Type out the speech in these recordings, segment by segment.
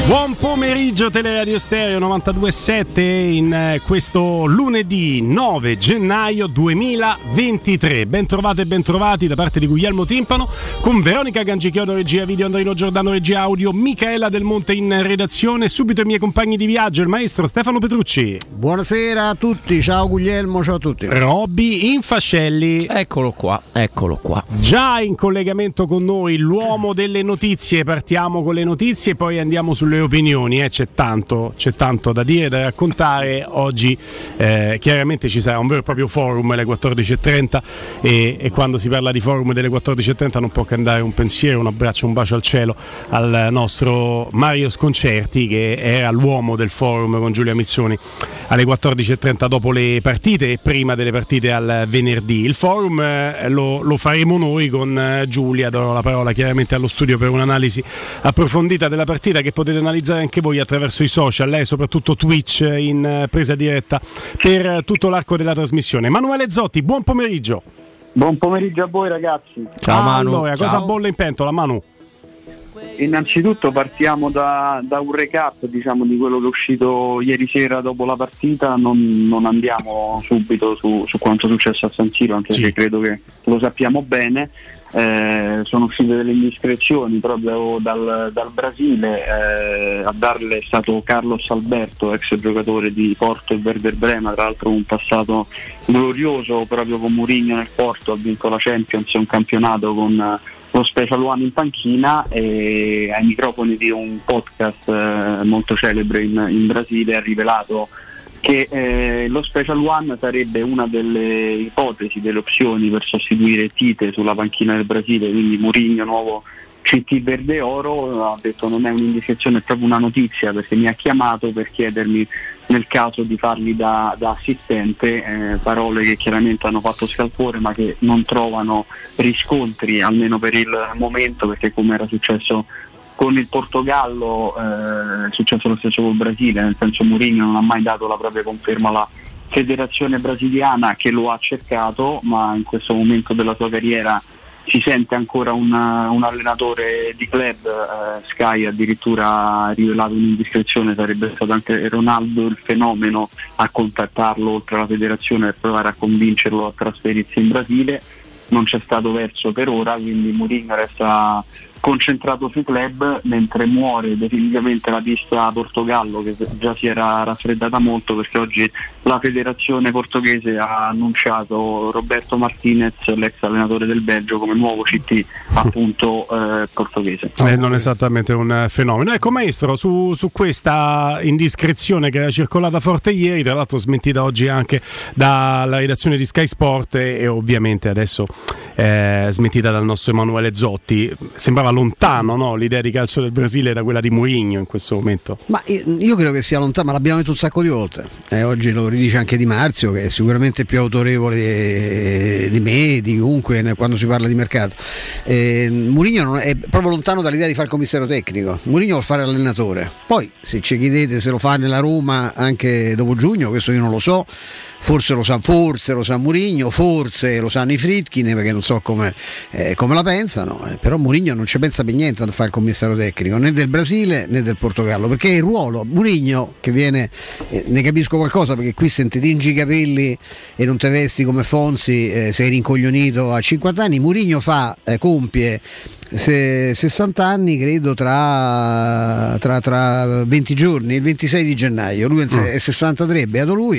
Buon pomeriggio Teleradio Stereo 92.7 in questo lunedì 9 gennaio 2023. Ben trovate e ben trovati da parte di Guglielmo Timpano con Veronica Gangichiodo regia video, Andrino Giordano regia audio, Michaela Del Monte in redazione. Subito i miei compagni di viaggio, il maestro Stefano Petrucci. Buonasera a tutti, ciao Guglielmo, ciao a tutti. Robby Infascelli. Eccolo qua. Già in collegamento con noi l'uomo delle notizie. Partiamo con le notizie e poi andiamo sulle opinioni, c'è tanto da dire, da raccontare oggi. Chiaramente ci sarà un vero e proprio forum alle 14.30 e quando si parla di forum delle 14.30 non può che andare un pensiero, un abbraccio, un bacio al cielo al nostro Mario Sconcerti, che era l'uomo del forum con Giulia Mizzoni alle 14.30 dopo le partite e prima delle partite al venerdì. Il forum lo faremo noi con Giulia, darò la parola chiaramente allo studio per un'analisi approfondita della partita che potete analizzare anche voi attraverso i social, lei soprattutto Twitch in presa diretta per tutto l'arco della trasmissione. Manuele Zotti, buon pomeriggio. Buon pomeriggio a voi ragazzi. Ciao Manu. Allora, cosa bolle in pentola, Manu? Innanzitutto partiamo da un recap, diciamo, di quello che è uscito ieri sera dopo la partita. Non andiamo subito su quanto è successo a San Siro, anche se credo che lo sappiamo bene. Sono uscite delle indiscrezioni proprio dal Brasile. A darle è stato Carlos Alberto, ex giocatore di Porto e Werder Brema, tra l'altro un passato glorioso proprio con Mourinho nel Porto, ha vinto la Champions e un campionato con lo Special One in panchina, e ai microfoni di un podcast molto celebre in Brasile ha rivelato che lo Special One sarebbe una delle ipotesi, delle opzioni per sostituire Tite sulla panchina del Brasile, quindi Mourinho nuovo CT verde oro. Ha detto non è un'indiscrezione, è proprio una notizia, perché mi ha chiamato per chiedermi nel caso di fargli da assistente, parole che chiaramente hanno fatto scalpore ma che non trovano riscontri almeno per il momento, perché come era successo con il Portogallo è successo lo stesso col Brasile, nel senso Mourinho non ha mai dato la propria conferma alla federazione brasiliana, che lo ha cercato, ma in questo momento della sua carriera si sente ancora un allenatore di club. Sky addirittura ha rivelato un'indiscrezione, sarebbe stato anche Ronaldo il fenomeno a contattarlo oltre alla federazione per provare a convincerlo a trasferirsi in Brasile. Non c'è stato verso per ora, quindi Mourinho resta concentrato sui club, mentre muore definitivamente la pista Portogallo, che già si era raffreddata molto, perché oggi la federazione portoghese ha annunciato Roberto Martinez, l'ex allenatore del Belgio, come nuovo CT appunto portoghese. Non esattamente un fenomeno. Ecco maestro, su questa indiscrezione che era circolata forte ieri, tra l'altro smentita oggi anche dalla redazione di Sky Sport e ovviamente adesso smentita dal nostro Emanuele Zotti, sembrava lontano, no? L'idea di calcio del Brasile da quella di Mourinho in questo momento. Ma io credo che sia lontano, ma l'abbiamo detto un sacco di volte. Oggi lo ridice anche Di Marzio, che è sicuramente più autorevole di me, di chiunque quando si parla di mercato. Mourinho non è proprio lontano dall'idea di fare il commissario tecnico. Mourinho vuole fare l'allenatore. Poi se ci chiedete se lo fa nella Roma anche dopo giugno, questo io non lo so. Forse lo sa Mourinho, forse lo sanno i Friedkin, perché non so come la pensano, però Mourinho non ci pensa per niente a fare il commissario tecnico né del Brasile né del Portogallo, perché il ruolo Mourinho che viene, ne capisco qualcosa, perché qui se ti tingi i capelli e non te vesti come Fonsi, sei rincoglionito a 50 anni. Mourinho compie 60 anni credo tra 20 giorni, il 26 di gennaio, lui è 63, beato lui.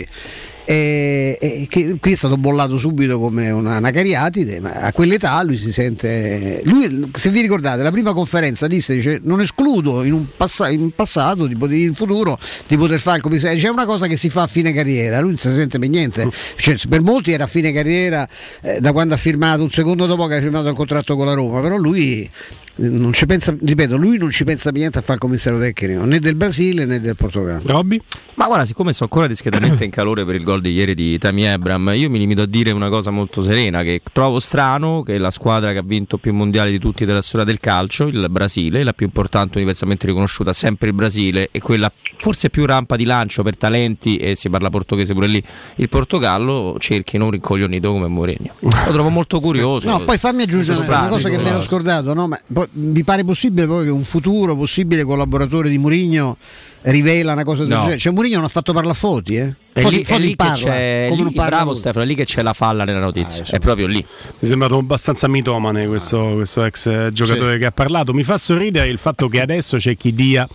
Che qui è stato bollato subito come una cariatide, ma a quell'età lui si sente, lui, se vi ricordate la prima conferenza dice non escludo in passato in futuro di poter fare il commissario. C'è una cosa che si fa a fine carriera, lui non si sente per niente, cioè, per molti era a fine carriera da quando ha firmato, un secondo dopo che ha firmato il contratto con la Roma, però lui non ci pensa, ripeto, lui non ci pensa per niente a fare il commissario tecnico né del Brasile né del Portogallo. Robby? Ma guarda, siccome sono ancora discretamente in calore per il gol di ieri di Tammy Abraham, io mi limito a dire una cosa molto serena, che trovo strano che la squadra che ha vinto più mondiali di tutti della storia del calcio, il Brasile, la più importante universalmente riconosciuta, sempre il Brasile, e quella forse più rampa di lancio per talenti, e si parla portoghese pure lì, il Portogallo, cerchino un rincoglionito come Mourinho. Lo trovo molto curioso. No, poi fammi aggiungere una cosa che mi ero scordato, no? Ma poi vi pare possibile poi che un futuro possibile collaboratore di Mourinho rivela una cosa del genere? Cioè Mourinho non ha fatto parlare a Foti, Foti parla, come non parla. Bravo Stefano, è lì che c'è la falla nella notizia, è proprio lì. Mi è sembrato abbastanza mitomane questo ex giocatore che ha parlato. Mi fa sorridere il fatto che adesso c'è chi dia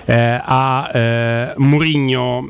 a Mourinho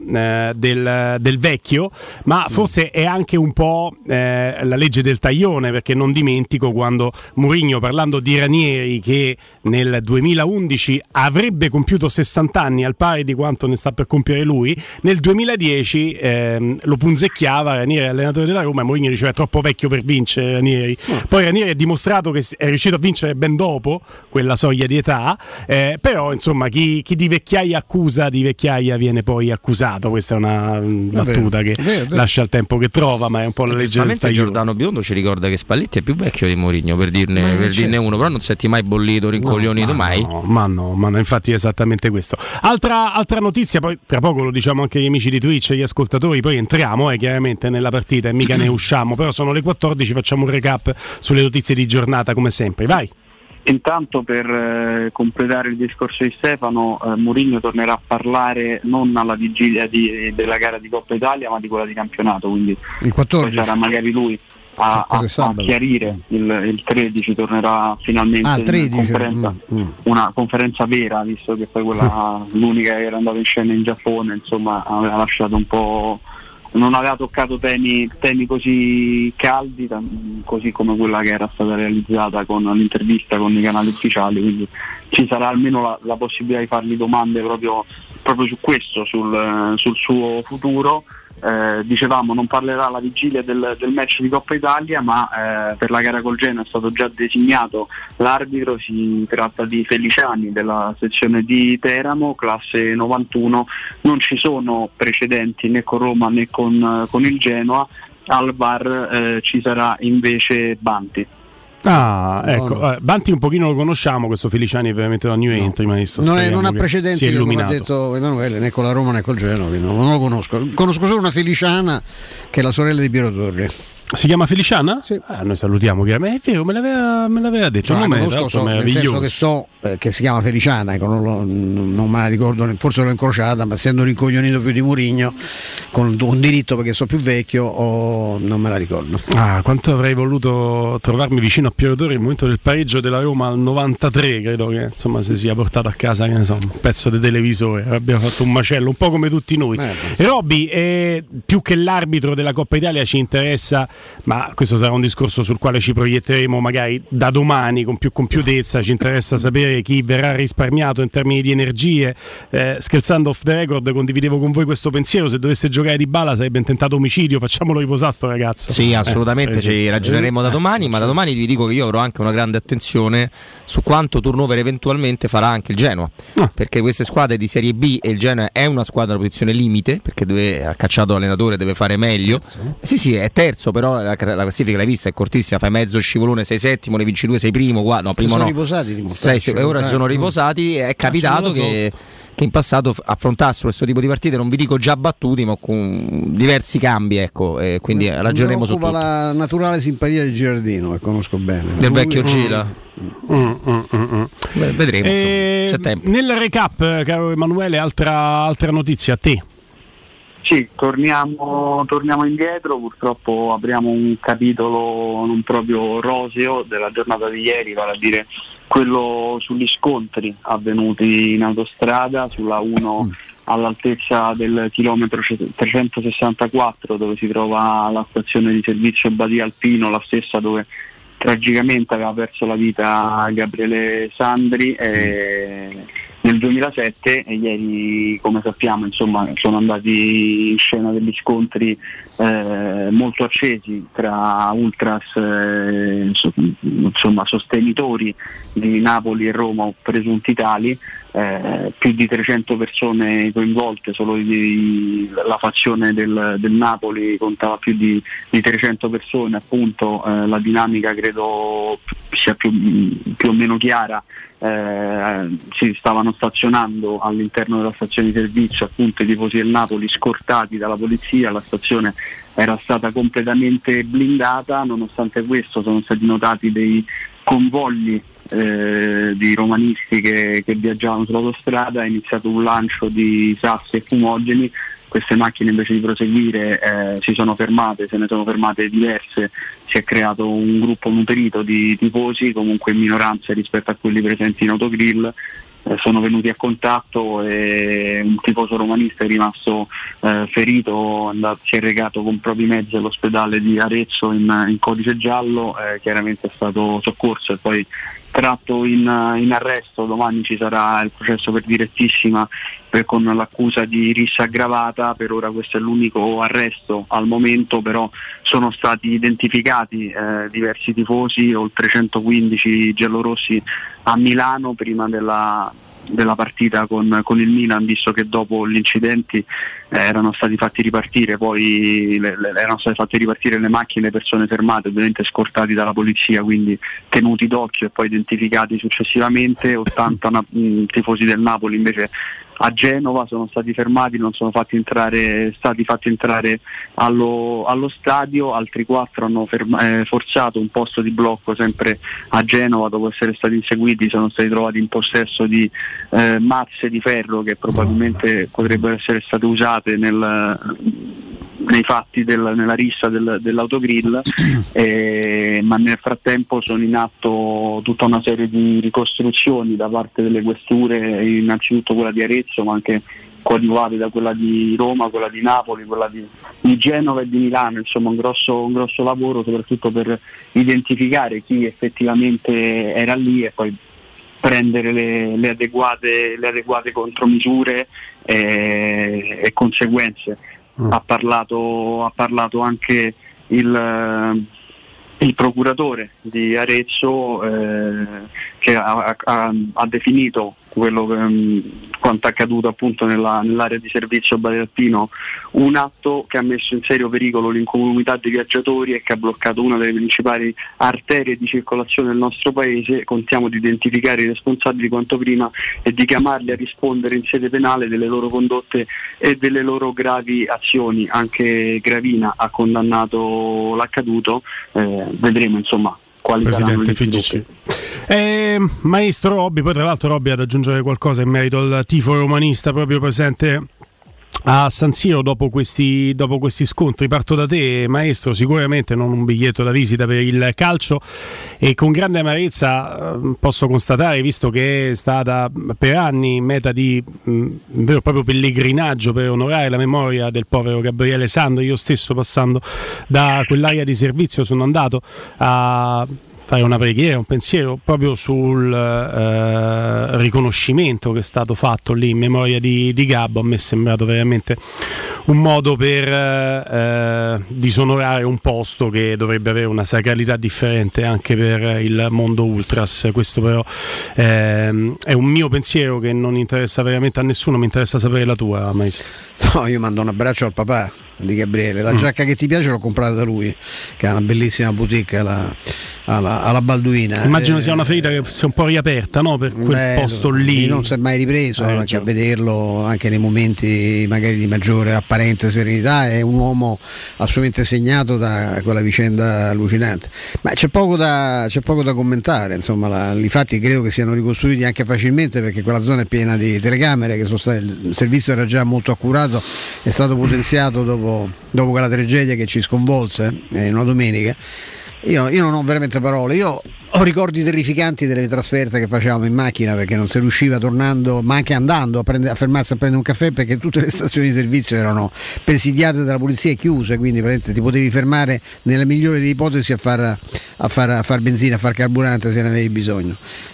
del vecchio, ma forse è anche un po' la legge del taglione, perché non dimentico quando Mourinho, parlando di Ranieri che nel 2011 avrebbe compiuto 60 anni al pari di quanto ne sta per compiere lui, nel 2010 lo punzecchiava Ranieri, allenatore della Roma, e Mourinho diceva è troppo vecchio per vincere Ranieri. Poi Ranieri ha dimostrato che è riuscito a vincere ben dopo quella soglia di età, però insomma chi di vecchiaia accusa, di vecchiaia viene poi accusato. Questa è una battuta che lascia il tempo che trova, ma è un po' la legge del taglione. Giordano Biondo ci ricorda che Spalletti è più vecchio di Mourinho, per dirne uno, però non senti mai bollito, rincoglionito mai. No, infatti è esattamente questo. Altra notizia, poi tra poco lo diciamo anche agli amici di Twitch e agli ascoltatori, poi entriamo chiaramente nella partita e mica ne usciamo, però sono le 14, facciamo un recap sulle notizie di giornata come sempre, vai. Intanto per completare il discorso di Stefano, Mourinho tornerà a parlare non alla vigilia della gara di Coppa Italia ma di quella di campionato, quindi il 14 sarà magari lui a chiarire. Il 13 tornerà finalmente in una conferenza vera, visto che poi quella l'unica che era andata in scena in Giappone, insomma aveva lasciato un po', non aveva toccato temi così caldi, così come quella che era stata realizzata con l'intervista con i canali ufficiali, quindi ci sarà almeno la possibilità di fargli domande proprio su questo, sul suo futuro. Dicevamo non parlerà alla vigilia del match di Coppa Italia, ma per la gara col Genoa è stato già designato l'arbitro. Si tratta di Feliciani della sezione di Teramo, classe 91. Non ci sono precedenti né con Roma né con il Genoa. Al VAR ci sarà invece Banti. Ecco, Banti un pochino lo conosciamo, questo Feliciani è veramente da new entry, ma non ha precedenti, come ha detto Emanuele, né con la Roma né col Genoa, non lo conosco solo una Feliciana che è la sorella di Piero Torri. Si chiama Feliciana? Sì. Noi salutiamo, è vero, me l'aveva detto. Cioè, nel senso che so che si chiama Feliciana, non me la ricordo, forse l'ho incrociata, ma essendo rincoglionito più di Mourinho, con un diritto perché so più vecchio, non me la ricordo. Quanto avrei voluto trovarmi vicino a Piero Torri nel momento del pareggio della Roma al 93, credo che insomma si sia portato a casa un pezzo di televisore, abbiamo fatto un macello, un po' come tutti noi. Robby, più che l'arbitro della Coppa Italia ci interessa, ma questo sarà un discorso sul quale ci proietteremo magari da domani con più compiutezza, ci interessa sapere chi verrà risparmiato in termini di energie. Scherzando off the record condividevo con voi questo pensiero: se dovesse giocare Dybala sarebbe intentato omicidio, facciamolo riposare sto ragazzo. Sì, assolutamente, ci ragioneremo da domani, ma da domani vi dico che io avrò anche una grande attenzione su quanto turnover eventualmente farà anche il Genoa, perché queste squadre di Serie B, e il Genoa è una squadra a posizione limite perché ha cacciato l'allenatore, deve fare meglio. Sì, è terzo, però la classifica l'hai vista, è cortissima, fai mezzo scivolone, sei settimo, ne vinci 2, sei primo, primo no. Riposati, ora si sono riposati, è capitato che in passato affrontassero questo tipo di partite, non vi dico già battuti, ma con diversi cambi, quindi ragioneremo su tutto. La naturale simpatia di Girardino, che conosco bene. Del vecchio Cila. Vedremo, c'è tempo. Nel recap, caro Emanuele, altra notizia a te. Sì, torniamo indietro, purtroppo apriamo un capitolo non proprio roseo della giornata di ieri, vale a dire quello sugli scontri avvenuti in autostrada sulla 1 all'altezza del chilometro 364, dove si trova la stazione di servizio Badia Alpino, la stessa dove tragicamente aveva perso la vita Gabriele Sandri nel 2007, e ieri, come sappiamo, insomma, sono andati in scena degli scontri molto accesi tra ultras, insomma, sostenitori di Napoli e Roma o presunti tali, più di 300 persone coinvolte, solo la fazione del Napoli contava più di 300 persone, appunto. La dinamica credo sia più o meno chiara. Si stavano stazionando all'interno della stazione di servizio, appunto, i tifosi del Napoli, scortati dalla polizia. La stazione era stata completamente blindata, nonostante questo sono stati notati dei convogli di romanisti che viaggiavano sull'autostrada, è iniziato un lancio di sassi e fumogeni. Queste macchine invece di proseguire si sono fermate, se ne sono fermate diverse, si è creato un gruppo nutrito di tifosi, comunque in minoranza rispetto a quelli presenti in autogrill. Sono venuti a contatto e un tifoso romanista è rimasto ferito, si è recato con propri mezzi all'ospedale di Arezzo in codice giallo, chiaramente è stato soccorso e poi tratto in arresto. Domani ci sarà il processo per direttissima con l'accusa di rissa aggravata. Per ora questo è l'unico arresto al momento, però sono stati identificati diversi tifosi, oltre 115 giallorossi a Milano prima della partita con il Milan, visto che dopo gli incidenti erano stati fatti ripartire le macchine, le persone fermate, ovviamente scortati dalla polizia, quindi tenuti d'occhio e poi identificati successivamente. 80 tifosi del Napoli invece a Genova sono stati fermati, non sono stati fatti entrare allo stadio. Altri 4 hanno forzato un posto di blocco sempre a Genova, dopo essere stati inseguiti sono stati trovati in possesso di mazze di ferro che probabilmente potrebbero essere state usate nei fatti nella rissa dell'autogrill, ma nel frattempo sono in atto tutta una serie di ricostruzioni da parte delle questure, innanzitutto quella di Arezzo, ma anche coadiuvate da quella di Roma, quella di Napoli, quella di Genova e di Milano. Insomma un grosso lavoro soprattutto per identificare chi effettivamente era lì e poi prendere le adeguate contromisure e conseguenze. Ha parlato anche il procuratore di Arezzo che ha definito quanto accaduto appunto nell'area di servizio Bari Alpino un atto che ha messo in serio pericolo l'incolumità dei viaggiatori e che ha bloccato una delle principali arterie di circolazione del nostro paese. Contiamo di identificare i responsabili quanto prima e di chiamarli a rispondere in sede penale delle loro condotte e delle loro gravi azioni. Anche Gravina ha condannato l'accaduto, vedremo insomma quali Presidente FIGC. Maestro Robby, poi tra l'altro Robby ad aggiungere qualcosa in merito al tifo romanista proprio presente a San Siro dopo questi scontri. Parto da te, maestro. Sicuramente non un biglietto da visita per il calcio, e con grande amarezza posso constatare, visto che è stata per anni meta di un vero e proprio pellegrinaggio per onorare la memoria del povero Gabriele Sandri. Io stesso, passando da quell'area di servizio, sono andato a fare una preghiera, un pensiero proprio sul riconoscimento che è stato fatto lì in memoria di Gabbo. A me è sembrato veramente un modo per disonorare un posto che dovrebbe avere una sacralità differente anche per il mondo ultras. Questo però è un mio pensiero che non interessa veramente a nessuno. Mi interessa sapere la tua, maestro. No, io mando un abbraccio al papà di Gabriele. La giacca che ti piace l'ho comprata da lui, che ha una bellissima boutique alla Balduina. Immagino sia una ferita che si è un po' riaperta, no? Per quel posto lì. Non si è mai ripreso, anche a vederlo anche nei momenti magari di maggiore apparente serenità. È un uomo assolutamente segnato da quella vicenda allucinante. Ma c'è poco da commentare, insomma. I fatti credo che siano ricostruiti anche facilmente, perché quella zona è piena di telecamere che sono state, il servizio era già molto accurato, è stato potenziato dopo quella tragedia che ci sconvolse in una domenica. Io non ho veramente parole. Io ho ricordi terrificanti delle trasferte che facevamo in macchina, perché non si riusciva tornando, ma anche andando a fermarsi a prendere un caffè, perché tutte le stazioni di servizio erano presidiate dalla polizia e chiuse, quindi ti potevi fermare nella migliore delle ipotesi a far benzina, a far carburante se ne avevi bisogno.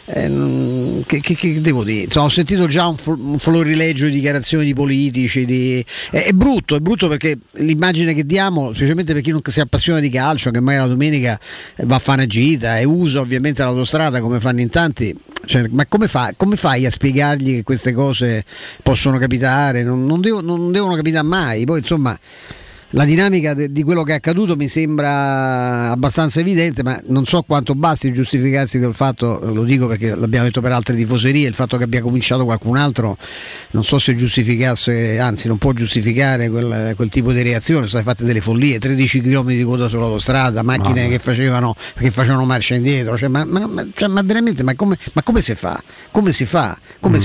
Che devo dire? Insomma, ho sentito già un florileggio di dichiarazioni di politici. È brutto perché l'immagine che diamo, specialmente per chi non si appassiona di calcio, che magari la domenica va a fare una gita e usa ovviamente l'autostrada come fanno in tanti, cioè, ma come fai a spiegargli che queste cose possono capitare? Non devono capitare mai. Poi insomma La dinamica di quello che è accaduto mi sembra abbastanza evidente, ma non so quanto basti giustificarsi col fatto, lo dico perché l'abbiamo detto per altre tifoserie, il fatto che abbia cominciato qualcun altro non so se giustificasse, anzi non può giustificare quel tipo di reazione. Sono state fatte delle follie, 13 km di coda sull'autostrada, macchine che facevano marcia indietro, cioè, ma veramente come si fa? Come si fa?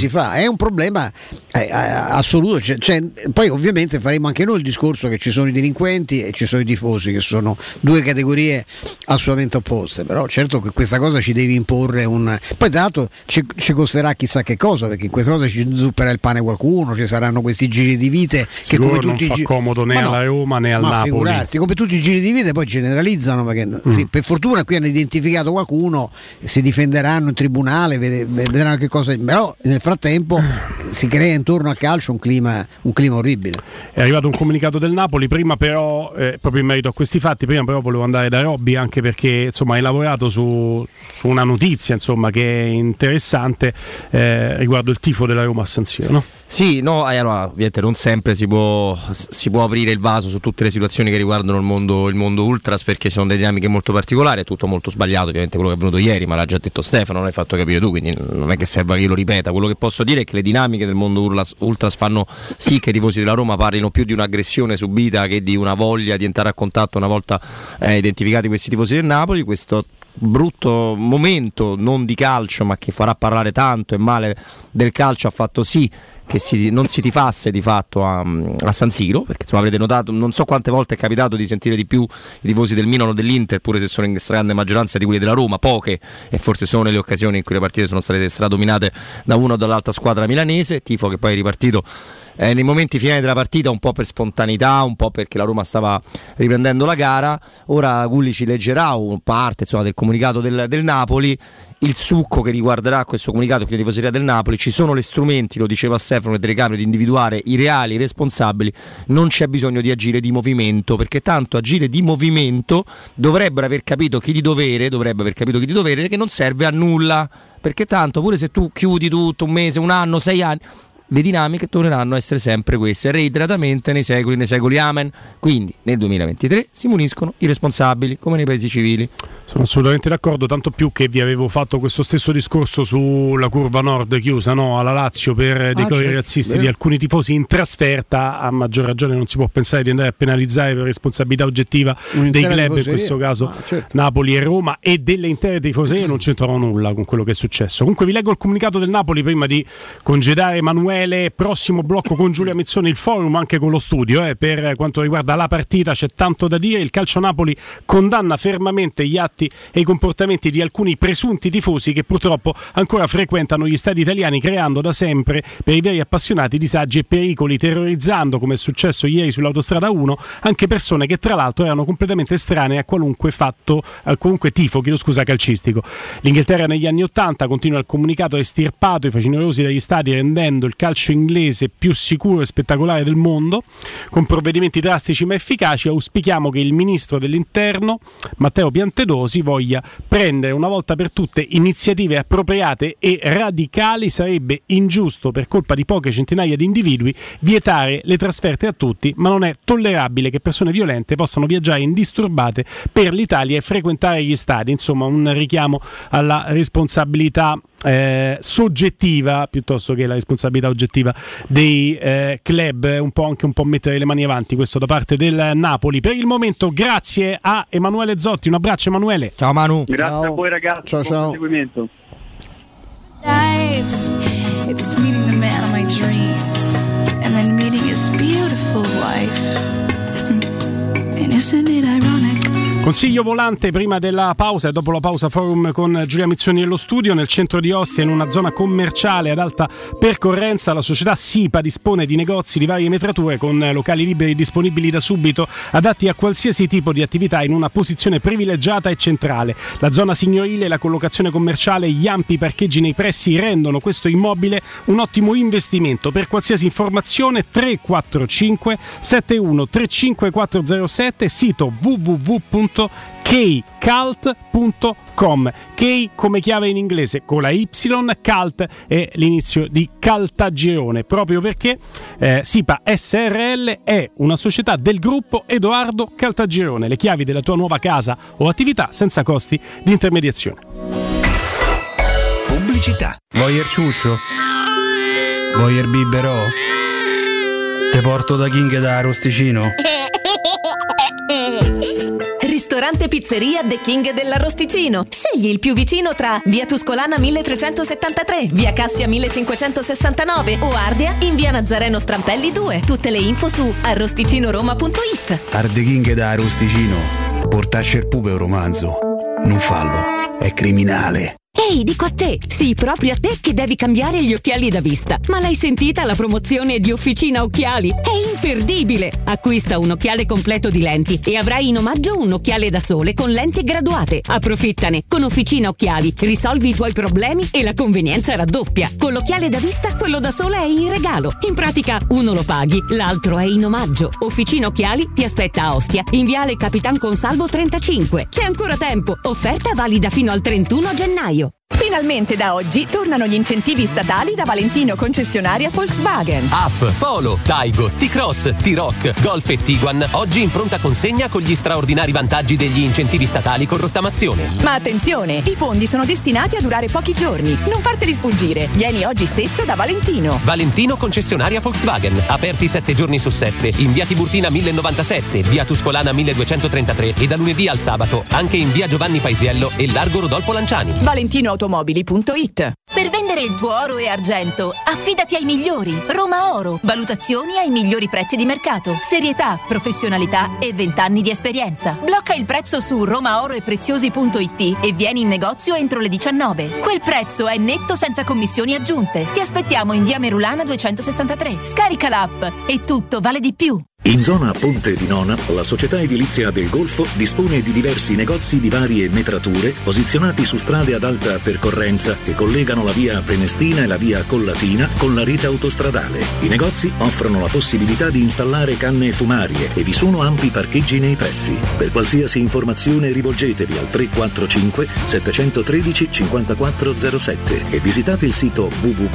È un problema assoluto, cioè, poi ovviamente faremo anche noi il discorso che ci sono i delinquenti e ci sono i tifosi, che sono due categorie assolutamente opposte, però certo che questa cosa ci deve imporre poi tra l'altro ci costerà chissà che cosa, perché in questa cosa ci zupperà il pane qualcuno, ci saranno questi giri di vite che come tutti non fa comodo né alla Roma né al Napoli. Figurarsi, come tutti i giri di vite poi generalizzano, perché sì, per fortuna qui hanno identificato qualcuno, si difenderanno in tribunale, vedranno che cosa, però nel frattempo si crea intorno al calcio un clima orribile. È arrivato un comunicato del Napoli, prima però proprio in merito a questi fatti, prima però volevo andare da Robby, anche perché insomma hai lavorato su una notizia insomma che è interessante riguardo il tifo della Roma a San Siro, no? Sì, no, allora ovviamente non sempre si può aprire il vaso su tutte le situazioni che riguardano il mondo ultras, perché sono delle dinamiche molto particolari, è tutto molto sbagliato ovviamente quello che è venuto ieri, ma l'ha già detto Stefano, non l'hai fatto capire tu, quindi non è che serva che io lo ripeta. Quello che posso dire è che le dinamiche del mondo ultras fanno sì che i tifosi della Roma parlino più di un'aggressione subita che di una voglia di entrare a contatto una volta identificati questi tifosi del Napoli. Questo brutto momento non di calcio, ma che farà parlare tanto e male del calcio, ha fatto sì che non si tifasse di fatto a San Siro, perché insomma avrete notato, non so quante volte è capitato di sentire di più i tifosi del Milan o dell'Inter, pure se sono in stragrande maggioranza di quelli della Roma, poche, e forse sono nelle occasioni in cui le partite sono state stradominate da una o dall'altra squadra milanese, tifo che poi è ripartito nei momenti finali della partita, un po' per spontaneità, un po' perché la Roma stava riprendendo la gara. Ora Gulli ci leggerà parte del comunicato del Napoli, il succo che riguarderà questo comunicato, quindi la tifoseria del Napoli. Ci sono gli strumenti, lo diceva Stefano, le telecamere, di individuare i reali responsabili, non c'è bisogno di agire di movimento, perché tanto agire di movimento dovrebbero aver capito chi di dovere, che non serve a nulla, perché tanto pure se tu chiudi tutto un mese, un anno, 6 anni, le dinamiche torneranno a essere sempre queste, reiteratamente nei secoli, amen. Quindi nel 2023 si muniscono i responsabili, come nei paesi civili. Sono assolutamente d'accordo, tanto più che vi avevo fatto questo stesso discorso sulla curva nord chiusa, no? Alla Lazio, per decorrere razzisti di alcuni tifosi in trasferta. A maggior ragione non si può pensare di andare a penalizzare per responsabilità oggettiva dei club, in questo caso certo. Napoli e Roma, e delle intere tifoserie non c'entrano nulla con quello che è successo. Comunque vi leggo il comunicato del Napoli prima di congedare Emanuele. Prossimo blocco con Giulia Mezzoni, il forum anche con lo studio, per quanto riguarda la partita c'è tanto da dire. Il Calcio Napoli condanna fermamente gli atti e i comportamenti di alcuni presunti tifosi che purtroppo ancora frequentano gli stadi italiani, creando da sempre per i veri appassionati disagi e pericoli, terrorizzando, come è successo ieri sull'autostrada 1, anche persone che tra l'altro erano completamente estranee a qualunque tifo calcistico. L'Inghilterra negli anni 80, continua il comunicato, ha estirpato i facinorosi dagli stadi, rendendo il calcio inglese più sicuro e spettacolare del mondo, con provvedimenti drastici ma efficaci. Auspichiamo che il ministro dell'Interno Matteo Piantedosi voglia prendere una volta per tutte iniziative appropriate e radicali. Sarebbe ingiusto, per colpa di poche centinaia di individui, vietare le trasferte a tutti, ma non è tollerabile che persone violente possano viaggiare indisturbate per l'Italia e frequentare gli stadi. Insomma, un richiamo alla responsabilità soggettiva piuttosto che la responsabilità oggettiva dei club, un po' mettere le mani avanti, questo da parte del Napoli. Per il momento grazie a Emanuele Zotti, un abbraccio Emanuele. Ciao Manu. Grazie a voi ragazzi, ciao. Seguimento. It's meeting the man of my dreams and then meeting his beautiful wife. And isn't it ironic? Consiglio volante prima della pausa e dopo la pausa forum con Giulia Mizzoni nello studio. Nel centro di Ostia, in una zona commerciale ad alta percorrenza, la società SIPA dispone di negozi di varie metrature con locali liberi disponibili da subito, adatti a qualsiasi tipo di attività, in una posizione privilegiata e centrale. La zona signorile, la collocazione commerciale, gli ampi parcheggi nei pressi rendono questo immobile un ottimo investimento. Per qualsiasi informazione 345 71 35407, sito www.sipa.it. www.kcult.com. Key come chiave in inglese con la Y, Cult è l'inizio di Caltagirone, proprio perché SIPA SRL è una società del gruppo Edoardo Caltagirone, le chiavi della tua nuova casa o attività senza costi di intermediazione. Pubblicità. Voyer ciuscio? Voyer biberò? Te porto da King da Arrosticino? Ristorante Pizzeria The King dell'Arrosticino. Scegli il più vicino tra via Tuscolana 1373, via Cassia 1569 o Ardea in via Nazareno Strampelli 2. Tutte le info su arrosticinoroma.it. Arde King da Arrosticino. Portasce il pupe un romanzo. Non fallo, è criminale. Ehi, dico a te, sì, proprio a te che devi cambiare gli occhiali da vista. Ma l'hai sentita la promozione di Officina Occhiali? È imperdibile! Acquista un occhiale completo di lenti e avrai in omaggio un occhiale da sole con lenti graduate. Approfittane! Con Officina Occhiali risolvi i tuoi problemi e la convenienza raddoppia. Con l'occhiale da vista, quello da sole è in regalo. In pratica, uno lo paghi, l'altro è in omaggio. Officina Occhiali ti aspetta a Ostia, in viale Capitan Consalvo 35. C'è ancora tempo! Offerta valida fino al 31 gennaio. Finalmente da oggi tornano gli incentivi statali da Valentino concessionaria Volkswagen. Up, Polo, Taigo, T-Cross, T-Roc, Golf e Tiguan oggi in pronta consegna con gli straordinari vantaggi degli incentivi statali con rottamazione. Ma attenzione, i fondi sono destinati a durare pochi giorni. Non farteli sfuggire. Vieni oggi stesso da Valentino. Valentino concessionaria Volkswagen. Aperti 7 giorni su 7. In via Tiburtina 1097, via Tuscolana 1233 e da lunedì al sabato anche in via Giovanni Paisiello e largo Rodolfo Lanciani. ValentinoAutomobili.it. Per vendere il tuo oro e argento, affidati ai migliori. Roma Oro. Valutazioni ai migliori prezzi di mercato. Serietà, professionalità e 20 anni di esperienza. Blocca il prezzo su romaoroepreziosi.it e vieni in negozio entro le 19. Quel prezzo è netto senza commissioni aggiunte. Ti aspettiamo in via Merulana 263. Scarica l'app e tutto vale di più. In zona Ponte di Nona, la società edilizia del Golfo dispone di diversi negozi di varie metrature posizionati su strade ad alta percorrenza che collegano la via Prenestina e la via Collatina con la rete autostradale. I negozi offrono la possibilità di installare canne fumarie e vi sono ampi parcheggi nei pressi. Per qualsiasi informazione rivolgetevi al 345 713 5407 e visitate il sito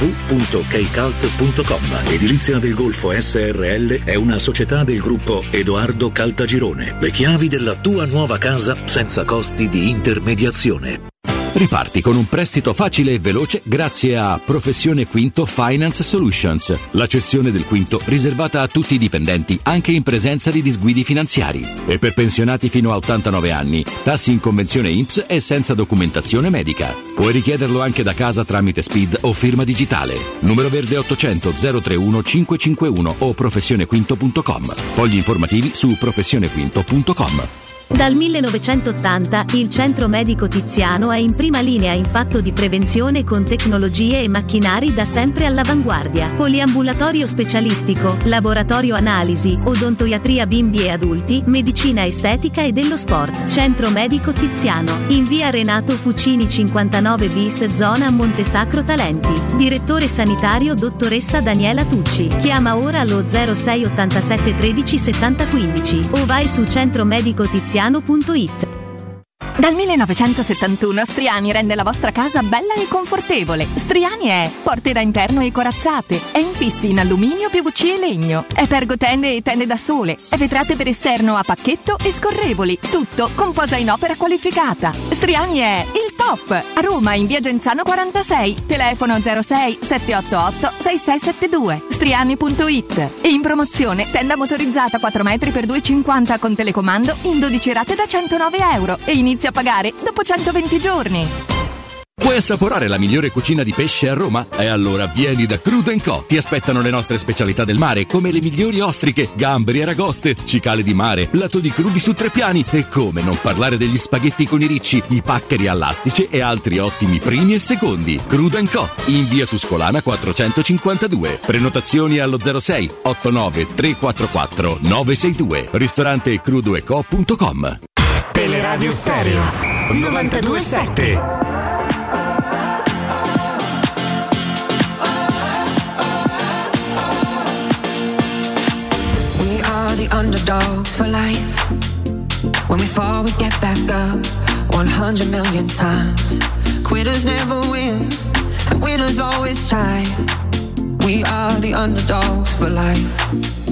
www.kcult.com. Edilizia del Golfo SRL è una società del gruppo Edoardo Caltagirone. Le chiavi della tua nuova casa senza costi di intermediazione. Riparti con un prestito facile e veloce grazie a Professione Quinto Finance Solutions, la cessione del quinto riservata a tutti i dipendenti anche in presenza di disguidi finanziari. E per pensionati fino a 89 anni, tassi in convenzione INPS e senza documentazione medica. Puoi richiederlo anche da casa tramite SPID o firma digitale. Numero verde 800 031 551 o professionequinto.com. Fogli informativi su professionequinto.com. Dal 1980 il Centro Medico Tiziano è in prima linea in fatto di prevenzione con tecnologie e macchinari da sempre all'avanguardia. Poliambulatorio specialistico, laboratorio analisi, odontoiatria bimbi e adulti, medicina estetica e dello sport. Centro Medico Tiziano, in via Renato Fucini 59 bis, zona Montesacro Talenti. Direttore sanitario dottoressa Daniela Tucci. Chiama ora allo 06 87 13 70 15 o vai su centromedicotiziano.it. Dal 1971 Striani rende la vostra casa bella e confortevole. Striani è porte da interno e corazzate, è infissi in alluminio, PVC e legno, è pergotende e tende da sole, è vetrate per esterno a pacchetto e scorrevoli, tutto con posa in opera qualificata. Striani è il top! A Roma in via Genzano 46, telefono 06 788 6672, striani.it. E in promozione tenda motorizzata 4 metri per 2,50 con telecomando in 12 rate da 109 euro e inizia a pagare dopo 120 giorni. Vuoi assaporare la migliore cucina di pesce a Roma? E allora vieni da Crudo & Co. Ti aspettano le nostre specialità del mare, come le migliori ostriche, gamberi e aragoste, cicale di mare, plato di crudi su 3 piani e come non parlare degli spaghetti con i ricci, i paccheri all'astice e altri ottimi primi e secondi. Crudo & Co. in via Tuscolana 452. Prenotazioni allo 06 89 344 962. Ristorante crudoeco.com. Teleradio Stereo 92.7. The underdogs for life. When we fall, we get back up 100 million times. Quitters never win, and winners always try. We are the underdogs for life.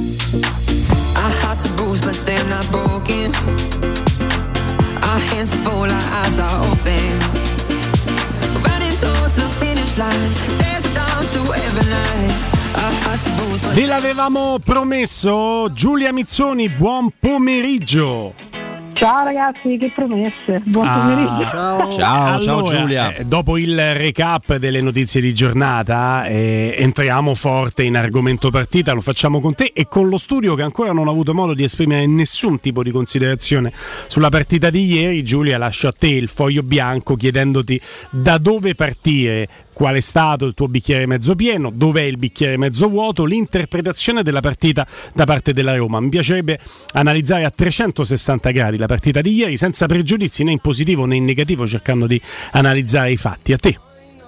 Our hearts are bruised, but they're not broken. Our hands are full, our eyes are open. Running towards the finish line, there's a dawn to every night. Ve l'avevamo promesso, Giulia Mizzoni, buon pomeriggio. Ciao ragazzi, che promesse, buon pomeriggio. Ciao Giulia. Dopo il recap delle notizie di giornata entriamo forte in argomento partita, lo facciamo con te e con lo studio che ancora non ha avuto modo di esprimere nessun tipo di considerazione sulla partita di ieri. Giulia, lascio a te il foglio bianco chiedendoti da dove partire, qual è stato il tuo bicchiere mezzo pieno, dov'è il bicchiere mezzo vuoto, l'interpretazione della partita da parte della Roma. Mi piacerebbe analizzare a 360 gradi la partita di ieri senza pregiudizi né in positivo né in negativo, cercando di analizzare i fatti. A te.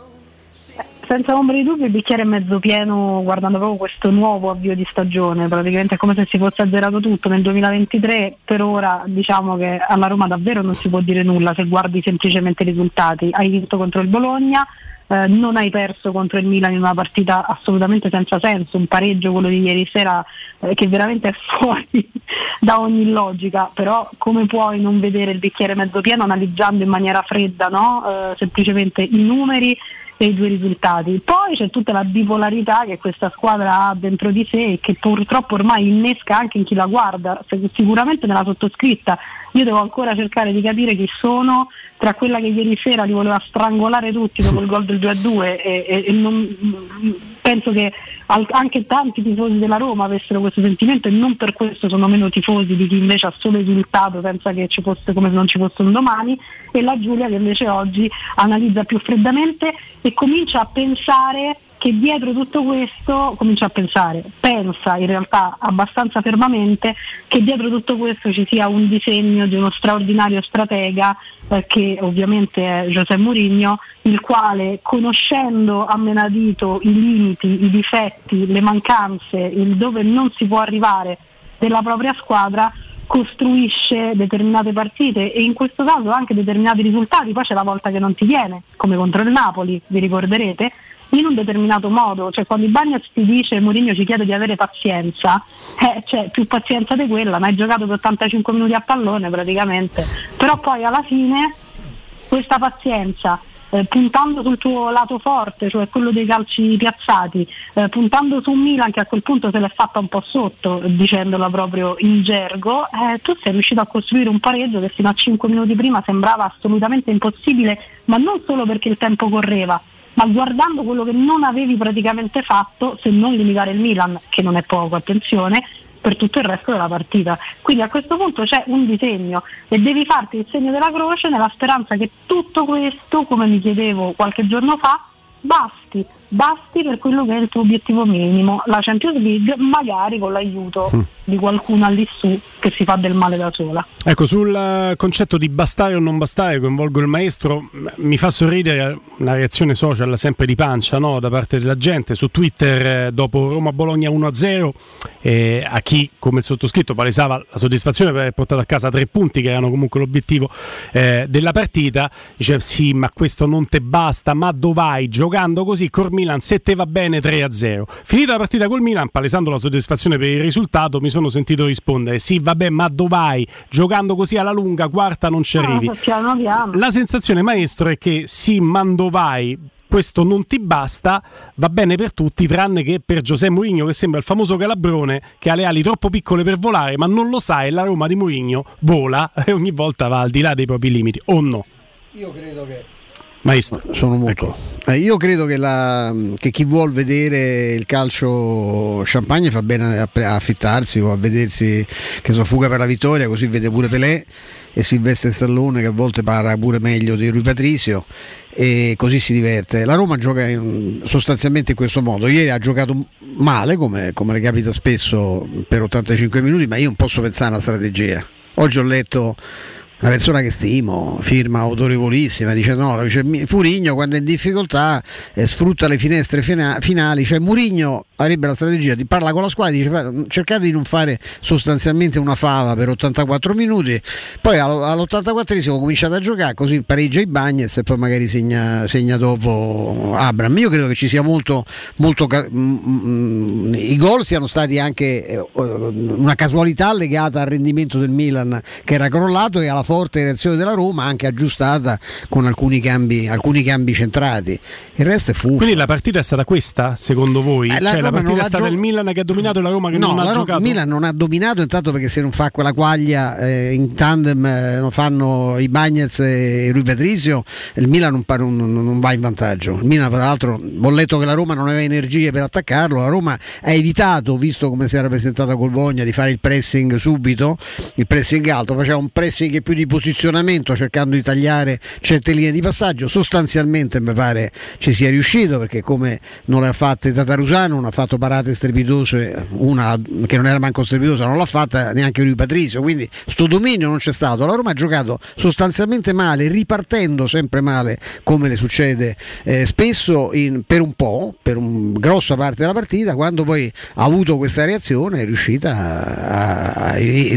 Senza ombra di dubbio il bicchiere è mezzo pieno, guardando proprio questo nuovo avvio di stagione. Praticamente è come se si fosse azzerato tutto nel 2023. Per ora diciamo che alla Roma davvero non si può dire nulla se guardi semplicemente i risultati. Hai vinto contro il Bologna, non hai perso contro il Milan in una partita assolutamente senza senso, un pareggio quello di ieri sera che veramente è fuori da ogni logica. Però come puoi non vedere il bicchiere mezzo pieno analizzando in maniera fredda, no? Semplicemente i numeri e i due risultati. Poi c'è tutta la bipolarità che questa squadra ha dentro di sé e che purtroppo ormai innesca anche in chi la guarda, sicuramente nella sottoscritta. Io devo ancora cercare di capire chi sono, tra quella che ieri sera li voleva strangolare tutti dopo il gol del 2-2 e non, penso che anche tanti tifosi della Roma avessero questo sentimento e non per questo sono meno tifosi di chi invece ha solo esultato, pensa che ci fosse come se non ci fosse un domani, e la Giulia che invece oggi analizza più freddamente e comincia a pensare che dietro tutto questo, pensa in realtà abbastanza fermamente che dietro tutto questo ci sia un disegno di uno straordinario stratega che ovviamente è José Mourinho, il quale, conoscendo a menadito i limiti, i difetti, le mancanze, il dove non si può arrivare della propria squadra, costruisce determinate partite e in questo caso anche determinati risultati. Poi c'è la volta che non ti viene, come contro il Napoli, vi ricorderete, in un determinato modo. Cioè quando Ibañez ti dice, Mourinho ci chiede di avere pazienza, cioè più pazienza di quella, ma hai giocato per 85 minuti a pallone praticamente, però poi alla fine questa pazienza, puntando sul tuo lato forte, cioè quello dei calci piazzati, puntando su un Milan che a quel punto se l'è fatta un po' sotto, dicendola proprio in gergo, tu sei riuscito a costruire un pareggio che fino a 5 minuti prima sembrava assolutamente impossibile, ma non solo perché il tempo correva, ma guardando quello che non avevi praticamente fatto, se non limitare il Milan, che non è poco, attenzione, per tutto il resto della partita. Quindi a questo punto c'è un disegno e devi farti il segno della croce nella speranza che tutto questo, come mi chiedevo qualche giorno fa, basti per quello che è il tuo obiettivo minimo, la Champions League, magari con l'aiuto di qualcuno all'issù che si fa del male da sola. Ecco, sul concetto di bastare o non bastare, coinvolgo il maestro. Mi fa sorridere una reazione social sempre di pancia, no? Da parte della gente su Twitter dopo Roma-Bologna 1-0, a chi come il sottoscritto palesava la soddisfazione per aver portato a casa 3 punti che erano comunque l'obiettivo della partita, dice sì, ma questo non te basta, ma dov'hai giocando così col Milan, se te va bene 3-0. Finita la partita col Milan, palesando la soddisfazione per il risultato, mi sono sentito rispondere sì, vabbè, ma dov'hai giocando così alla lunga, quarta non ci arrivi. Piano. La sensazione, maestro, è che sì, ma dov'hai, questo non ti basta, va bene per tutti tranne che per José Mourinho, che sembra il famoso calabrone che ha le ali troppo piccole per volare, ma non lo sa, e la Roma di Mourinho vola e ogni volta va al di là dei propri limiti, o no? Io credo che maestro, sono molto. Io credo che chi vuol vedere il calcio champagne fa bene a affittarsi o a vedersi, che so, Fuga per la vittoria, così vede pure Pelé e Silvestre Stallone che a volte parla pure meglio di Rui Patricio e così si diverte. La Roma gioca sostanzialmente in questo modo. Ieri ha giocato male, come le capita spesso per 85 minuti, ma io non posso pensare a una strategia. Oggi ho letto una persona che stimo, firma autorevolissima, dice no, Mourinho quando è in difficoltà sfrutta le finestre finali, cioè Mourinho avrebbe la strategia di parla con la squadra, dice cercate di non fare sostanzialmente una fava per 84 minuti, poi all'84esimo cominciate a giocare, così pareggia i Bagnez e poi magari segna dopo Abraham. Io credo che ci sia molto i gol siano stati anche una casualità legata al rendimento del Milan che era crollato e alla forte reazione della Roma, anche aggiustata con alcuni cambi centrati. Il resto è fuffa. Quindi la partita è stata questa, secondo voi? La partita è stata il Milan che ha dominato e la Roma che non ha giocato? Il Milan non ha dominato, intanto perché se non fa quella quaglia in tandem non fanno i Bagnez e Rui Patricio, il Milan non va in vantaggio. Il Milan, tra l'altro, ho letto che la Roma non aveva energie per attaccarlo, la Roma ha evitato, visto come si era presentata col Bologna, di fare il pressing subito, il pressing alto, faceva un pressing più di posizionamento cercando di tagliare certe linee di passaggio. Sostanzialmente mi pare ci sia riuscito, perché come non le ha fatte Tatarusano, non ha fatto parate strepitose, una che non era manco strepitosa non l'ha fatta neanche Rui Patricio, quindi sto dominio non c'è stato. La Roma ha giocato sostanzialmente male, ripartendo sempre male, come le succede spesso per una grossa parte della partita. Quando poi ha avuto questa reazione è riuscita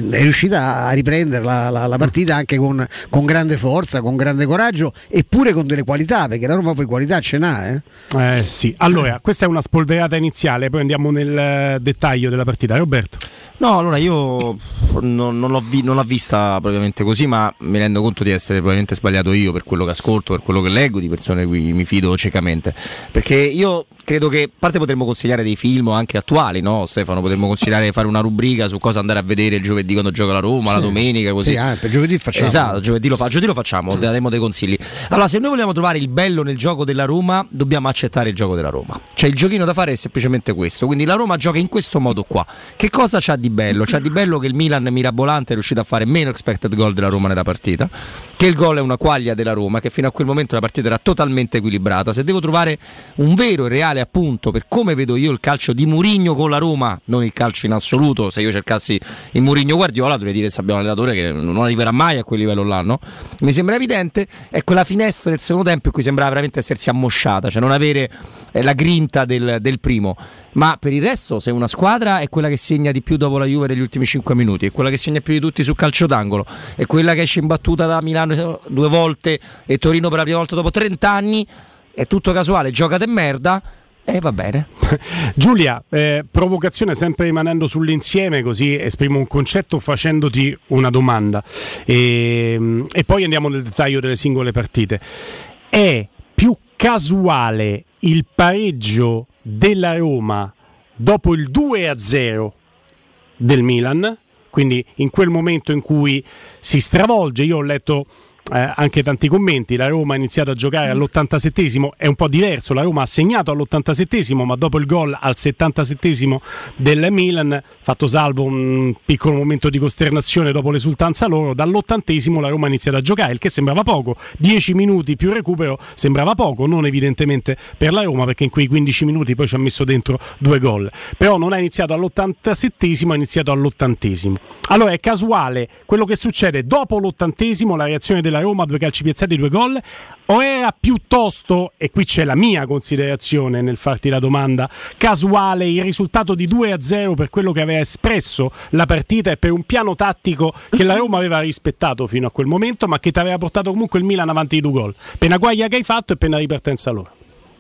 a riprendere la partita anche con grande forza, con grande coraggio, eppure con delle qualità, perché la Roma poi qualità ce n'ha. Sì, allora questa è una spolverata iniziale, poi andiamo nel dettaglio della partita. Roberto? No, allora io non l'ho vista propriamente così, ma mi rendo conto di essere probabilmente sbagliato io, per quello che ascolto, per quello che leggo, di persone di cui mi fido ciecamente, perché io credo che, a parte potremmo consigliare dei film anche attuali, no Stefano? Potremmo consigliare di fare una rubrica su cosa andare a vedere il giovedì quando gioca la Roma, la domenica, così. Sì, per giovedì facciamo. Esatto, giovedì lo facciamo, daremo dei consigli. Allora, se noi vogliamo trovare il bello nel gioco della Roma, dobbiamo accettare il gioco della Roma. Cioè il giochino da fare è semplicemente questo. Quindi la Roma gioca in questo modo qua. Che cosa c'ha di bello? C'ha di bello che il Milan mirabolante è riuscito a fare meno expected goal della Roma nella partita, che il gol è una quaglia della Roma, che fino a quel momento la partita era totalmente equilibrata. Se devo trovare un vero e reale appunto per come vedo io il calcio di Mourinho con la Roma, non il calcio in assoluto, se io cercassi il Mourinho Guardiola dovrei dire se abbiamo un allenatore che non arriverà mai a quel livello là, no? Mi sembra evidente, è quella finestra del secondo tempo in cui sembrava veramente essersi ammosciata, cioè non avere la grinta del primo. Ma per il resto, se una squadra è quella che segna di più dopo la Juve negli ultimi 5 minuti, è quella che segna più di tutti sul calcio d'angolo, è quella che esce imbattuta da Milano 2 volte e Torino per la prima volta dopo 30 anni, è tutto casuale, giocate merda. Va bene. Giulia, provocazione sempre rimanendo sull'insieme, così esprimo un concetto facendoti una domanda e poi andiamo nel dettaglio delle singole partite. È più casuale il pareggio della Roma dopo il 2-0 del Milan, quindi in quel momento in cui si stravolge? Io ho letto anche tanti commenti, la Roma ha iniziato a giocare all'87esimo, è un po' diverso, la Roma ha segnato all'87esimo, ma dopo il gol al 77esimo del Milan, fatto salvo un piccolo momento di costernazione dopo l'esultanza loro, dall'80esimo la Roma ha iniziato a giocare, il che sembrava poco, 10 minuti più recupero sembrava poco, non evidentemente per la Roma, perché in quei 15 minuti poi ci ha messo dentro 2 gol, però non ha iniziato all'87esimo, ha iniziato all'80esimo. Allora è casuale quello che succede dopo l'80esimo, la reazione della Roma, 2 calci piazzati, 2 gol, o era piuttosto, e qui c'è la mia considerazione nel farti la domanda, casuale il risultato di 2-0 per quello che aveva espresso la partita e per un piano tattico che la Roma aveva rispettato fino a quel momento, ma che ti aveva portato comunque il Milan avanti di 2 gol, per una guaglia che hai fatto e per una ripartenza loro?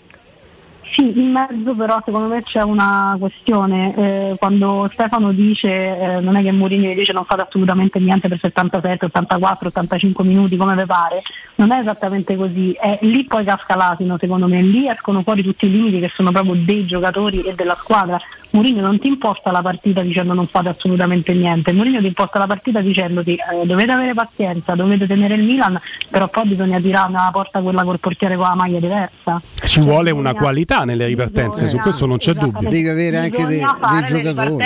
Sì, in mezzo però secondo me c'è una questione, quando Stefano dice non è che Mourinho dice non fate assolutamente niente per 77, 84, 85 minuti come vi pare, non è esattamente così, è lì poi casca l'asino secondo me, lì escono fuori tutti i limiti che sono proprio dei giocatori e della squadra. Mourinho non ti imposta la partita dicendo non fate assolutamente niente, Mourinho ti imposta la partita dicendoti dovete avere pazienza, dovete tenere il Milan, però poi bisogna tirare nella porta quella col portiere con la maglia diversa. Ci vuole una qualità nelle ripartenze, su questo non c'è dubbio. Devi avere anche dei giocatori.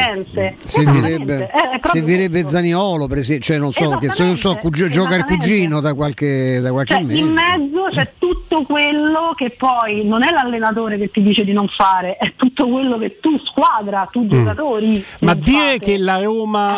Servirebbe Zaniolo, per esempio, cioè non so, gioca il cugino da qualche mese. In mezzo c'è tutto quello che poi non è l'allenatore che ti dice di non fare, è tutto quello che tu, squadra, squadra, tu giocatori. Ma dire che la Roma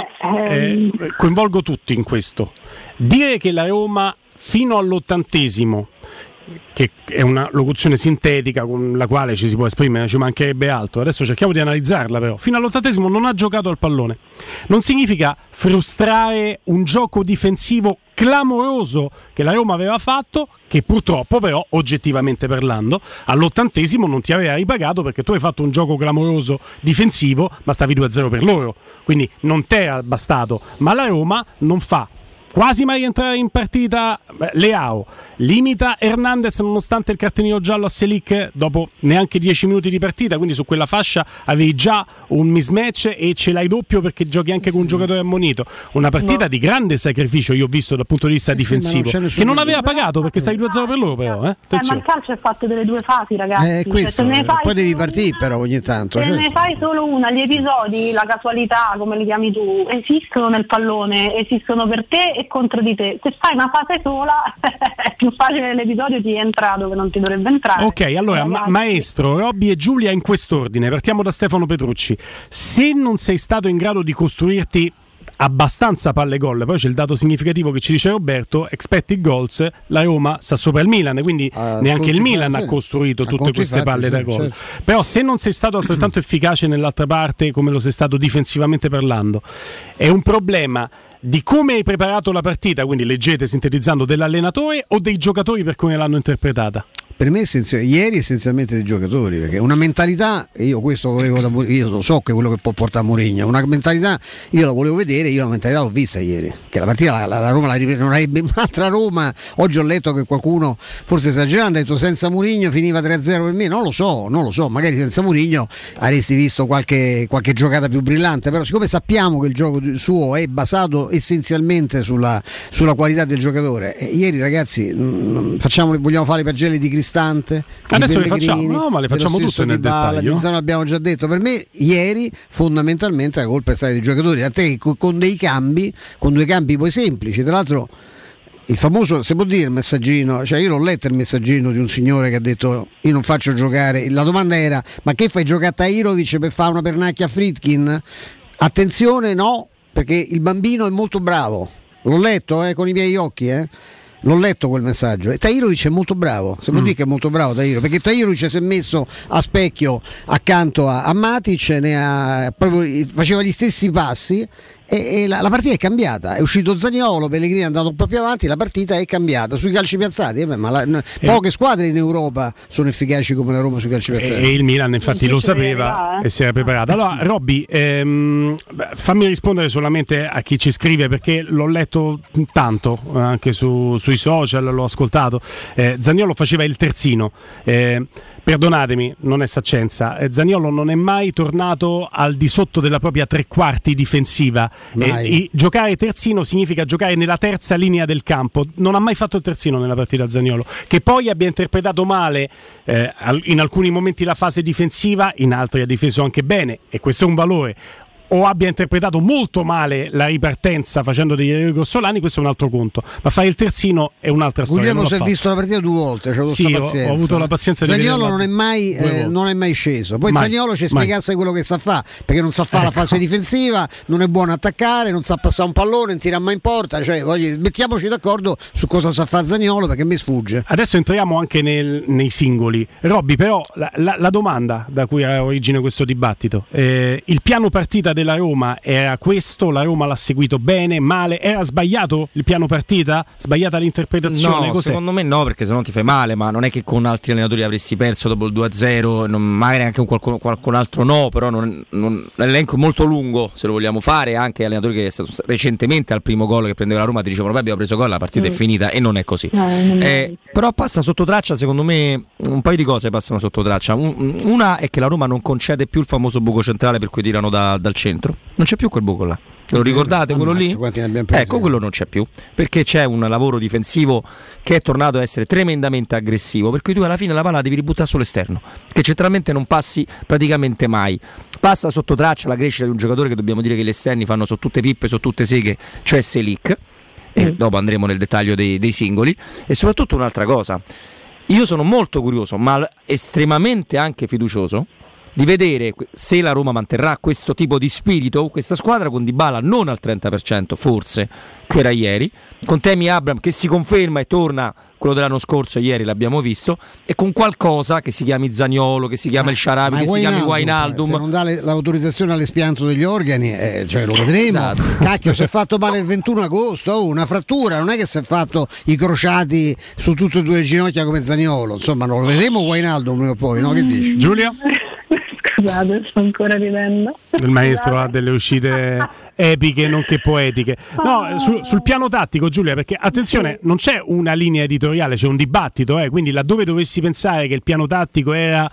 coinvolgo tutti in questo. Dire che la Roma fino all'80°, che è una locuzione sintetica con la quale ci si può esprimere, ci mancherebbe altro, adesso cerchiamo di analizzarla, però fino all'80° non ha giocato al pallone, non significa frustrare un gioco difensivo clamoroso che la Roma aveva fatto, che purtroppo però oggettivamente parlando all'80° non ti aveva ripagato, perché tu hai fatto un gioco clamoroso difensivo ma stavi 2-0 per loro, quindi non ti era bastato. Ma la Roma non fa quasi mai entrare in partita Leao, limita Hernandez nonostante il cartellino giallo a Selic dopo neanche 10 minuti di partita, quindi su quella fascia avevi già un mismatch e ce l'hai doppio perché giochi anche con un giocatore ammonito. Una partita di grande sacrificio, io ho visto dal punto di vista difensivo, che non aveva pagato perché stai 2-0 per loro, però ma il calcio è fatto delle due fasi, ragazzi. Questo, poi devi partire però ogni tanto. Se ne fai solo una, gli episodi, la casualità, come li chiami tu, esistono nel pallone, esistono per te e contro di te. Se fai una fase sola è più facile, l'episodio ti entra dove non ti dovrebbe entrare. Ok, allora maestro, Robby e Giulia in quest'ordine, partiamo da Stefano Petrucci. Se non sei stato in grado di costruirti abbastanza palle gol, poi c'è il dato significativo che ci dice Roberto, expected goals, la Roma sta sopra il Milan, quindi neanche il Milan ha costruito tutte queste palle da gol, certo. Però se non sei stato altrettanto efficace nell'altra parte come lo sei stato difensivamente parlando, è un problema di come hai preparato la partita, quindi leggete sintetizzando, dell'allenatore o dei giocatori per come l'hanno interpretata? Per me ieri essenzialmente dei giocatori, perché una mentalità, io questo volevo da io lo so che è quello che può portare a Mourinho, una mentalità io la volevo vedere, io la mentalità l'ho vista ieri, che la partita la Roma non avrebbe un'altra Roma. Oggi ho letto che qualcuno, forse esagerando, ha detto senza Mourinho finiva 3-0 per me, non lo so, magari senza Mourinho avresti visto qualche giocata più brillante, però siccome sappiamo che il gioco suo è basato essenzialmente sulla qualità del giocatore, ieri ragazzi vogliamo fare i pagelle di Cristante, adesso le facciamo, ma le facciamo tutte nel dettaglio. Di Zano abbiamo già detto, per me ieri fondamentalmente la colpa è stata dei giocatori, tant'è che con due cambi poi semplici, tra l'altro il famoso, se può dire il messaggino, cioè io l'ho letto il messaggino di un signore che ha detto io non faccio giocare, la domanda era ma che fai, giocare a Tahirovic per fare una pernacchia a Friedkin? Attenzione, no, perché il bambino è molto bravo, l'ho letto con i miei occhi, l'ho letto quel messaggio, e Tahirovic è molto bravo, se può dire che è molto bravo Tahirovic, perché Tahirovic si è messo a specchio accanto a Matic, proprio faceva gli stessi passi e la partita è cambiata, è uscito Zaniolo, Pellegrini è andato un po' più avanti, la partita è cambiata sui calci piazzati, poche squadre in Europa sono efficaci come la Roma sui calci piazzati, e il Milan infatti lo sapeva e si era preparato. Allora Robby, fammi rispondere solamente a chi ci scrive, perché l'ho letto tanto anche sui social, l'ho ascoltato. Zaniolo faceva il terzino, perdonatemi, non è saccenza, Zaniolo non è mai tornato al di sotto della propria tre quarti difensiva. Giocare terzino significa giocare nella terza linea del campo, non ha mai fatto il terzino nella partita Zaniolo, che poi abbia interpretato male in alcuni momenti la fase difensiva, in altri ha difeso anche bene, e questo è un valore, o abbia interpretato molto male la ripartenza facendo degli errori grossolani, questo è un altro conto, ma fare il terzino è un'altra storia. Guglielmo si è visto la partita 2 volte, ho avuto la pazienza Zaniolo non è mai sceso, poi Zaniolo ci spiegasse quello che sa fare, perché non sa fare la fase difensiva, non è buono attaccare, non sa passare un pallone, non tira mai in porta, mettiamoci d'accordo su cosa sa fare Zaniolo, perché mi sfugge. Adesso entriamo anche nei singoli. Robby, però la domanda da cui ha origine questo dibattito, il piano partita della Roma era questo? La Roma l'ha seguito bene, male? Era sbagliato il piano partita? Sbagliata l'interpretazione? No, secondo me no, perché se no ti fai male, ma non è che con altri allenatori avresti perso dopo il 2-0, magari anche con qualcun altro no, però l'elenco è molto lungo se lo vogliamo fare, anche allenatori che recentemente al primo gol che prendeva la Roma ti dicevano beh, abbiamo preso gol, la partita è finita, e non è così. Però passa sotto traccia, secondo me un paio di cose passano sotto traccia. Una è che la Roma non concede più il famoso buco centrale per cui tirano dal centro, non c'è più quel buco là, ve lo ricordate quello lì? Ecco, quello non c'è più, perché c'è un lavoro difensivo che è tornato a essere tremendamente aggressivo, per cui tu alla fine la palla devi ributtare sull'esterno, che centralmente non passi praticamente mai. Passa sotto traccia la crescita di un giocatore che dobbiamo dire che gli esterni fanno su tutte pippe, su tutte seghe, cioè Selic, e dopo andremo nel dettaglio dei singoli. E soprattutto un'altra cosa, io sono molto curioso ma estremamente anche fiducioso di vedere se la Roma manterrà questo tipo di spirito, questa squadra con Dybala non al 30%, forse, che era ieri, con Tammy Abraham che si conferma e torna quello dell'anno scorso, ieri l'abbiamo visto, e con qualcosa che si chiami Zaniolo, che si chiama il Sharawi, che si chiami Wijnaldum. Se non dà l'autorizzazione all'espianto degli organi, cioè lo vedremo. Esatto. Cacchio, si è fatto male il 21 agosto, una frattura, non è che si è fatto i crociati su tutte e due le ginocchia come Zaniolo, insomma lo vedremo Wijnaldum prima o poi, no? Che dici? Giulia? Scusate, sto ancora ridendo. Il maestro ha delle uscite epiche nonché poetiche. No, sul piano tattico, Giulia, perché attenzione, non c'è una linea editoriale, c'è un dibattito, quindi laddove dovessi pensare che il piano tattico era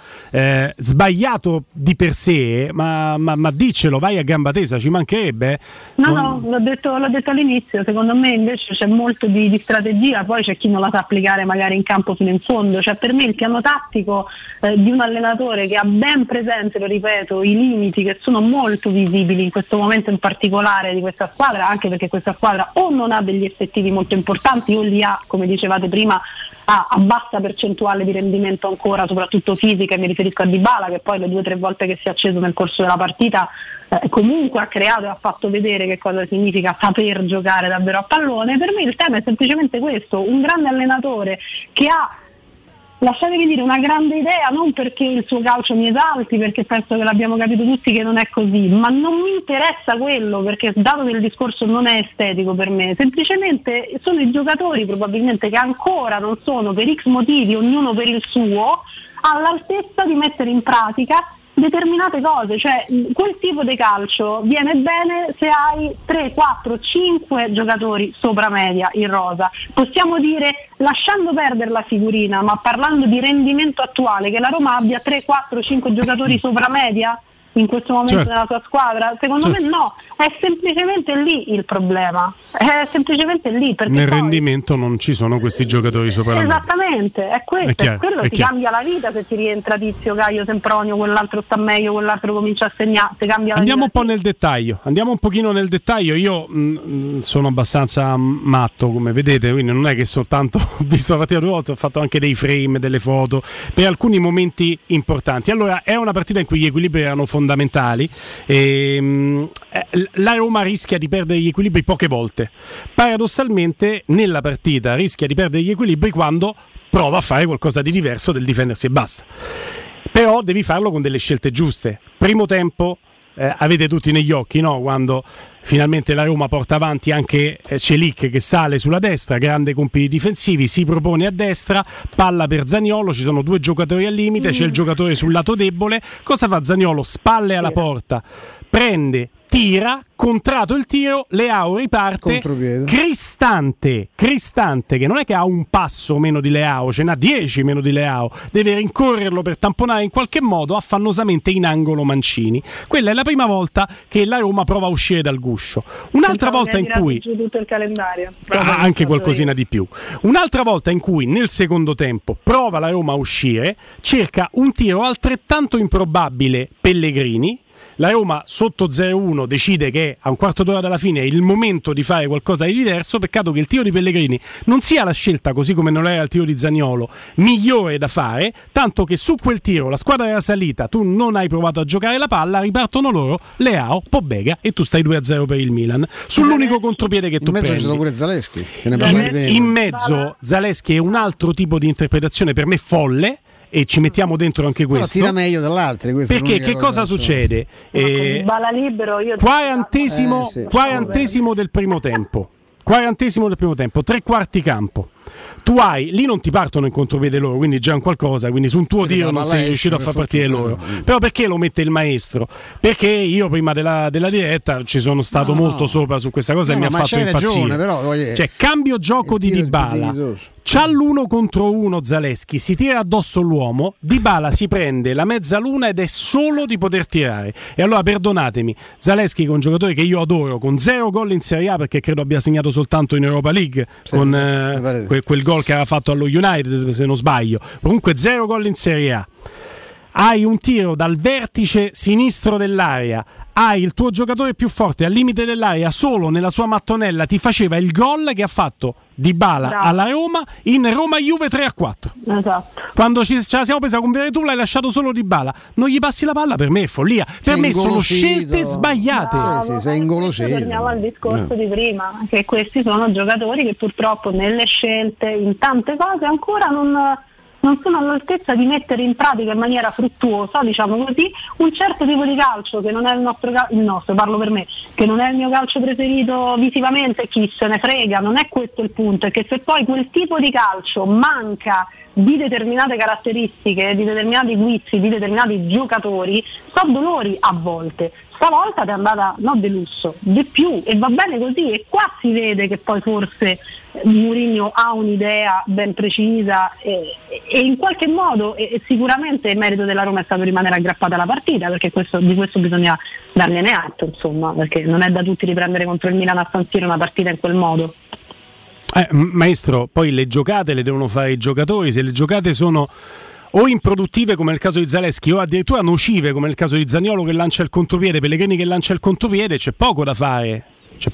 sbagliato di per sé, ma diccelo, vai a gamba tesa, ci mancherebbe. No, l'ho detto all'inizio, secondo me invece c'è molto di strategia, poi c'è chi non la sa applicare magari in campo fino in fondo, cioè per me il piano tattico di un allenatore che ha ben presente, lo ripeto, i limiti che sono molto visibili in questo momento in particolare di questa squadra, anche perché questa squadra o non ha degli effettivi molto importanti o li ha, come dicevate prima, a bassa percentuale di rendimento ancora, soprattutto fisica, e mi riferisco a Dybala, che poi le 2 o 3 volte che si è acceso nel corso della partita comunque ha creato e ha fatto vedere che cosa significa saper giocare davvero a pallone. Per me il tema è semplicemente questo: un grande allenatore che ha, lasciatemi dire, una grande idea, non perché il suo calcio mi esalti, perché penso che l'abbiamo capito tutti che non è così, ma non mi interessa quello, perché dato che il discorso non è estetico per me, semplicemente sono i giocatori probabilmente che ancora non sono, per X motivi, ognuno per il suo, all'altezza di mettere in pratica determinate cose. Cioè quel tipo di calcio viene bene se hai 3, 4, 5 giocatori sopra media in rosa. Possiamo dire, lasciando perdere la figurina, ma parlando di rendimento attuale, che la Roma abbia 3, 4, 5 giocatori sopra media in questo momento nella sua squadra? Secondo me no, è semplicemente lì il problema, è semplicemente lì, perché nel rendimento non ci sono questi giocatori sopra la media. Esattamente, è questo, è quello, ti cambia la vita se ti rientra Tizio, Caio, Sempronio, quell'altro sta meglio, quell'altro comincia a segnare, ti cambia la Andiamo vita. un po' nel dettaglio, andiamo un pochino nel dettaglio. Io sono abbastanza matto, come vedete, quindi non è che soltanto ho visto la partita 2 volte, ho fatto anche dei frame, delle foto per alcuni momenti importanti. Allora, è una partita in cui gli equilibri erano fondamentali. La Roma rischia di perdere gli equilibri poche volte. Paradossalmente nella partita rischia di perdere gli equilibri quando prova a fare qualcosa di diverso del difendersi e basta. Però devi farlo con delle scelte giuste. Primo tempo, avete tutti negli occhi, no? Quando finalmente la Roma porta avanti anche Celic che sale sulla destra, grande compiti difensivi, si propone a destra, palla per Zaniolo, ci sono 2 giocatori al limite, c'è il giocatore sul lato debole. Cosa fa Zaniolo? Spalle alla porta, prende, tira, contrato il tiro, Leao riparte, Cristante che non è che ha un passo meno di Leao, ce n'ha 10 meno di Leao, deve rincorrerlo per tamponare in qualche modo affannosamente in angolo Mancini. Quella è la prima volta che la Roma prova a uscire dal guscio. Un'altra volta in cui tutto il calendario, anche qualcosina di più. Un'altra volta in cui nel secondo tempo prova la Roma a uscire, cerca un tiro altrettanto improbabile Pellegrini. La Roma sotto 0-1 decide che a un quarto d'ora dalla fine è il momento di fare qualcosa di diverso. Peccato che il tiro di Pellegrini non sia la scelta, così come non era il tiro di Zaniolo, migliore da fare, tanto che su quel tiro la squadra era salita, tu non hai provato a giocare la palla, ripartono loro, Leao, Pobega e tu stai 2-0 per il Milan sull'unico contropiede che tu prendi. In mezzo ci sono pure Zaleschi, in mezzo Zaleschi è un altro tipo di interpretazione per me folle, e ci mettiamo dentro anche questo. Però tira meglio dall'altro, perché che cosa succede? Balla libero, io 40esimo del primo tempo. 40esimo del primo tempo, 3/4 campo. Tu hai, lì non ti partono in contropiede loro, quindi già un qualcosa, quindi su un tuo tiro non sei riuscito a far partire loro. Però perché lo mette il maestro? Perché io prima della diretta ci sono stato molto sopra su questa cosa e mi ha fatto impazzire. Cioè, cambio gioco di Dybala. C'ha l'1 contro 1 Zaleschi, si tira addosso l'uomo, Dybala si prende la mezzaluna ed è solo di poter tirare. E allora perdonatemi, Zaleschi, che è un giocatore che io adoro, con 0 gol in Serie A, perché credo abbia segnato soltanto in Europa League, con quel gol che aveva fatto allo United, se non sbaglio. Comunque 0 gol in Serie A. Hai un tiro dal vertice sinistro dell'area, hai il tuo giocatore più forte al limite dell'area solo nella sua mattonella, ti faceva il gol che ha fatto Dybala alla Roma in Roma-Juve 3-4. Esatto. Quando ce la siamo presa con Veretout l'hai lasciato solo Dybala, non gli passi la palla, per me è follia, per me sono scelte sbagliate. Sì, sei ingolosito. Torniamo al discorso di prima, che questi sono giocatori che purtroppo nelle scelte, in tante cose ancora non sono all'altezza di mettere in pratica in maniera fruttuosa, diciamo così, un certo tipo di calcio che non è il nostro, parlo per me, che non è il mio calcio preferito visivamente, chi se ne frega, non è questo il punto, è che se poi quel tipo di calcio manca di determinate caratteristiche, di determinati guizzi, di determinati giocatori, so dolori a volte. Stavolta ti è andata non delusso, di più, e va bene così, e qua si vede che poi forse Mourinho ha un'idea ben precisa e in qualche modo sicuramente il merito della Roma è stato rimanere aggrappata alla partita, perché di questo bisogna dargliene atto, insomma, perché non è da tutti riprendere contro il Milan a San Siro una partita in quel modo. Maestro, poi le giocate le devono fare i giocatori, se le giocate sono o improduttive come nel caso di Zalewski o addirittura nocive come nel caso di Zaniolo che lancia il contropiede, Pellegrini che lancia il contropiede, c'è poco da fare.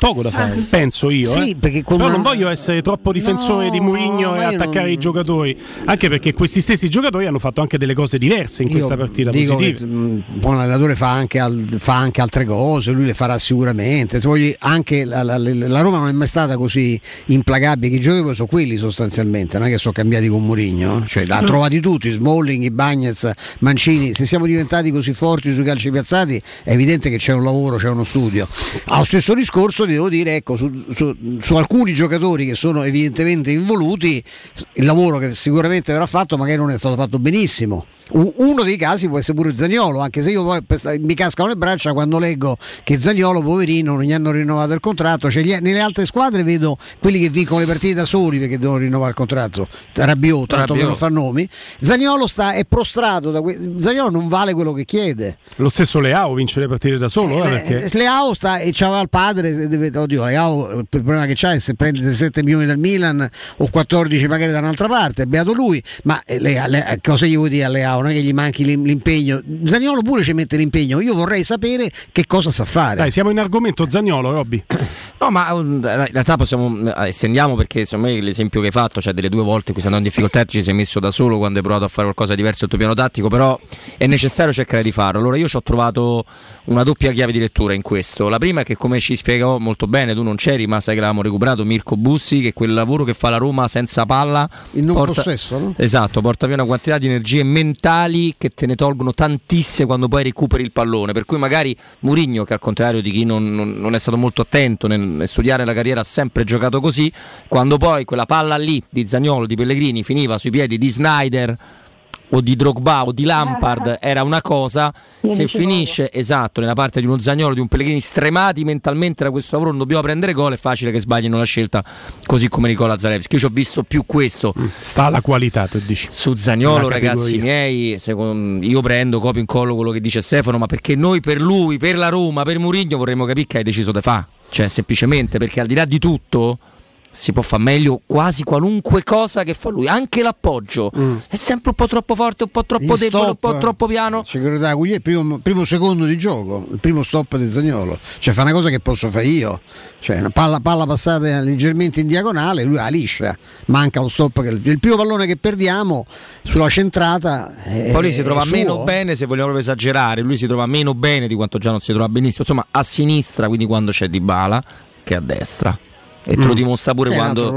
Penso io. Sì, perché però non voglio essere troppo difensore di Mourinho e attaccare i giocatori, anche perché questi stessi giocatori hanno fatto anche delle cose diverse in questa partita, positive. Un buon allenatore fa anche altre cose, lui le farà sicuramente. Anche la Roma non è mai stata così implacabile, che i giocatori sono quelli sostanzialmente, non è che sono cambiati con Mourinho, cioè l'ha trovati tutti, Smalling, Ibañez, Mancini. Se siamo diventati così forti sui calci piazzati è evidente che c'è un lavoro, c'è uno studio. Allo stesso discorso devo dire, ecco, su alcuni giocatori che sono evidentemente involuti, il lavoro che sicuramente verrà fatto magari non è stato fatto benissimo. Uno dei casi può essere pure Zaniolo, anche se io poi mi cascano le braccia quando leggo che Zaniolo, poverino, non gli hanno rinnovato il contratto. Cioè, nelle altre squadre vedo quelli che vincono le partite da soli perché devono rinnovare il contratto. Rabiot, tanto che non fa nomi. Zaniolo è prostrato Zaniolo non vale quello che chiede. Lo stesso Leao vince le partite da solo, perché Leao c'aveva il padre. Leao, il problema che c'ha è se prende 7 milioni dal Milan o 14 magari da un'altra parte, è beato lui, ma cosa gli vuoi dire a Leao? Non è che gli manchi l'impegno. Zaniolo pure ci mette l'impegno, io vorrei sapere che cosa sa fare. Dai, siamo in argomento Zaniolo, Robby. No, ma in realtà estendiamo, perché secondo me l'esempio che hai fatto, cioè delle 2 volte in cui sei andato in difficoltà ci sei messo da solo quando hai provato a fare qualcosa di diverso dal tuo piano tattico, però è necessario cercare di farlo. Allora io ci ho trovato una doppia chiave di lettura in questo. La prima è che, come ci spiegò molto bene, tu non c'eri ma sai che l'avevamo recuperato, Mirko Bussi, che quel lavoro che fa la Roma senza palla, il non possesso, no? Esatto, porta via una quantità di energie mentali che te ne tolgono tantissime quando poi recuperi il pallone, per cui magari Mourinho, che al contrario di chi non è stato molto attento nel studiare la carriera, ha sempre giocato così, quando poi quella palla lì di Zaniolo, di Pellegrini finiva sui piedi di Snyder o di Drogba o di Lampard era una cosa, se finisce nella parte di uno Zaniolo, di un Pellegrini stremati mentalmente da questo lavoro, non dobbiamo prendere gol, è facile che sbaglino la scelta, così come Nicola Zalewski. Io ci ho visto più questo, sta alla qualità, tu dici. Su Zaniolo, ragazzi miei, io prendo copio in collo quello che dice Stefano, ma perché noi per lui, per la Roma, per Mourinho vorremmo capire che hai deciso di fare, cioè semplicemente perché al di là di tutto si può fare meglio quasi qualunque cosa che fa lui, anche l'appoggio è sempre un po' troppo forte, un po' troppo debole, un po' troppo piano. Il primo secondo di gioco, il primo stop di Zaniolo, cioè fa una cosa che posso fare io, cioè una palla passata leggermente in diagonale, lui la liscia, manca lo stop, il primo pallone che perdiamo sulla centrata poi lui si trova meno bene, se vogliamo proprio esagerare, lui si trova meno bene di quanto già non si trova benissimo, insomma, a sinistra, quindi quando c'è Dybala, che a destra. E te lo dimostra pure quando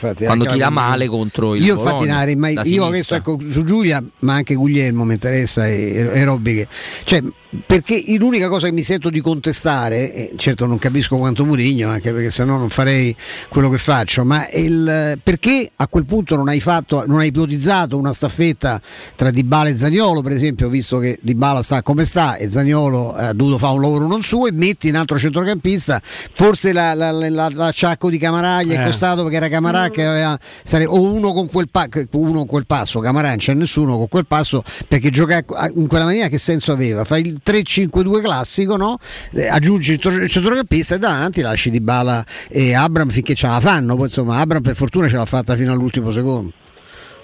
tira male contro il Bologna. Io adesso, ecco, su Giulia, ma anche Guglielmo mi interessa e Robby, che cioè, perché l'unica cosa che mi sento di contestare, certo non capisco quanto Mourinho, anche perché sennò non farei quello che faccio, ma perché a quel punto non hai ipotizzato una staffetta tra Dybala e Zaniolo, per esempio, visto che Dybala sta come sta e Zaniolo ha dovuto fare un lavoro non suo, e metti un altro centrocampista, forse l'acciacco di Camarà gli è costato, perché era Camarà che aveva uno con quel passo, Camarà non c'è nessuno con quel passo, perché giocare in quella maniera che senso aveva? Fai il 3-5-2 classico, no? Aggiungi il centrocampista e davanti lasci Dybala e Abraham finché ce la fanno, poi insomma Abraham per fortuna ce l'ha fatta fino all'ultimo secondo.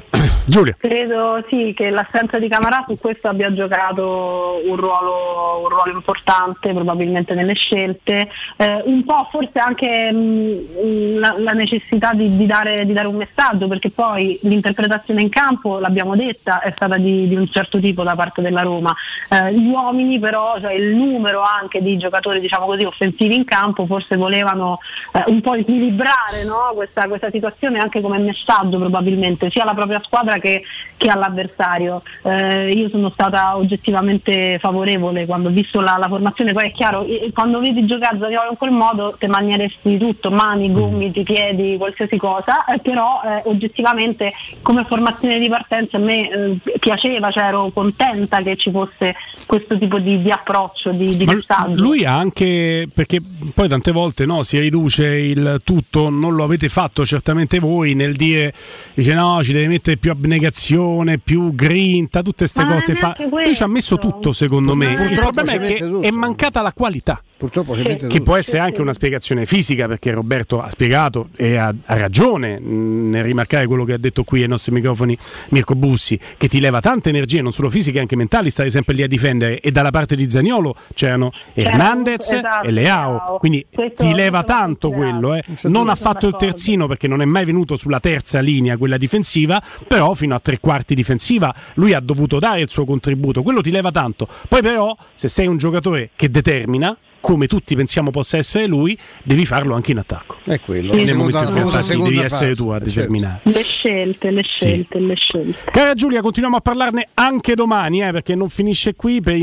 Giulia. Credo sì che l'assenza di Camarà su questo abbia giocato un ruolo importante probabilmente nelle scelte, un po' forse anche la necessità di dare un messaggio, perché poi l'interpretazione in campo, l'abbiamo detta, è stata di un certo tipo da parte della Roma. Gli uomini però, cioè il numero anche di giocatori diciamo così offensivi in campo, forse volevano un po' equilibrare, no? questa situazione anche come messaggio probabilmente sia alla propria squadra che all'avversario. Io sono stata oggettivamente favorevole quando ho visto la formazione. Poi è chiaro, quando vedi giocare Zaniolo in quel modo te manieresti di tutto, mani, gomiti, piedi, qualsiasi cosa, però oggettivamente come formazione di partenza a me piaceva, cioè ero contenta che ci fosse questo tipo di approccio, di messaggio. Lui ha anche, perché poi tante volte si riduce il tutto, non lo avete fatto certamente voi, nel dire, dice no, ci deve mettere più abnegazione, più grinta, tutte queste cose. Lui ci ha messo tutto, secondo me. Il problema è che è mancata la qualità. Purtroppo che può essere anche una spiegazione fisica, perché Roberto ha spiegato e ha ragione nel rimarcare quello che ha detto qui ai nostri microfoni Mirko Bussi, che ti leva tante energie non solo fisiche anche mentali, stare sempre lì a difendere, e dalla parte di Zaniolo c'erano Hernandez e Leao, quindi ti leva tanto quello. Non ha fatto il terzino perché non è mai venuto sulla terza linea, quella difensiva, però fino a tre quarti difensiva lui ha dovuto dare il suo contributo, quello ti leva tanto. Poi però se sei un giocatore che determina, come tutti pensiamo possa essere lui, devi farlo anche in attacco. È quello. Nel momento in cui attacchi devi essere tu a determinare. Le scelte. Cara Giulia, continuiamo a parlarne anche domani, perché non finisce qui. Per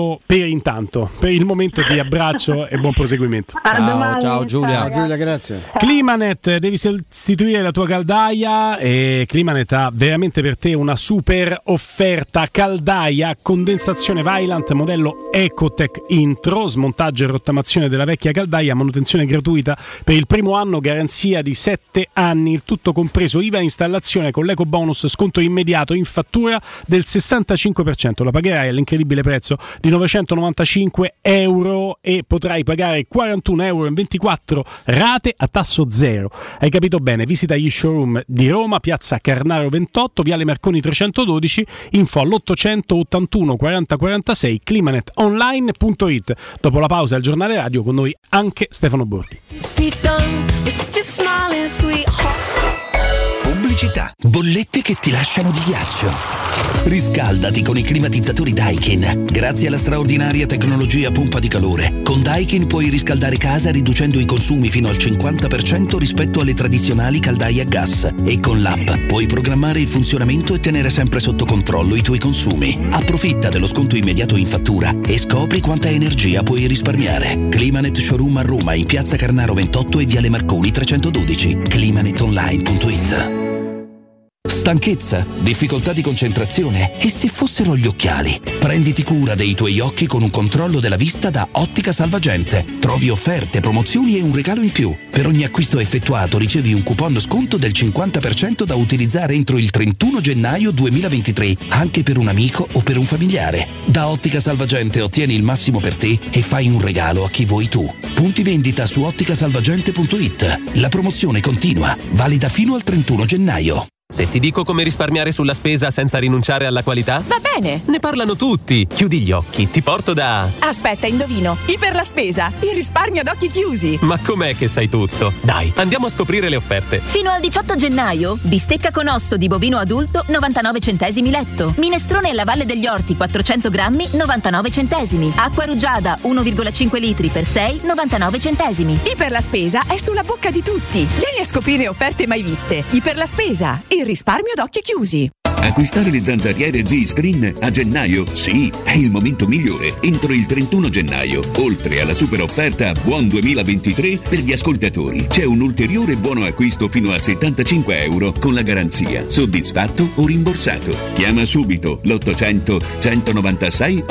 il momento ti abbraccio e buon proseguimento. Ciao Giulia. Ciao Giulia, grazie. Climanet, devi sostituire la tua caldaia e Climanet ha veramente per te una super offerta. Caldaia condensazione Vaillant modello Ecotech Intro, smontaggio e rottamazione della vecchia caldaia, manutenzione gratuita per il primo anno, garanzia di 7 anni, il tutto compreso IVA installazione con l'eco bonus, sconto immediato in fattura del 65%. La pagherai all'incredibile prezzo di €995 e potrai pagare €41 in 24 rate a tasso zero. Hai capito bene? Visita gli showroom di Roma, piazza Carnaro 28, viale Marconi 312, info all'800 81 40 46, climanetonline.it. Dopo la pausa al giornale radio, con noi anche Stefano Borghi. Pubblicità. Bollette che ti lasciano di ghiaccio. Riscaldati con i climatizzatori Daikin. Grazie alla straordinaria tecnologia pompa di calore, con Daikin puoi riscaldare casa riducendo i consumi fino al 50% rispetto alle tradizionali caldaie a gas. E con l'app puoi programmare il funzionamento e tenere sempre sotto controllo i tuoi consumi. Approfitta dello sconto immediato in fattura e scopri quanta energia puoi risparmiare. Climanet Showroom a Roma, in piazza Carnaro 28 e viale Marconi 312. climanetonline.it. Stanchezza, difficoltà di concentrazione e se fossero gli occhiali? Prenditi cura dei tuoi occhi con un controllo della vista da Ottica Salvagente. Trovi offerte, promozioni e un regalo in più. Per ogni acquisto effettuato ricevi un coupon sconto del 50% da utilizzare entro il 31 gennaio 2023, anche per un amico o per un familiare. Da Ottica Salvagente ottieni il massimo per te e fai un regalo a chi vuoi tu. Punti vendita su otticasalvagente.it. La promozione continua, valida fino al 31 gennaio. Se ti dico come risparmiare sulla spesa senza rinunciare alla qualità? Va bene! Ne parlano tutti. Chiudi gli occhi, ti porto da... Aspetta, indovino. Iper la spesa. Il risparmio ad occhi chiusi. Ma com'è che sai tutto? Dai, andiamo a scoprire le offerte. Fino al 18 gennaio, bistecca con osso di bovino adulto 99 centesimi letto. Minestrone alla Valle degli Orti 400 grammi 99 centesimi. Acqua rugiada 1,5 litri per 6 99 centesimi. Iper la spesa è sulla bocca di tutti. Vieni a scoprire offerte mai viste. Iper la spesa. Il risparmio ad occhi chiusi. Acquistare le zanzariere Z-Screen a gennaio, sì, è il momento migliore. Entro il 31 gennaio, oltre alla super offerta Buon 2023 per gli ascoltatori, c'è un ulteriore buono acquisto fino a €75 con la garanzia soddisfatto o rimborsato. Chiama subito l'800 196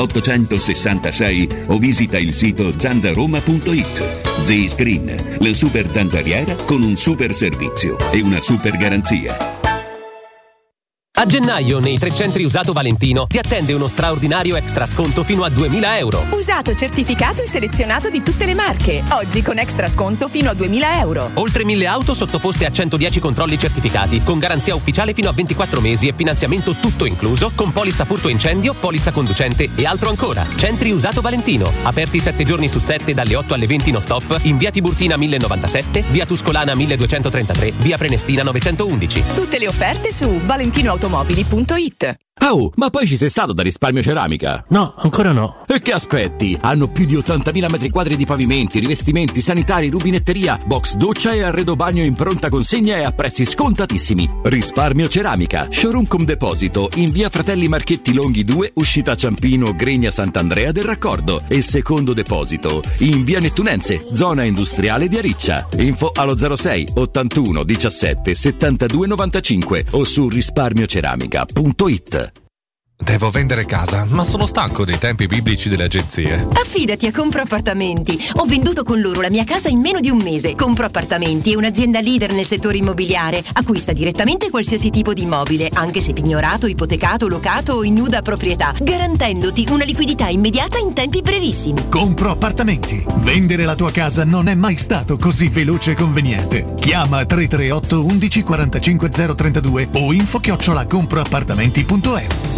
866 o visita il sito zanzaroma.it. Z-Screen, la super zanzariera con un super servizio e una super garanzia. A gennaio nei 3 centri usato Valentino ti attende uno straordinario extra sconto fino a 2.000 euro. Usato certificato e selezionato di tutte le marche. Oggi con extra sconto fino a 2.000 euro. Oltre 1.000 auto sottoposte a 110 controlli certificati, con garanzia ufficiale fino a 24 mesi e finanziamento tutto incluso, con polizza furto incendio, polizza conducente e altro ancora. Centri usato Valentino, aperti 7 giorni su 7 dalle 8 alle 20 non stop, in via Tiburtina 1097, via Tuscolana 1233, via Prenestina 911. Tutte le offerte su valentinoautomobili.it. Oh, ma poi ci sei stato da Risparmio Ceramica? No, ancora no. E che aspetti? Hanno più di 80.000 metri quadri di pavimenti, rivestimenti, sanitari, rubinetteria, box doccia e arredo bagno in pronta consegna e a prezzi scontatissimi. Risparmio Ceramica, showroom con deposito in via Fratelli Marchetti Longhi 2, uscita Ciampino, Gregna Sant'Andrea del Raccordo, e secondo deposito in via Nettunense, zona industriale di Ariccia. Info allo 06 81 17 72 95 o su risparmioceramica.it. Devo vendere casa, ma sono stanco dei tempi biblici delle agenzie. Affidati a Compro Appartamenti. Ho venduto con loro la mia casa in meno di un mese. Compro Appartamenti è un'azienda leader nel settore immobiliare. Acquista direttamente qualsiasi tipo di immobile, anche se pignorato, ipotecato, locato o in nuda proprietà, garantendoti una liquidità immediata in tempi brevissimi. Compro Appartamenti. Vendere la tua casa non è mai stato così veloce e conveniente. Chiama 338 11 45 032 o info@comproappartamenti.eu.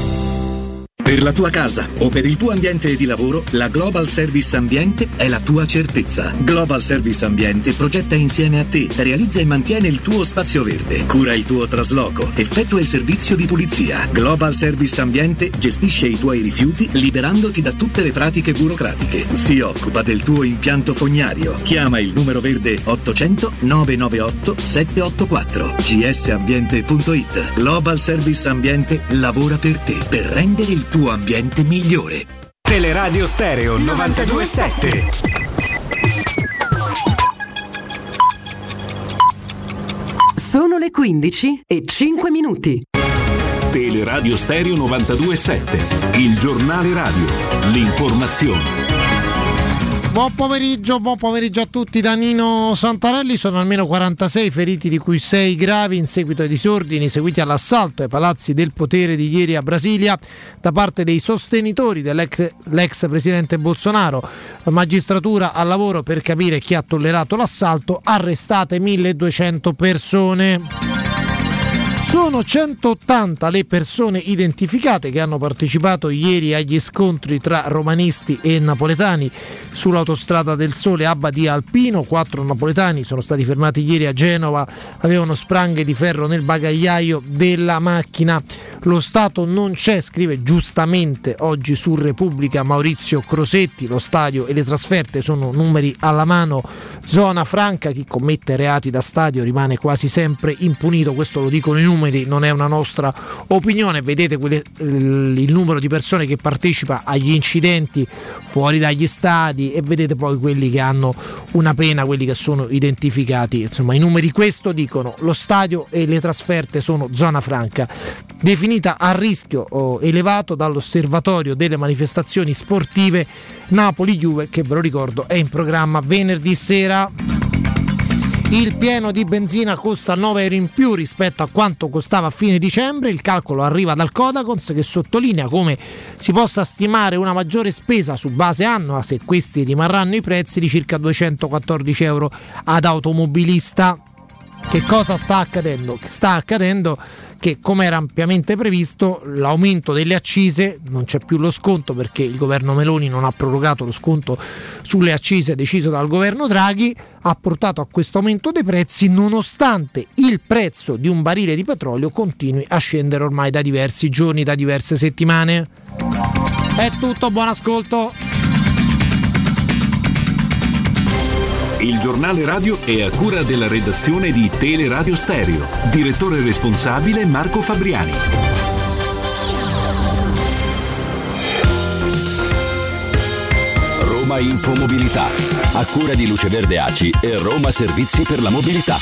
Per la tua casa o per il tuo ambiente di lavoro, la Global Service Ambiente è la tua certezza. Global Service Ambiente progetta insieme a te, realizza e mantiene il tuo spazio verde, cura il tuo trasloco, effettua il servizio di pulizia. Global Service Ambiente gestisce i tuoi rifiuti liberandoti da tutte le pratiche burocratiche. Si occupa del tuo impianto fognario. Chiama il numero verde 800 998 784. gsambiente.it. Global Service Ambiente lavora per te, per rendere il tuo ambiente migliore. Teleradio Stereo 92.7. Sono le 15:05. Teleradio Stereo 92.7, il giornale radio, l'informazione. Buon pomeriggio a tutti da Nino Santarelli. Sono almeno 46 feriti, di cui 6 gravi in seguito ai disordini seguiti all'assalto ai palazzi del potere di ieri a Brasilia da parte dei sostenitori dell'ex presidente Bolsonaro. Magistratura al lavoro per capire chi ha tollerato l'assalto, arrestate 1200 persone. Sono 180 le persone identificate che hanno partecipato ieri agli scontri tra romanisti e napoletani sull'autostrada del Sole a Badia Alpino. 4 napoletani sono stati fermati ieri a Genova, avevano spranghe di ferro nel bagagliaio della macchina. Lo Stato non c'è, scrive giustamente oggi su Repubblica Maurizio Crosetti. Lo stadio e le trasferte sono numeri alla mano. Zona franca, chi commette reati da stadio rimane quasi sempre impunito, questo lo dicono i numeri, non è una nostra opinione. Vedete il numero di persone che partecipa agli incidenti fuori dagli stadi e vedete poi quelli che hanno una pena, quelli che sono identificati. Insomma, i numeri questo dicono. Lo stadio e le trasferte sono zona franca, definita a rischio elevato dall'osservatorio delle manifestazioni sportive Napoli-Juve, che ve lo ricordo è in programma venerdì sera. Il pieno di benzina costa 9 euro in più rispetto a quanto costava a fine dicembre. Il calcolo arriva dal Codacons, che sottolinea come si possa stimare una maggiore spesa su base annua, se questi rimarranno i prezzi, di circa 214 euro ad automobilista. Che cosa sta accadendo? Sta accadendo che, come era ampiamente previsto, l'aumento delle accise, non c'è più lo sconto perché il governo Meloni non ha prorogato lo sconto sulle accise deciso dal governo Draghi, ha portato a questo aumento dei prezzi, nonostante il prezzo di un barile di petrolio continui a scendere ormai da diversi giorni, da diverse settimane. È tutto, buon ascolto. Il giornale radio è a cura della redazione di Teleradio Stereo. Direttore responsabile Marco Fabriani. Roma Infomobilità, a cura di Luce Verde ACI e Roma Servizi per la Mobilità.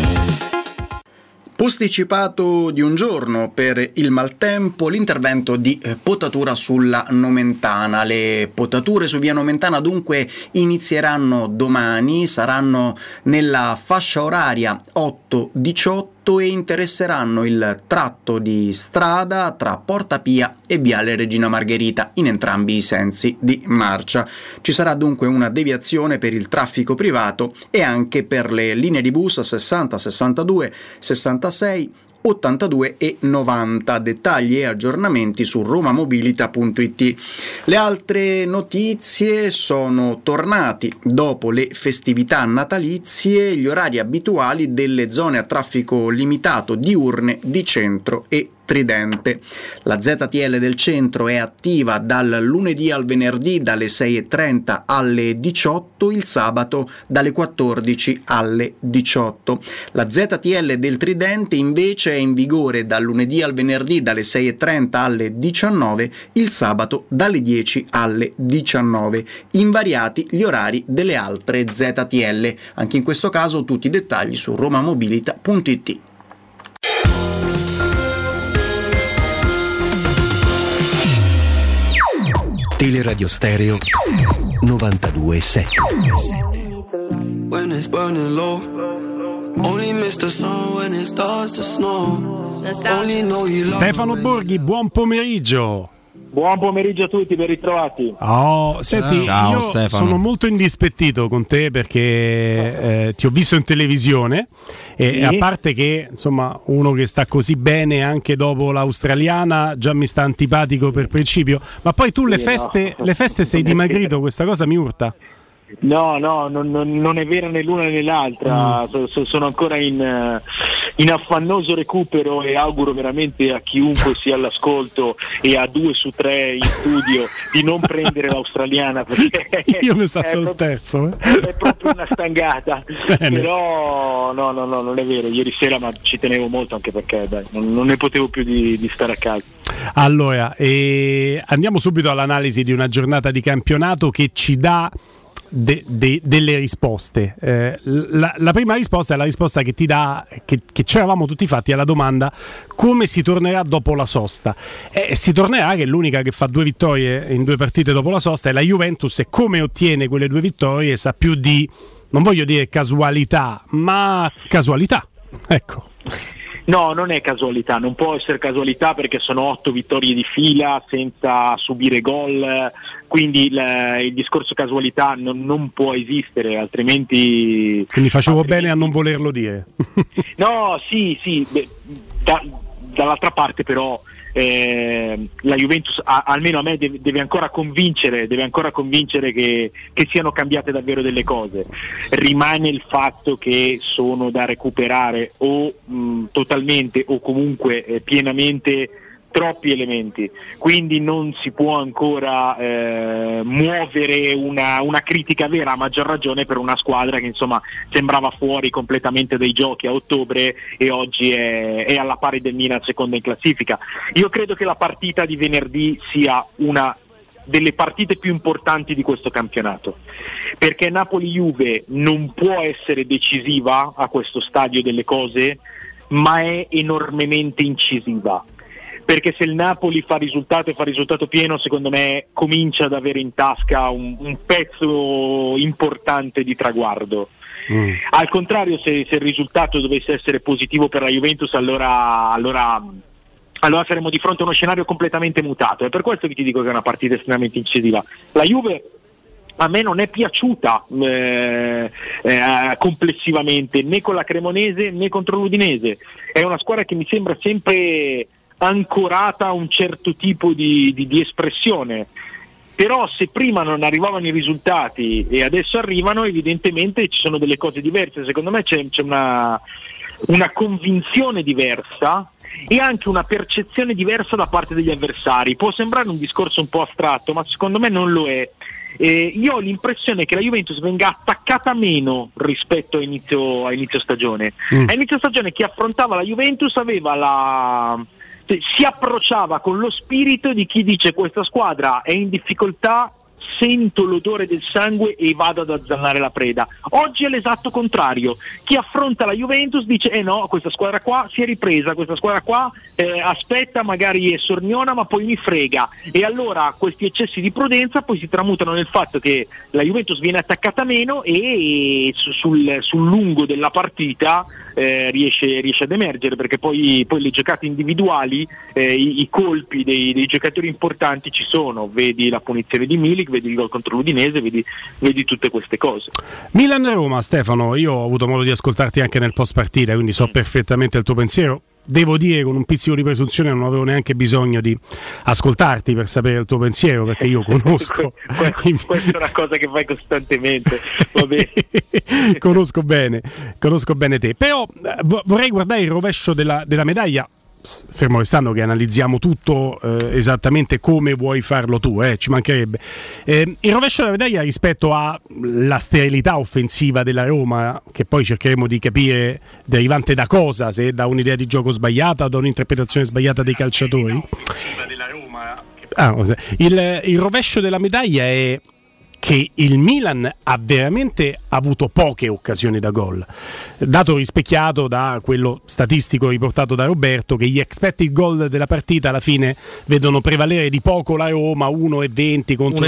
Posticipato di un giorno per il maltempo l'intervento di potatura sulla Nomentana. Le potature su via Nomentana dunque inizieranno domani, saranno nella fascia oraria 8-18 18 e interesseranno il tratto di strada tra Porta Pia e Viale Regina Margherita in entrambi i sensi di marcia. Ci sarà dunque una deviazione per il traffico privato e anche per le linee di bus 60, 62, 66, 82 e 90. Dettagli e aggiornamenti su romamobilita.it. Le altre notizie: sono tornati dopo le festività natalizie gli orari abituali delle zone a traffico limitato diurne di Centro e Tridente. La ZTL del centro è attiva dal lunedì al venerdì dalle 6:30 alle 18, il sabato dalle 14 alle 18. La ZTL del Tridente invece è in vigore dal lunedì al venerdì dalle 6:30 alle 19, il sabato dalle 10 alle 19. Invariati gli orari delle altre ZTL. Anche in questo caso tutti i dettagli su romamobilita.it. Teleradio Stereo 92.7. When it's burning low, only miss the sun when it starts to snow. Only know you love. Stefano Borghi, buon pomeriggio. Buon pomeriggio a tutti, ben ritrovati. Senti, Ciao, io Stefano. sono molto indispettito con te perché ti ho visto in televisione e a parte che insomma uno che sta così bene anche dopo l'australiana già mi sta antipatico per principio, ma poi tu le feste sei dimagrito, questa cosa mi urta. No, non è vera né l'una né l'altra. Sono ancora in affannoso recupero e auguro veramente a chiunque sia all'ascolto e a 2 su 3 in studio di non prendere l'australiana, perché io mi sa solo il terzo. È proprio una stangata. Però no, non è vero. Ieri sera ma ci tenevo molto, anche perché non ne potevo più di stare a casa. Allora, andiamo subito all'analisi di una giornata di campionato che ci dà delle risposte. La prima risposta è la risposta che ti dà, che ci eravamo tutti fatti alla domanda: come si tornerà dopo la sosta? Si tornerà che l'unica che fa 2 vittorie in 2 partite dopo la sosta è la Juventus, e come ottiene quelle 2 vittorie sa più di, non voglio dire casualità, ma casualità, ecco. No, non è casualità, non può essere casualità, perché sono 8 vittorie di fila senza subire gol, quindi il discorso casualità non può esistere, altrimenti... Quindi facevo bene a non volerlo dire. No, sì, dall'altra parte però la Juventus almeno a me deve ancora convincere che siano cambiate davvero delle cose. Rimane il fatto che sono da recuperare o totalmente o comunque pienamente troppi elementi, quindi non si può ancora muovere una critica vera, a maggior ragione per una squadra che insomma sembrava fuori completamente dai giochi a ottobre e oggi è alla pari del Milan, seconda in classifica. Io credo che la partita di venerdì sia una delle partite più importanti di questo campionato, perché Napoli-Juve non può essere decisiva a questo stadio delle cose, ma è enormemente incisiva, perché se il Napoli fa risultato e fa risultato pieno, secondo me comincia ad avere in tasca un pezzo importante di traguardo. Al contrario, se il risultato dovesse essere positivo per la Juventus, allora saremo di fronte a uno scenario completamente mutato. È per questo che ti dico che è una partita estremamente incisiva. La Juve a me non è piaciuta complessivamente, né con la Cremonese né contro l'Udinese. È una squadra che mi sembra sempre ancorata a un certo tipo di espressione, però se prima non arrivavano i risultati e adesso arrivano, evidentemente ci sono delle cose diverse. Secondo me c'è una convinzione diversa e anche una percezione diversa da parte degli avversari. Può sembrare un discorso un po' astratto, ma secondo me non lo è. Io ho l'impressione che la Juventus venga attaccata meno rispetto a inizio stagione. A inizio stagione chi affrontava la Juventus si approcciava con lo spirito di chi dice: questa squadra è in difficoltà, sento l'odore del sangue e vado ad azzannare la preda. Oggi è l'esatto contrario. Chi affronta la Juventus dice: no, questa squadra qua si è ripresa, questa squadra qua aspetta, magari è sorniona, ma poi mi frega. E allora questi eccessi di prudenza poi si tramutano nel fatto che la Juventus viene attaccata meno e sul lungo della partita riesce ad emergere, perché poi le giocate individuali, i colpi dei giocatori importanti ci sono, vedi la punizione di Milik, vedi il gol contro l'Udinese, vedi tutte queste cose. Milan-Roma, Stefano, io ho avuto modo di ascoltarti anche nel post partita, quindi so perfettamente il tuo pensiero. Devo dire, con un pizzico di presunzione, non avevo neanche bisogno di ascoltarti per sapere il tuo pensiero, perché io conosco questa è una cosa che fai costantemente. Vabbè. conosco bene te, però vorrei guardare il rovescio della medaglia, fermo restando che analizziamo tutto esattamente come vuoi farlo tu, ci mancherebbe. Il rovescio della medaglia rispetto alla sterilità offensiva della Roma, che poi cercheremo di capire derivante da cosa, se da un'idea di gioco sbagliata o da un'interpretazione sbagliata dei calciatori. Il rovescio della medaglia è che il Milan ha veramente avuto poche occasioni da gol, dato rispecchiato da quello statistico riportato da Roberto, che gli expected goal della partita alla fine vedono prevalere di poco la Roma, 1,20 contro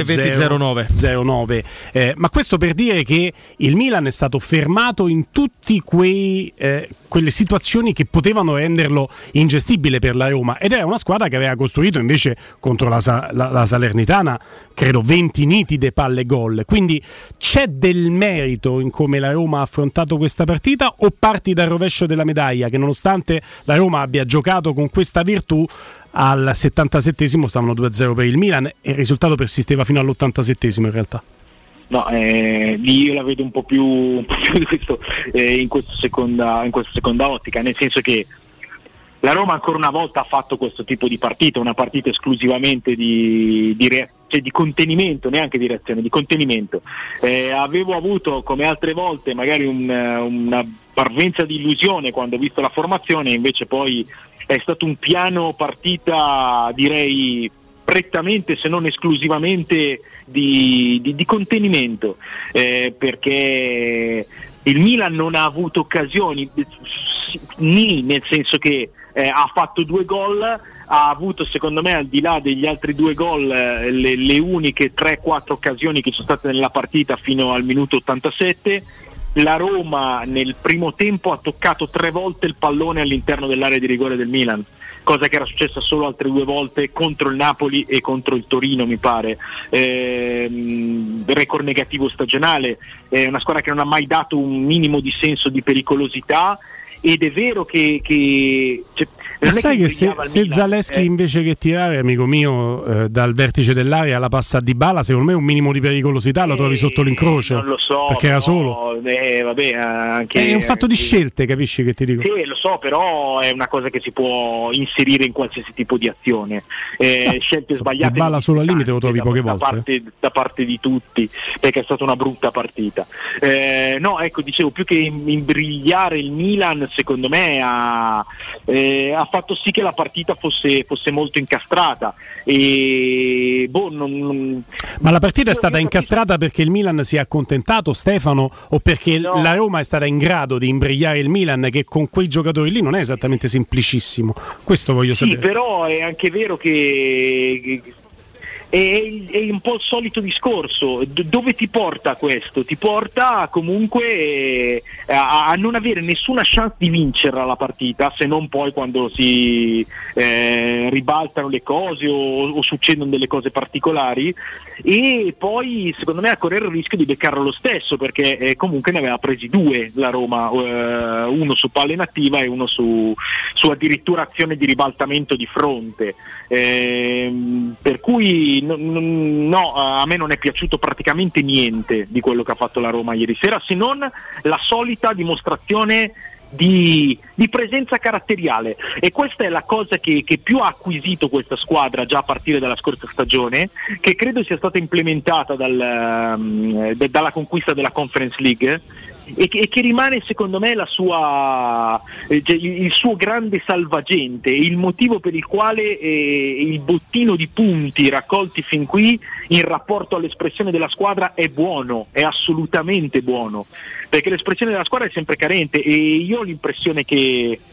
0,9. Ma questo per dire che il Milan è stato fermato in tutti quelle situazioni che potevano renderlo ingestibile per la Roma, ed era una squadra che aveva costruito invece contro la Salernitana credo 20 nitide palle gol. Quindi c'è del merito in come la Roma ha affrontato questa partita, o parti dal rovescio della medaglia, che nonostante la Roma abbia giocato con questa virtù, al 77esimo stavano 2-0 per il Milan e il risultato persisteva fino all'87esimo in realtà? No, io la vedo un po' più di questo, in questa seconda ottica, nel senso che la Roma ancora una volta ha fatto questo tipo di partita, una partita esclusivamente di contenimento, neanche di reazione, di contenimento. Avevo avuto, come altre volte, magari una parvenza di illusione quando ho visto la formazione, invece poi è stato un piano partita, direi, prettamente, se non esclusivamente, di contenimento, perché il Milan non ha avuto occasioni, nel senso che ha fatto 2 gol, ha avuto, secondo me, al di là degli altri 2 gol, le uniche 3-4 occasioni che sono state nella partita fino al minuto 87. La Roma nel primo tempo ha toccato 3 volte il pallone all'interno dell'area di rigore del Milan, cosa che era successa solo altre 2 volte contro il Napoli e contro il Torino, mi pare. Record negativo stagionale, è una squadra che non ha mai dato un minimo di senso di pericolosità, ed è vero che e sai che se Zaleschi invece che tirare, amico mio, dal vertice dell'area la passa a Dybala, secondo me un minimo di pericolosità lo trovi sotto l'incrocio. Non lo so, perché era solo. Vabbè, anche, è un fatto di scelte, capisci che ti dico? Sì, lo so, però è una cosa che si può inserire in qualsiasi tipo di azione. Scelte sbagliate. Dybala solo al limite lo trovi poche volte. Da parte di tutti, perché è stata una brutta partita. No, ecco, dicevo, più che imbrigliare il Milan, secondo me ha fatto sì che la partita fosse molto incastrata, ma la partita è stata incastrata perché il Milan si è accontentato, Stefano, o perché la Roma è stata in grado di imbrigliare il Milan, che con quei giocatori lì non è esattamente semplicissimo? Questo voglio sapere. Sì, però è anche vero che è un po' il solito discorso. Dove ti porta questo? Ti porta comunque a non avere nessuna chance di vincerla la partita, se non poi quando si ribaltano le cose o succedono delle cose particolari, e poi secondo me a correre il rischio di beccarlo lo stesso, perché comunque ne aveva presi 2 la Roma, uno su palla inattiva e uno su addirittura azione di ribaltamento di fronte, per cui no, a me non è piaciuto praticamente niente di quello che ha fatto la Roma ieri sera, se non la solita dimostrazione di presenza caratteriale, e questa è la cosa che più ha acquisito questa squadra già a partire dalla scorsa stagione, che credo sia stata implementata dalla conquista della Conference League, e che rimane, secondo me, il suo grande salvagente, il motivo per il quale il bottino di punti raccolti fin qui in rapporto all'espressione della squadra è buono, è assolutamente buono, perché l'espressione della squadra è sempre carente, e io ho l'impressione che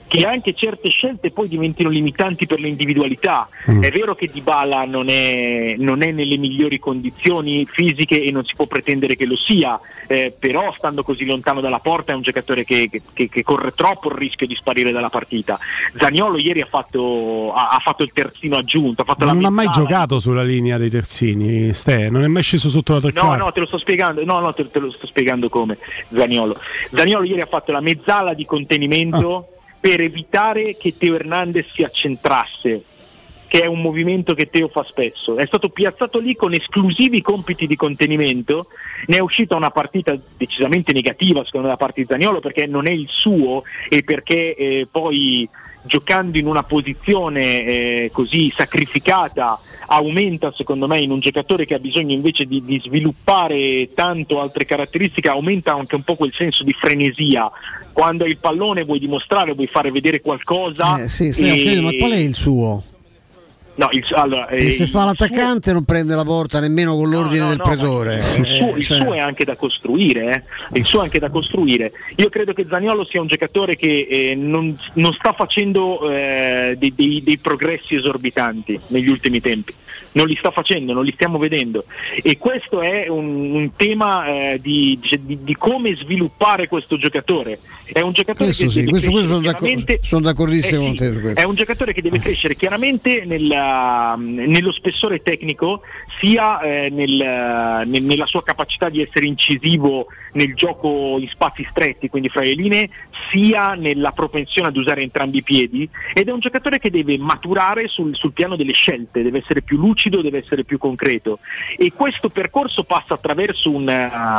che anche certe scelte poi diventino limitanti per le individualità. È vero che Dybala non è nelle migliori condizioni fisiche e non si può pretendere che lo sia, però stando così lontano dalla porta è un giocatore che corre troppo il rischio di sparire dalla partita. Zaniolo ieri ha fatto il terzino aggiunto, non ha mai giocato sulla linea dei terzini, non è mai sceso sotto la tre quarti. No, te lo sto spiegando, te lo sto spiegando come. Zaniolo ieri ha fatto la mezzala di contenimento per evitare che Teo Hernandez si accentrasse, che è un movimento che Teo fa spesso. È stato piazzato lì con esclusivi compiti di contenimento. Ne è uscita una partita decisamente negativa secondo me da parte di Zaniolo, perché non è il suo e perché poi giocando in una posizione così sacrificata aumenta, secondo me, in un giocatore che ha bisogno invece di sviluppare tanto altre caratteristiche, aumenta anche un po' quel senso di frenesia. Quando hai il pallone vuoi dimostrare, vuoi fare vedere qualcosa. Ma qual è il suo? No, se fa l'attaccante non prende la porta nemmeno con l'ordine del pretore. Il suo è anche da costruire, Il suo è anche da costruire. Io credo che Zaniolo sia un giocatore che non sta facendo dei progressi esorbitanti negli ultimi tempi. Non li sta facendo, non li stiamo vedendo. E questo è un tema di come sviluppare questo giocatore. È un giocatore questo che deve sono d'accordissimo con te. È un giocatore che deve crescere chiaramente nello spessore tecnico, sia nella sua capacità di essere incisivo nel gioco in spazi stretti, quindi fra le linee, sia nella propensione ad usare entrambi i piedi, ed è un giocatore che deve maturare sul piano delle scelte, deve essere più lucido, deve essere più concreto, e questo percorso passa attraverso una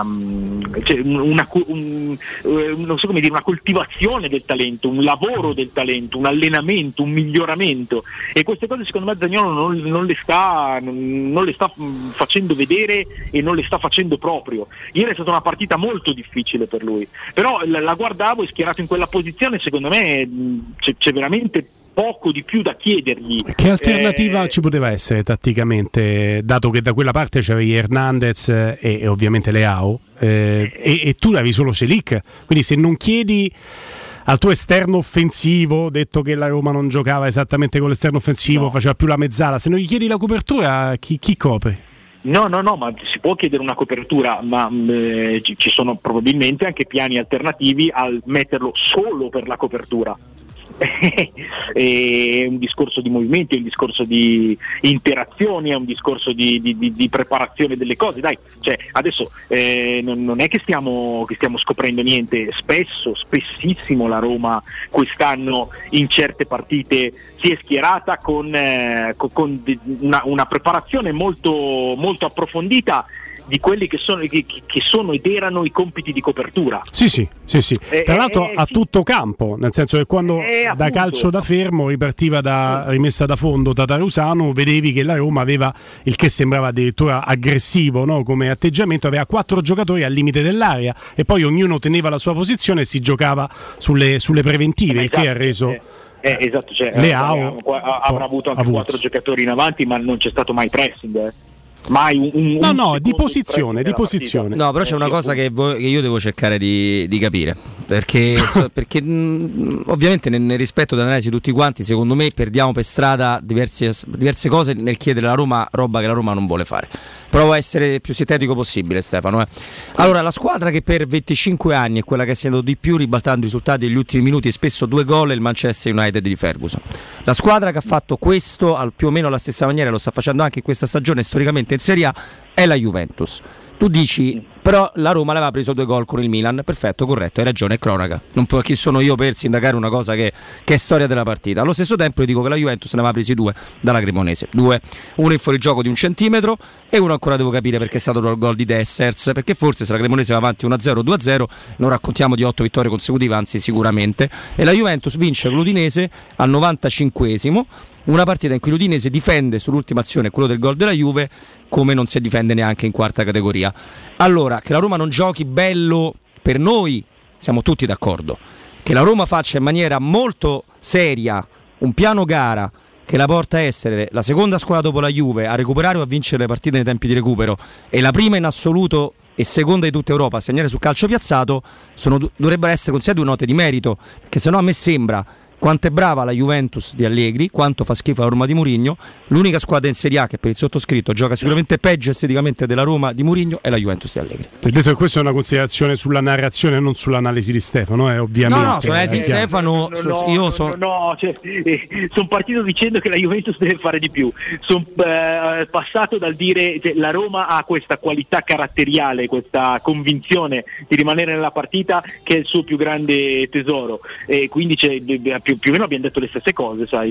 coltivazione del talento, un lavoro del talento, un allenamento, un miglioramento, e queste cose secondo me Zaniolo non le sta facendo vedere e non le sta facendo proprio. Ieri è stata una partita molto difficile per lui, però la guardavo e schierato in quella posizione secondo me c'è veramente poco di più da chiedergli. Che alternativa ci poteva essere tatticamente, dato che da quella parte c'avevi Hernandez e ovviamente Leao, e tu avevi solo Celik, quindi se non chiedi al tuo esterno offensivo, detto che la Roma non giocava esattamente con l'esterno offensivo, faceva più la mezzala, se non gli chiedi la copertura chi copre? No, ma si può chiedere una copertura, ma ci sono probabilmente anche piani alternativi al metterlo solo per la copertura. È un discorso di movimento, è un discorso di interazioni, è un discorso di preparazione delle cose. Dai, cioè, adesso non è che stiamo scoprendo niente. Spessissimo la Roma quest'anno in certe partite si è schierata con una preparazione molto, molto approfondita di quelli che sono ed erano i compiti di copertura. Sì. Tra l'altro a tutto campo, nel senso che quando da calcio da fermo ripartiva da rimessa da fondo Tatarusano, vedevi che la Roma aveva il che sembrava addirittura aggressivo, no? Come atteggiamento, aveva 4 giocatori al limite dell'area e poi ognuno teneva la sua posizione e si giocava sulle preventive, il che ha reso esatto, cioè, Leao avrà avuto anche 4 giocatori in avanti, ma non c'è stato mai pressing. Mai di posizione. No, però c'è una cosa che io devo cercare di capire, perché ovviamente nel rispetto dell'analisi di tutti quanti, secondo me perdiamo per strada diverse cose nel chiedere alla Roma roba che la Roma non vuole fare. Provo a essere più sintetico possibile, Stefano. Allora, la squadra che per 25 anni è quella che ha segnato di più ribaltando i risultati negli ultimi minuti e spesso 2 gol è il Manchester United di Ferguson. La squadra che ha fatto questo più o meno alla stessa maniera, lo sta facendo anche in questa stagione storicamente in Serie A, è la Juventus. Tu dici, però la Roma l'aveva preso 2 gol con il Milan, perfetto, corretto, hai ragione, è cronaca. Non chi sono io per sindacare una cosa che è storia della partita. Allo stesso tempo io dico che la Juventus ne aveva presi 2 dalla Cremonese, 2, uno in fuorigioco di 1 centimetro e uno ancora devo capire perché è stato il gol di Dessers, perché forse se la Cremonese va avanti 1-0, 2-0 non raccontiamo di 8 vittorie consecutive, anzi sicuramente, e la Juventus vince l'Udinese al 95esimo, una partita in cui l'Udinese difende sull'ultima azione, quello del gol della Juve, come non si difende neanche in quarta categoria. Allora, che la Roma non giochi bello, per noi siamo tutti d'accordo. Che la Roma faccia in maniera molto seria un piano gara che la porta a essere la seconda squadra dopo la Juve a recuperare o a vincere le partite nei tempi di recupero e la prima in assoluto e seconda di tutta Europa a segnare sul calcio piazzato, dovrebbero essere considerate 2 note di merito, perché sennò a me sembra quanto è brava la Juventus di Allegri, quanto fa schifo la Roma di Mourinho. L'unica squadra in Serie A che per il sottoscritto gioca sicuramente peggio esteticamente della Roma di Mourinho è la Juventus di Allegri. Ti ho detto che questa è una considerazione sulla narrazione, non sull'analisi di Stefano, ovviamente. No, sull'analisi di Stefano sono partito dicendo che la Juventus deve fare di più. Sono passato dal dire la Roma ha questa qualità caratteriale, questa convinzione di rimanere nella partita che è il suo più grande tesoro, e quindi più o meno abbiamo detto le stesse cose, sai.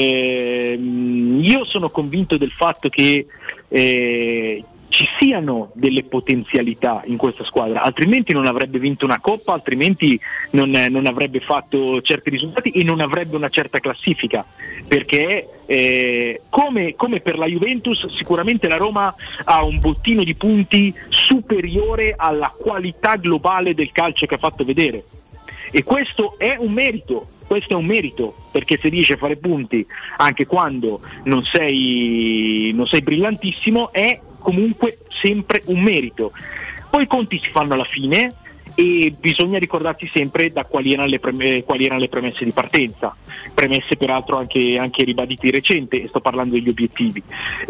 Io sono convinto del fatto che ci siano delle potenzialità in questa squadra, altrimenti non avrebbe vinto una coppa, altrimenti non avrebbe fatto certi risultati e non avrebbe una certa classifica, perché come per la Juventus sicuramente la Roma ha un bottino di punti superiore alla qualità globale del calcio che ha fatto vedere, e questo è un merito, perché se riesci a fare punti anche quando non sei brillantissimo è comunque sempre un merito. Poi i conti si fanno alla fine e bisogna ricordarsi sempre da quali erano le premesse di partenza, premesse peraltro anche ribadite di recente, e sto parlando degli obiettivi.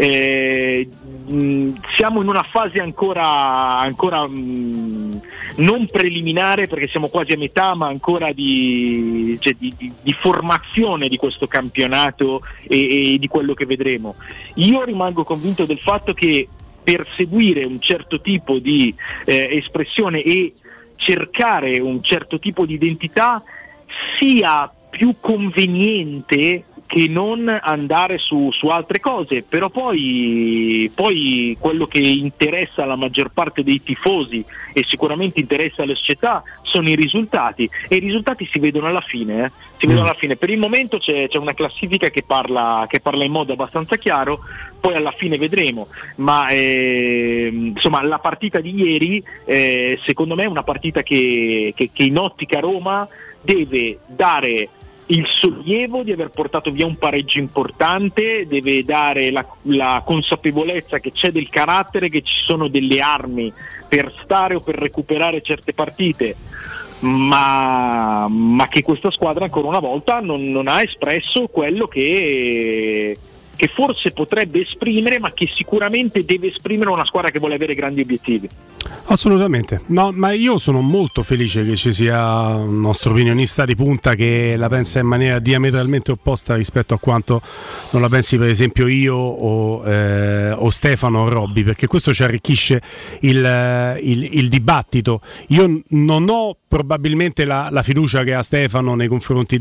Siamo in una fase ancora non preliminare, perché siamo quasi a metà, ma ancora di formazione di questo campionato e di quello che vedremo. Io rimango convinto del fatto che per seguire un certo tipo di espressione e cercare un certo tipo di identità sia più conveniente che non andare su altre cose, però poi quello che interessa alla maggior parte dei tifosi e sicuramente interessa alle società sono i risultati, e i risultati si vedono alla fine. Per il momento c'è una classifica che parla in modo abbastanza chiaro, poi alla fine vedremo, ma insomma la partita di ieri secondo me è una partita che in ottica Roma deve dare il sollievo di aver portato via un pareggio importante, deve dare la consapevolezza che c'è del carattere, che ci sono delle armi per stare o per recuperare certe partite, ma che questa squadra ancora una volta non ha espresso quello che forse potrebbe esprimere, ma che sicuramente deve esprimere una squadra che vuole avere grandi obiettivi. Assolutamente, no, ma io sono molto felice che ci sia un nostro opinionista di punta che la pensa in maniera diametralmente opposta rispetto a quanto non la pensi per esempio io o Stefano o Robby, perché questo ci arricchisce il dibattito. Io non ho probabilmente la fiducia che ha Stefano nei confronti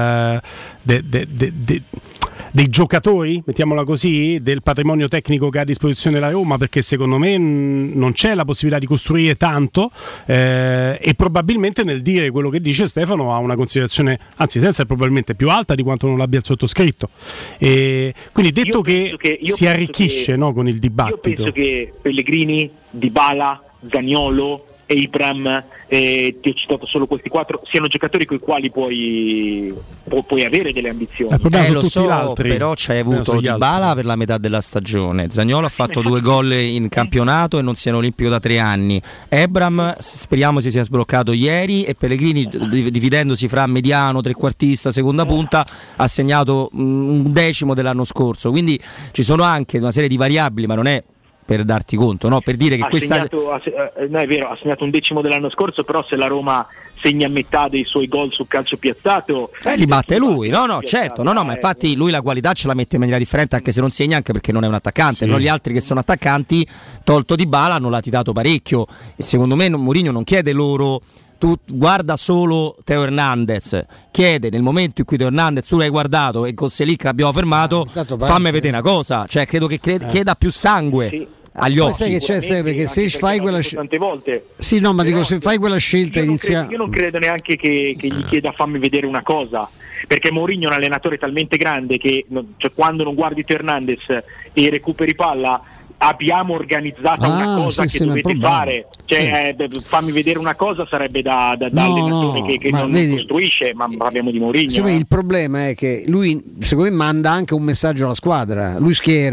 dei giocatori, mettiamola così, del patrimonio tecnico che ha a disposizione la Roma, perché secondo me non c'è la possibilità di costruire tanto, e probabilmente nel dire quello che dice Stefano ha una considerazione, anzi senza, probabilmente più alta di quanto non l'abbia il sottoscritto, e quindi detto che si arricchisce con il dibattito. Io penso che Pellegrini, Dybala, Zaniolo, Abraham, ti ho citato solo questi 4, siano giocatori con i quali puoi avere delle ambizioni. Lo so, però c'hai avuto Dybala per la metà della stagione, Zaniolo ha fatto 2 gol in campionato e non si è in olimpico da 3 anni, Abraham speriamo si sia sbloccato ieri, e Pellegrini, dividendosi fra mediano, trequartista, seconda punta, ha segnato un decimo dell'anno scorso, quindi ci sono anche una serie di variabili, ma non è per darti conto, no? Per dire che no, è vero, ha segnato un decimo dell'anno scorso, però se la Roma segna metà dei suoi gol sul calcio piazzato li batte lui, certo, ma infatti lui la qualità ce la mette in maniera differente, anche se non segna, anche perché non è un attaccante, sì. Non gli altri che sono attaccanti, tolto Dybala, hanno latitato parecchio, e secondo me Mourinho non chiede loro tu guarda solo Teo Hernandez, chiede nel momento in cui Teo Hernandez tu l'hai guardato e con Selic l'abbiamo fermato, fammi vedere una cosa, cioè credo che chieda più sangue. Sì. Agli occhi. Sai che c'è, perché se fai quella tante volte. Sì, no, ma dico, se fai quella scelta iniziale. Io non credo neanche che gli chieda fammi vedere una cosa, perché Mourinho è un allenatore talmente grande che cioè, quando non guardi Teo Hernandez e recuperi palla, abbiamo organizzato una cosa che dovete fare, cioè fammi vedere una cosa sarebbe da allenatore che non costruisce, ma parliamo di Mourinho. Il problema è che lui secondo me manda anche un messaggio alla squadra, lui schiera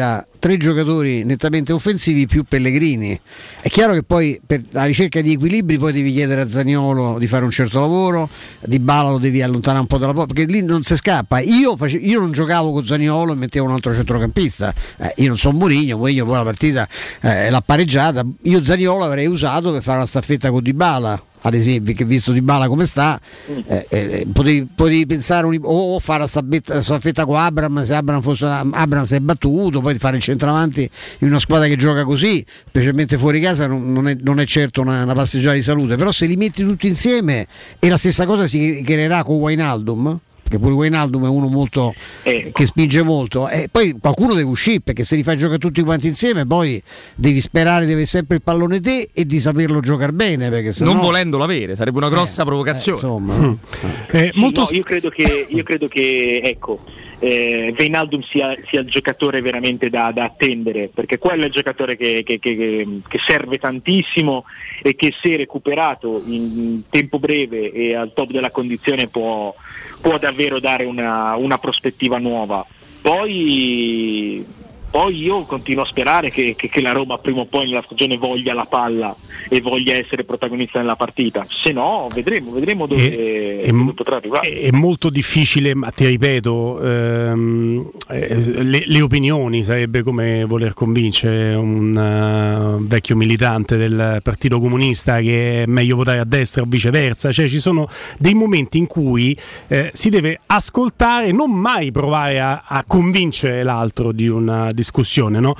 3 giocatori nettamente offensivi più Pellegrini. È chiaro che poi per la ricerca di equilibri poi devi chiedere a Zaniolo di fare un certo lavoro, Dybala lo devi allontanare un po' dalla porta, perché lì non si scappa. Io non giocavo con Zaniolo e mettevo un altro centrocampista, io non so Mourinho poi la partita l'ha pareggiata, io Zaniolo avrei usato per fare la staffetta con Dybala, ad esempio, che visto Dybala come sta, potevi pensare o fare la staffetta con Abraham, se Abraham si è battuto, poi fare il centravanti in una squadra che gioca così, specialmente fuori casa, non è certo una passeggiata di salute. Però se li metti tutti insieme, e la stessa cosa si creerà con Wijnaldum, perché pure Wijnaldum è uno molto che spinge molto, e poi qualcuno deve uscire, perché se li fai giocare tutti quanti insieme poi devi sperare di avere sempre il pallone te e di saperlo giocare bene, perché sennò... non volendolo avere sarebbe una grossa provocazione. Insomma. No, io credo che ecco, Wijnaldum sia il giocatore veramente da attendere, perché quello è il giocatore che serve tantissimo e che, se recuperato in tempo breve e al top della condizione, può davvero dare una prospettiva nuova. Poi io continuo a sperare che la Roma prima o poi nella stagione voglia la palla e voglia essere protagonista nella partita, se no vedremo dove potrà arrivare. È molto difficile, ma ti ripeto, le opinioni sarebbe come voler convincere un vecchio militante del Partito Comunista che è meglio votare a destra o viceversa. Cioè, ci sono dei momenti in cui si deve ascoltare, non mai provare a convincere l'altro di una discussione, no?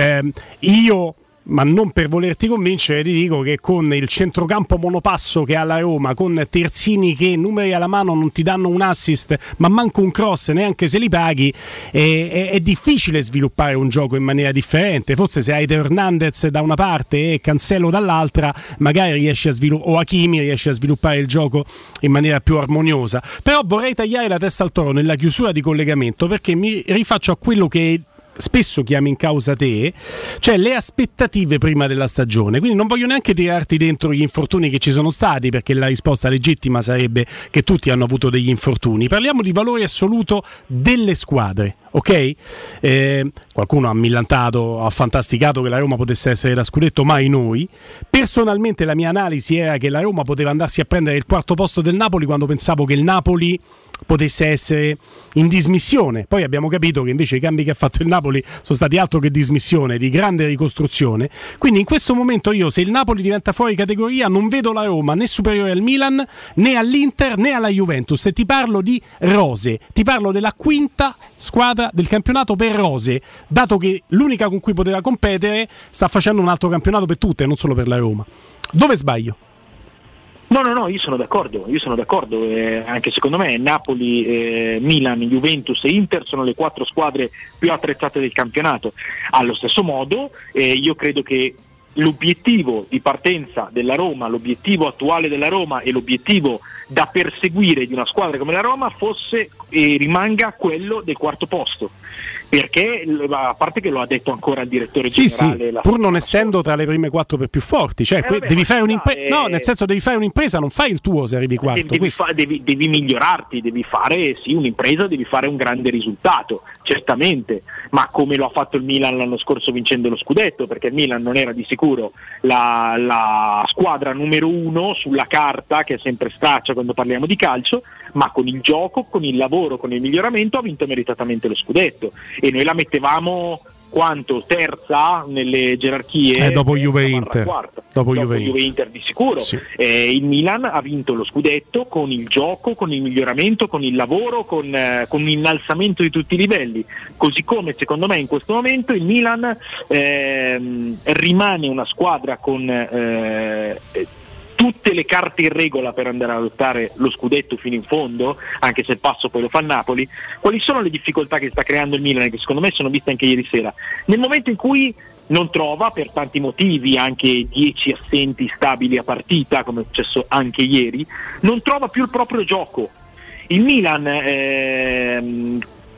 Io, ma non per volerti convincere, ti dico che con il centrocampo monopasso che ha la Roma, con terzini che numeri alla mano non ti danno un assist ma manco un cross neanche se li paghi, è difficile sviluppare un gioco in maniera differente. Forse se hai Teo Hernandez da una parte e Cancelo dall'altra, magari riesci a sviluppare, o Hakimi riesci a sviluppare il gioco in maniera più armoniosa. Però vorrei tagliare la testa al toro nella chiusura di collegamento, perché mi rifaccio a quello che spesso chiami in causa te, cioè le aspettative prima della stagione. Quindi non voglio neanche tirarti dentro gli infortuni che ci sono stati, perché la risposta legittima sarebbe che tutti hanno avuto degli infortuni. Parliamo di valore assoluto delle squadre, ok? Qualcuno ha millantato, ha fantasticato che la Roma potesse essere da scudetto, mai noi. Personalmente la mia analisi era che la Roma poteva andarsi a prendere il 4º posto del Napoli, quando pensavo che il Napoli potesse essere in dismissione. Poi abbiamo capito che invece i cambi che ha fatto il Napoli sono stati altro che dismissione, di grande ricostruzione. Quindi in questo momento io, se il Napoli diventa fuori categoria, non vedo la Roma né superiore al Milan, né all'Inter, né alla Juventus. E ti parlo di rose, ti parlo della 5ª squadra del campionato per rose, dato che l'unica con cui poteva competere sta facendo un altro campionato per tutte, non solo per la Roma. Dove sbaglio? No, io sono d'accordo, anche secondo me Napoli, Milan, Juventus e Inter sono le 4 squadre più attrezzate del campionato. Allo stesso modo io credo che l'obiettivo di partenza della Roma, l'obiettivo attuale della Roma e l'obiettivo da perseguire di una squadra come la Roma fosse e rimanga quello del 4º posto, perché a parte che lo ha detto ancora il direttore generale, pur non essendo tra le prime 4 per più forti, cioè devi fare un'impresa, no, nel senso devi fare un'impresa, non fai il tuo se arrivi quarto. Devi migliorarti, devi fare un'impresa, devi fare un grande risultato, certamente, ma come lo ha fatto il Milan l'anno scorso vincendo lo scudetto, perché il Milan non era di sicuro la squadra numero 1 sulla carta, che è sempre straccia quando parliamo di calcio, ma con il gioco, con il lavoro, con il miglioramento ha vinto meritatamente lo scudetto. E noi la mettevamo terza nelle gerarchie, dopo Juve Inter, dopo Juve Inter di sicuro, sì. Il Milan ha vinto lo scudetto con il gioco, con il miglioramento, con il lavoro, con l'innalzamento di tutti i livelli, così come secondo me in questo momento il Milan rimane una squadra con tutte le carte in regola per andare a lottare lo scudetto fino in fondo, anche se il passo poi lo fa il Napoli. Quali sono le difficoltà che sta creando il Milan, che secondo me sono viste anche ieri sera? Nel momento in cui non trova, per tanti motivi, anche 10 assenti stabili a partita, come è successo anche ieri, non trova più il proprio gioco. Il Milan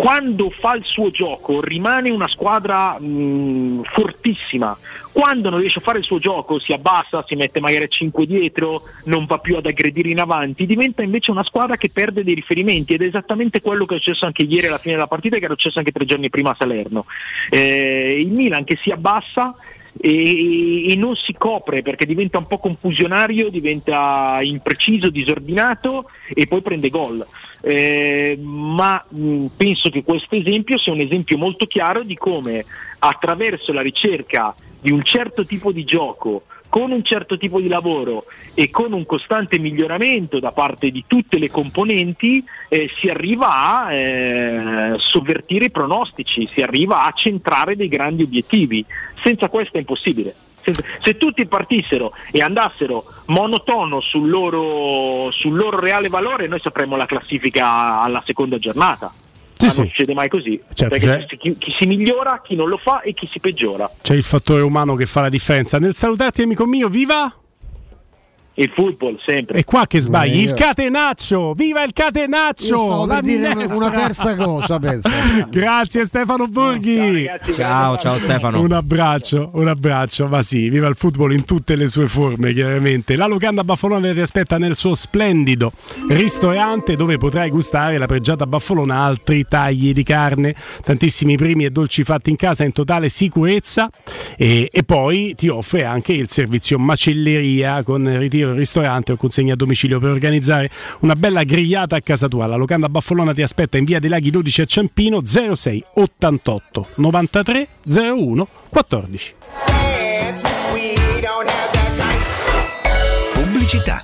quando fa il suo gioco rimane una squadra fortissima. Quando non riesce a fare il suo gioco si abbassa, si mette magari a 5 dietro, non va più ad aggredire in avanti, diventa invece una squadra che perde dei riferimenti, ed è esattamente quello che è successo anche ieri alla fine della partita e che era successo anche 3 giorni prima a Salerno. Il Milan che si abbassa e non si copre, perché diventa un po' confusionario, diventa impreciso, disordinato e poi prende gol. Ma penso che questo esempio sia un esempio molto chiaro di come attraverso la ricerca di un certo tipo di gioco, con un certo tipo di lavoro e con un costante miglioramento da parte di tutte le componenti si arriva a sovvertire i pronostici, si arriva a centrare dei grandi obiettivi. Senza questo è impossibile. Se tutti partissero e andassero monotono sul loro reale valore, noi sapremmo la classifica alla seconda giornata. Non succede mai così, certo, perché chi si migliora, chi non lo fa e chi si peggiora. C'è il fattore umano che fa la differenza. Nel salutarti, amico mio, viva il football, sempre. E qua che sbagli, il catenaccio, viva il catenaccio! Io stavo per dire una terza cosa, penso. Grazie Stefano Borghi. Ragazzi, ciao Stefano. Un abbraccio, ma sì, viva il football in tutte le sue forme, chiaramente. La locanda Baffolona ti aspetta nel suo splendido ristorante, dove potrai gustare la pregiata baffolona, altri tagli di carne, tantissimi primi e dolci fatti in casa in totale sicurezza, e poi ti offre anche il servizio macelleria con ritiro al ristorante o consegna a domicilio per organizzare una bella grigliata a casa tua. La locanda Baffolona ti aspetta in via dei Laghi 12 a Ciampino, 06 88 93 01 14. Pubblicità.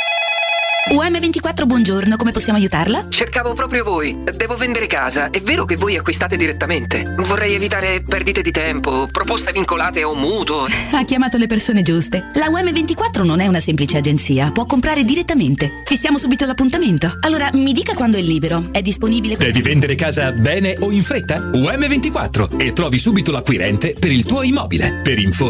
UM24, buongiorno, come possiamo aiutarla? Cercavo proprio voi. Devo vendere casa. È vero che voi acquistate direttamente? Vorrei evitare perdite di tempo, proposte vincolate o mutuo. Ha chiamato le persone giuste. La UM24 non è una semplice agenzia, può comprare direttamente. Fissiamo subito l'appuntamento. Allora, mi dica quando è libero. È disponibile? Devi vendere casa bene o in fretta? UM24 e trovi subito l'acquirente per il tuo immobile. Per info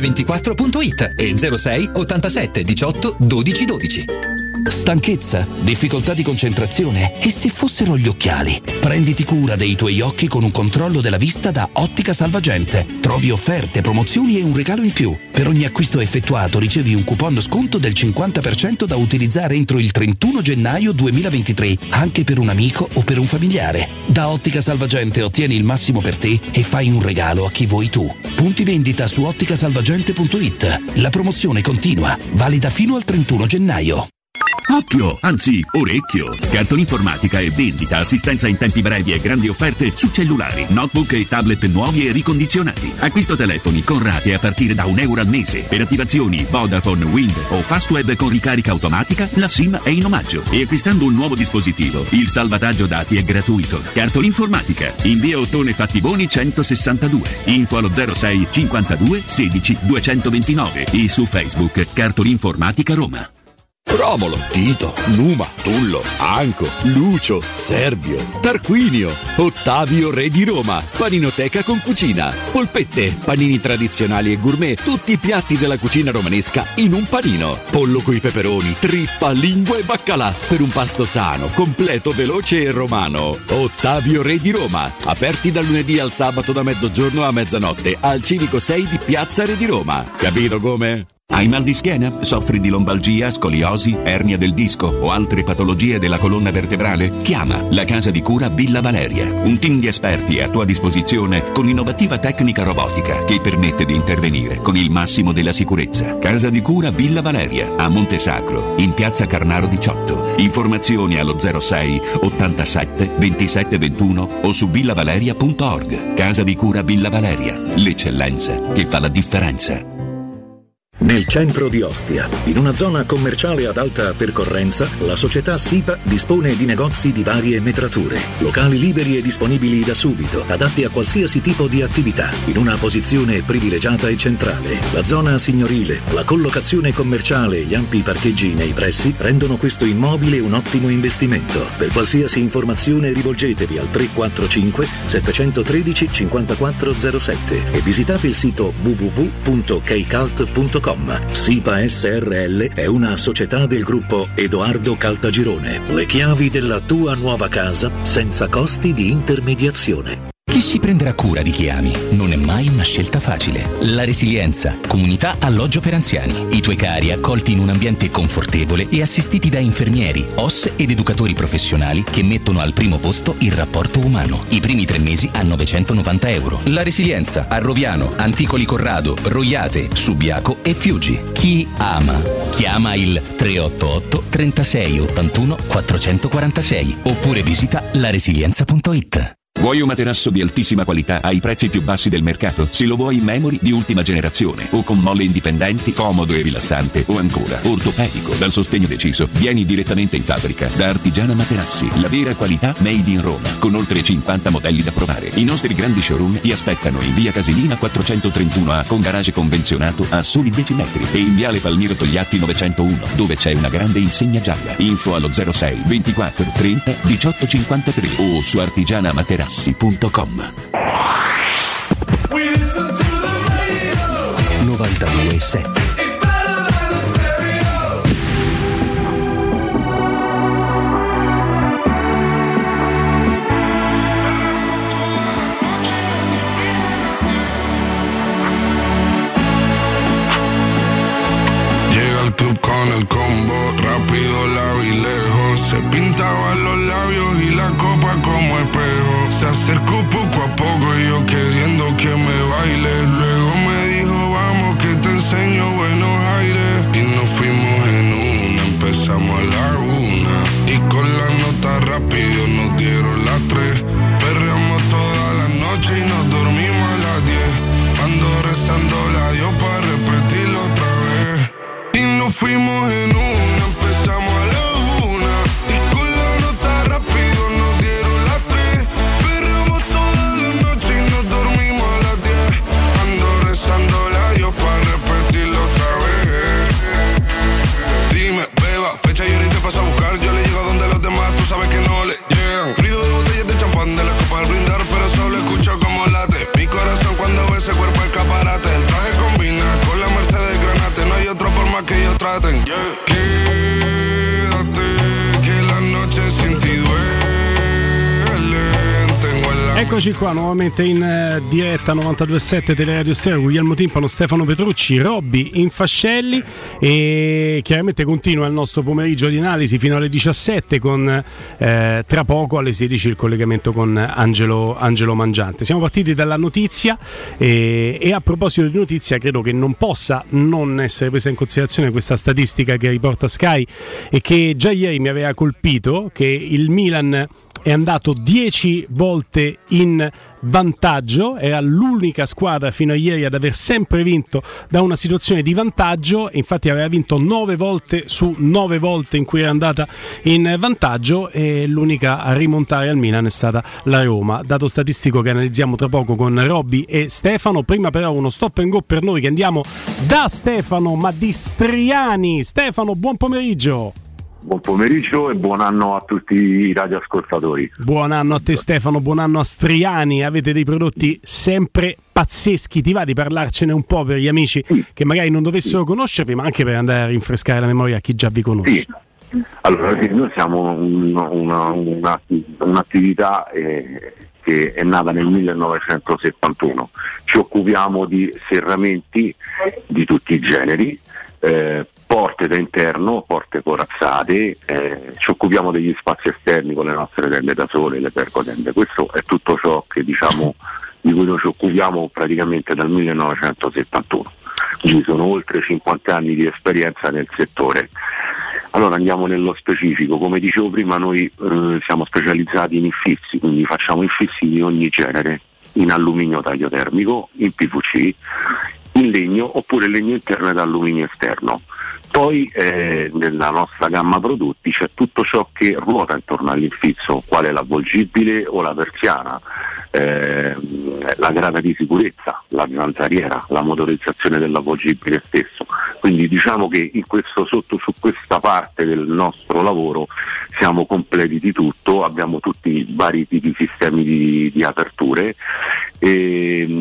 um24.it e 06 87 18 12 12. Stanchezza, difficoltà di concentrazione? E se fossero gli occhiali? Prenditi cura dei tuoi occhi con un controllo della vista da Ottica Salvagente. Trovi offerte, promozioni e un regalo in più. Per ogni acquisto effettuato ricevi un coupon sconto del 50% da utilizzare entro il 31 gennaio 2023, anche per un amico o per un familiare. Da Ottica Salvagente ottieni il massimo per te e fai un regalo a chi vuoi tu. Punti vendita su otticasalvagente.it. La promozione continua, valida fino al 31 gennaio. Occhio, anzi orecchio! Cartolinformatica e vendita, assistenza in tempi brevi e grandi offerte su cellulari, notebook e tablet nuovi e ricondizionati. Acquisto telefoni con rate a partire da €1 al mese. Per attivazioni Vodafone, Wind o Fastweb con ricarica automatica, la SIM è in omaggio. E acquistando un nuovo dispositivo, il salvataggio dati è gratuito. Cartolinformatica, in via Ottone Fattiboni 162. Info allo 06 52 16 229 e su Facebook Cartolinformatica Roma. Romolo, Tito, Numa, Tullo, Anco, Lucio, Servio, Tarquinio, Ottavio Re di Roma, paninoteca con cucina, polpette, panini tradizionali e gourmet, tutti i piatti della cucina romanesca in un panino, pollo coi peperoni, trippa, lingua e baccalà, per un pasto sano, completo, veloce e romano. Ottavio Re di Roma, aperti dal lunedì al sabato da mezzogiorno a mezzanotte al Civico 6 di Piazza Re di Roma. Capito come? Hai mal di schiena? Soffri di lombalgia, scoliosi, ernia del disco o altre patologie della colonna vertebrale? Chiama la Casa di Cura Villa Valeria. Un team di esperti è a tua disposizione con innovativa tecnica robotica che permette di intervenire con il massimo della sicurezza. Casa di Cura Villa Valeria a Montesacro, in piazza Carnaro 18. Informazioni allo 06 87 27 21 o su villavaleria.org. Casa di Cura Villa Valeria, l'eccellenza che fa la differenza. Nel centro di Ostia, in una zona commerciale ad alta percorrenza, la società SIPA dispone di negozi di varie metrature, locali liberi e disponibili da subito, adatti a qualsiasi tipo di attività, in una posizione privilegiata e centrale. La zona signorile, la collocazione commerciale e gli ampi parcheggi nei pressi rendono questo immobile un ottimo investimento. Per qualsiasi informazione rivolgetevi al 345 713 5407 e visitate il sito www.kcult.com. SIPA.com. SIPA SRL è una società del gruppo Edoardo Caltagirone. Le chiavi della tua nuova casa senza costi di intermediazione. Chi si prenderà cura di chi ami non è mai una scelta facile. La Resilienza, comunità alloggio per anziani. I tuoi cari accolti in un ambiente confortevole e assistiti da infermieri, OS ed educatori professionali che mettono al primo posto il rapporto umano. I primi 3 mesi a €990. La Resilienza a Roviano, Anticoli Corrado, Roiate, Subiaco e Fiuggi. Chi ama? Chiama il 388 36 81 446 oppure visita laresilienza.it. Vuoi un materasso di altissima qualità ai prezzi più bassi del mercato? Se lo vuoi in memory di ultima generazione o con molle indipendenti, comodo e rilassante o ancora ortopedico dal sostegno deciso, vieni direttamente in fabbrica da Artigiana Materassi, la vera qualità made in Roma, con oltre 50 modelli da provare. I nostri grandi showroom ti aspettano in via Casilina 431A con garage convenzionato a soli 10 metri e in viale Palmiro Togliatti 901 dove c'è una grande insegna gialla. Info allo 06 24 30 18 53 o su artigianamaterassi.com. 92.7. Llega al club con el combo, rápido la vi lejos. Se pintaba los labios y la copa como espejo. Se acercó poco a poco y yo queriendo que me baile. Luego me dijo vamos que te enseño buenos aires. Y nos fuimos en una, empezamos a la 1. Y con la nota rápido nos dieron las 3. Perreamos toda la noche y nos dormimos a las 10. Ando rezando la Dios para repetirlo otra vez. Y nos fuimos en una, empezamos a la 1. Y con la nota rápido nos dieron las 3. Perreamos toda la noche y nos dormimos a las 10. Ando rezando la Dios para repetirlo otra vez. Dime, beba, fecha y ahorita paso a buscar. Yo le llego donde los demás, tú sabes que no le llegan. Ruido de botellas de champán, de la copa al brindar, pero solo escucho como late mi corazón cuando ve ese cuerpo escaparate. El traje combina con la Mercedes Granate. No hay otro por más que ellos traten. Quédate, que la noche sin ti duele. Tengo en la... Eccoci qua nuovamente in diretta 92.7 Teleradio Stereo, Guglielmo Timpano, Stefano Petrucci, Robby Infascelli, e chiaramente continua il nostro pomeriggio di analisi fino alle 17 con tra poco alle 16 il collegamento con Angelo Mangiante. Siamo partiti dalla notizia e a proposito di notizia credo che non possa non essere presa in considerazione questa statistica che riporta Sky e che già ieri mi aveva colpito, che il Milan è andato 10 volte in vantaggio, era l'unica squadra fino a ieri ad aver sempre vinto da una situazione di vantaggio, infatti aveva vinto 9 volte su 9 volte in cui era andata in vantaggio, e l'unica a rimontare al Milan è stata la Roma, dato statistico che analizziamo tra poco con Robby e Stefano. Prima però uno stop and go per noi che andiamo da Stefano, ma di Striani. Stefano, buon pomeriggio. Buon pomeriggio e buon anno a tutti i radioascoltatori. Buon anno a te Stefano, buon anno a Striani. Avete dei prodotti sempre pazzeschi, ti va di parlarcene un po' per gli amici che magari non dovessero conoscervi, ma anche per andare a rinfrescare la memoria a chi già vi conosce? Sì. Allora, noi siamo un'attività che è nata nel 1971. Ci occupiamo di serramenti di tutti i generi, porte da interno, porte corazzate, ci occupiamo degli spazi esterni con le nostre tende da sole, le pergotende. Questo è tutto ciò che di cui noi ci occupiamo praticamente dal 1971. Quindi sono oltre 50 anni di esperienza nel settore. Allora andiamo nello specifico. Come dicevo prima, noi siamo specializzati in infissi, quindi facciamo infissi di ogni genere, in alluminio tagliotermico, in PVC, in legno oppure legno interno ed alluminio esterno. Poi nella nostra gamma prodotti c'è tutto ciò che ruota intorno all'infisso, quale l'avvolgibile o la persiana, la grata di sicurezza, la zanzariera, la motorizzazione dell'avvolgibile stesso. Quindi diciamo che su questa parte del nostro lavoro siamo completi di tutto, abbiamo tutti i vari tipi di sistemi di aperture.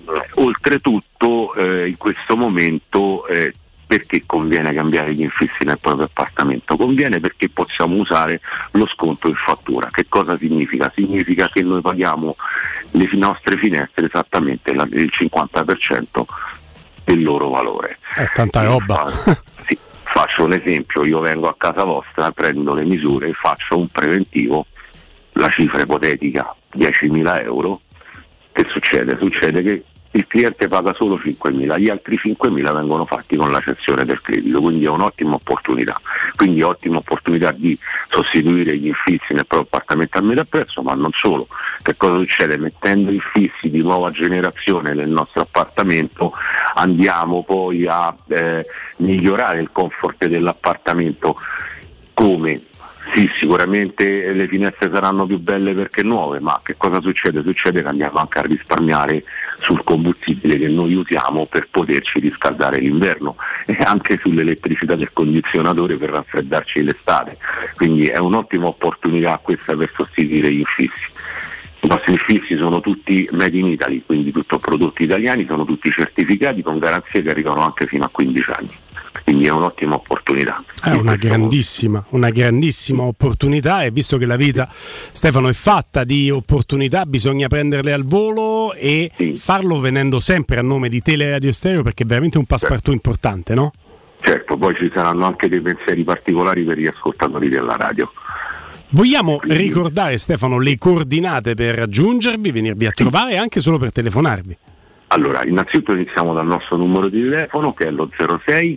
oltretutto in questo momento perché conviene cambiare gli infissi nel proprio appartamento? Conviene perché possiamo usare lo sconto in fattura. Che cosa significa? Significa che noi paghiamo le nostre finestre esattamente il 50% del loro valore. È tanta roba. Sì, faccio un esempio, io vengo a casa vostra, prendo le misure e faccio un preventivo, la cifra ipotetica 10.000 euro. Che succede? Succede che il cliente paga solo 5.000, gli altri 5.000 vengono fatti con la cessione del credito, quindi è un'ottima opportunità. Quindi ottima opportunità di sostituire gli infissi nel proprio appartamento a metà prezzo, ma non solo. Che cosa succede? Mettendo infissi di nuova generazione nel nostro appartamento andiamo poi a migliorare il comfort dell'appartamento. Come? Sì, sicuramente le finestre saranno più belle perché nuove, ma che cosa succede? Succede che andiamo anche a risparmiare sul combustibile che noi usiamo per poterci riscaldare l'inverno e anche sull'elettricità del condizionatore per raffreddarci l'estate. Quindi è un'ottima opportunità questa per sostituire gli infissi. I nostri infissi sono tutti made in Italy, quindi tutto prodotti italiani, sono tutti certificati con garanzie che arrivano anche fino a 15 anni. Quindi è un'ottima opportunità. È una grandissima opportunità, e visto che la vita, Stefano, è fatta di opportunità, bisogna prenderle al volo e farlo venendo sempre a nome di Teleradio Stereo, perché è veramente un passepartout importante, no? Certo, poi ci saranno anche dei pensieri particolari per gli ascoltatori della radio. Vogliamo ricordare, Stefano, le coordinate per raggiungervi, venirvi a trovare e anche solo per telefonarvi? Allora, innanzitutto iniziamo dal nostro numero di telefono, che è lo 06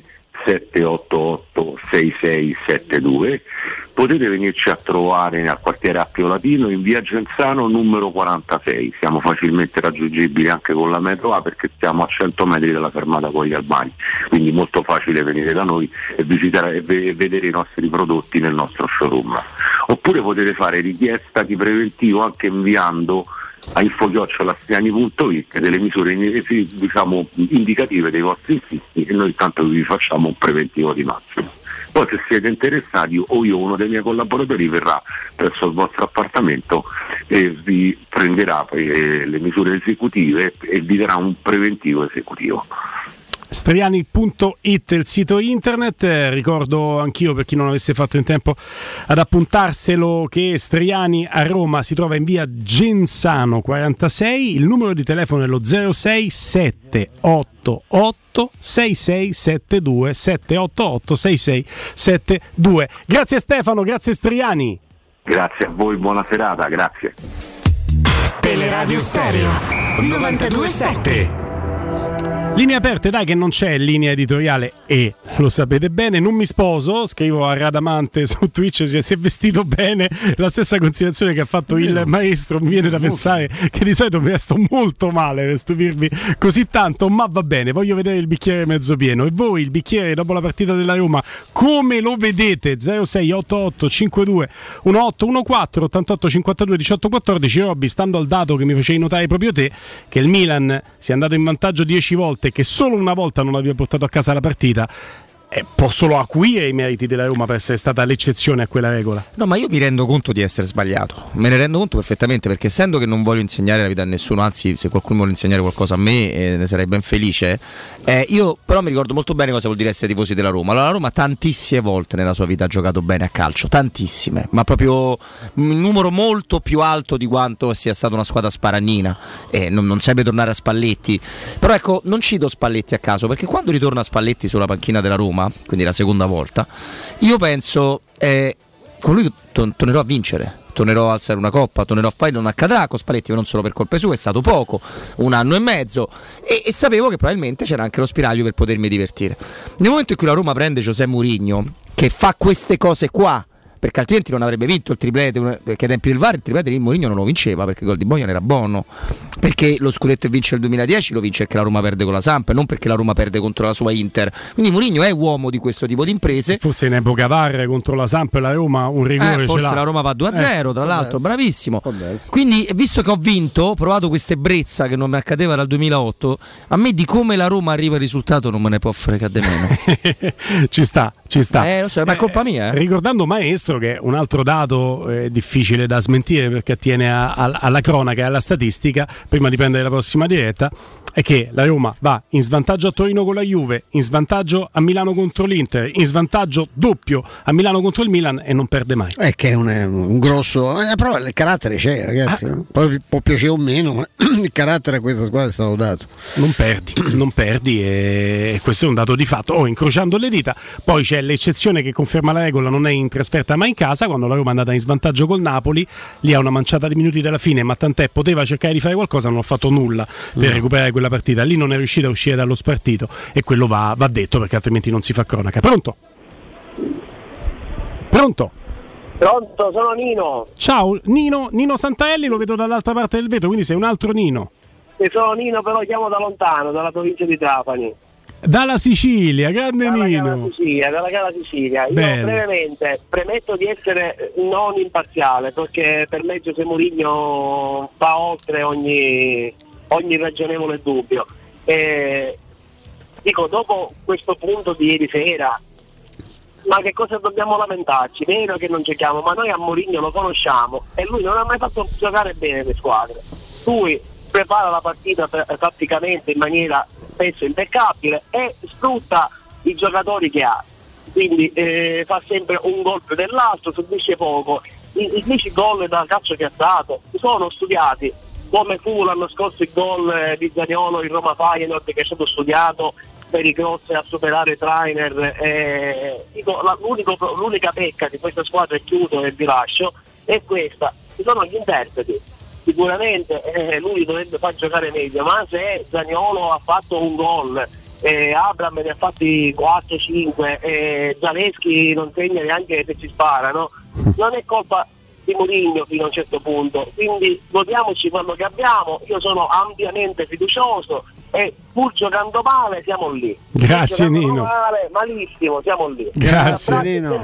788 6672. Potete venirci a trovare al quartiere Appio Latino in via Genzano numero 46. Siamo facilmente raggiungibili anche con la metro A, perché stiamo a 100 metri dalla fermata Colli Albani, quindi molto facile venire da noi e visitare e vedere i nostri prodotti nel nostro showroom. Oppure potete fare richiesta di preventivo anche inviando a info@lastriani.it delle misure indicative dei vostri infissi, e noi intanto vi facciamo un preventivo di massimo. Poi se siete interessati, o io o uno dei miei collaboratori verrà presso il vostro appartamento e vi prenderà le misure esecutive e vi darà un preventivo esecutivo. Striani.it il sito internet. Ricordo anch'io, per chi non avesse fatto in tempo ad appuntarselo, che Striani a Roma si trova in via Genzano 46. Il numero di telefono è lo 06 788 6672 788 6672. Grazie Stefano, grazie Striani. Grazie a voi, buona serata, grazie. Teleradio Stereo 92.7. Linee aperte, dai, che non c'è linea editoriale e lo sapete bene, non mi sposo, scrivo a Radamante su Twitch, si è vestito bene, la stessa considerazione che ha fatto il maestro, mi viene da pensare che di solito mi resto molto male per stupirvi così tanto, ma va bene, voglio vedere il bicchiere mezzo pieno. E voi il bicchiere dopo la partita della Roma come lo vedete? 0688 52 1814 88 52 18 14. Robby, stando al dato che mi facevi notare proprio te, che il Milan si è andato in vantaggio 10 volte e che solo una volta non abbia portato a casa la partita, può solo acuire i meriti della Roma per essere stata l'eccezione a quella regola. No, ma io mi rendo conto di essere sbagliato, me ne rendo conto perfettamente, perché essendo che non voglio insegnare la vita a nessuno, anzi se qualcuno vuole insegnare qualcosa a me ne sarei ben felice, io però mi ricordo molto bene cosa vuol dire essere tifosi della Roma. Allora, la Roma tantissime volte nella sua vita ha giocato bene a calcio, tantissime, ma proprio un numero molto più alto di quanto sia stata una squadra sparagnina, non serve tornare a Spalletti, però ecco, non cito Spalletti a caso, perché quando ritorna Spalletti sulla panchina della Roma, quindi la seconda volta, io penso con lui tornerò a vincere, tornerò a alzare una coppa, tornerò a fare, non accadrà con Spalletti, non solo per colpe sue, è stato poco, 1 anno e mezzo, e sapevo che probabilmente c'era anche lo spiraglio per potermi divertire. Nel momento in cui la Roma prende José Mourinho, che fa queste cose qua, perché altrimenti non avrebbe vinto il triplete, perché ai tempi del VAR il triplete di Mourinho non lo vinceva, perché il gol di Bojan era buono, perché lo scudetto che vince il 2010 lo vince perché la Roma perde con la Samp, non perché la Roma perde contro la sua Inter. Quindi Mourinho è uomo di questo tipo di imprese. Forse in epoca VAR contro la Samp e la Roma un rigore forse ce l'ha. La Roma va 2-0 tra l'altro, bravissimo. Quindi visto che ho vinto, ho provato questa ebbrezza che non mi accadeva dal 2008, a me di come la Roma arriva al risultato non me ne può fregare meno. ci sta. Lo so, ma è colpa mia. Ricordando maestro che un altro dato difficile da smentire, perché attiene alla cronaca e alla statistica, prima di prendere la prossima diretta, è che la Roma va in svantaggio a Torino con la Juve, in svantaggio a Milano contro l'Inter, in svantaggio doppio a Milano contro il Milan e non perde mai. È che è un grosso, però il carattere c'è, ragazzi. Poi può piacere o meno, ma il carattere a questa squadra è stato dato. Non perdi e questo è un dato di fatto. Incrociando le dita, poi c'è l'eccezione che conferma la regola, non è in trasferta ma in casa. Quando la Roma è andata in svantaggio col Napoli, lì a una manciata di minuti dalla fine, ma tant'è, poteva cercare di fare qualcosa, non ha fatto nulla per recuperare quella partita. Lì non è riuscita a uscire dallo spartito e quello va detto, perché altrimenti non si fa cronaca. Pronto? Pronto, sono Nino. Ciao Nino Santarelli, lo vedo dall'altra parte del vetro, quindi sei un altro Nino. E sono Nino, però chiamo da lontano, dalla provincia di Trapani. Dalla Sicilia, grande Nino. Dalla cara Sicilia. Io brevemente premetto di essere non imparziale, perché per me José Mourinho va oltre ogni ragionevole dubbio. Dico, dopo questo punto di ieri sera, ma che cosa dobbiamo lamentarci? Vero che non giochiamo, ma noi a Mourinho lo conosciamo e lui non ha mai fatto giocare bene le squadre. Lui prepara la partita tatticamente in maniera spesso impeccabile e sfrutta i giocatori che ha, quindi fa sempre un gol più dell'altro, subisce poco. I 10 gol da calcio che ha dato sono studiati, come fu l'anno scorso il gol di Zaniolo in Roma Feyenoord, che è stato studiato per i cross a superare trainer. L'unica pecca di questa squadra, è chiuso e vi lascio, è questa: ci sono gli interpreti. Sicuramente lui dovrebbe far giocare meglio, ma se Zaniolo ha fatto un gol, Abraham ne ha fatti 4-5, Zaleschi non segna neanche se ci sparano, non è colpa di Mourinho fino a un certo punto, quindi godiamoci quello che abbiamo. Io sono ampiamente fiducioso e pur giocando male siamo lì. Grazie Nino. Male, malissimo, siamo lì. Grazie Nino.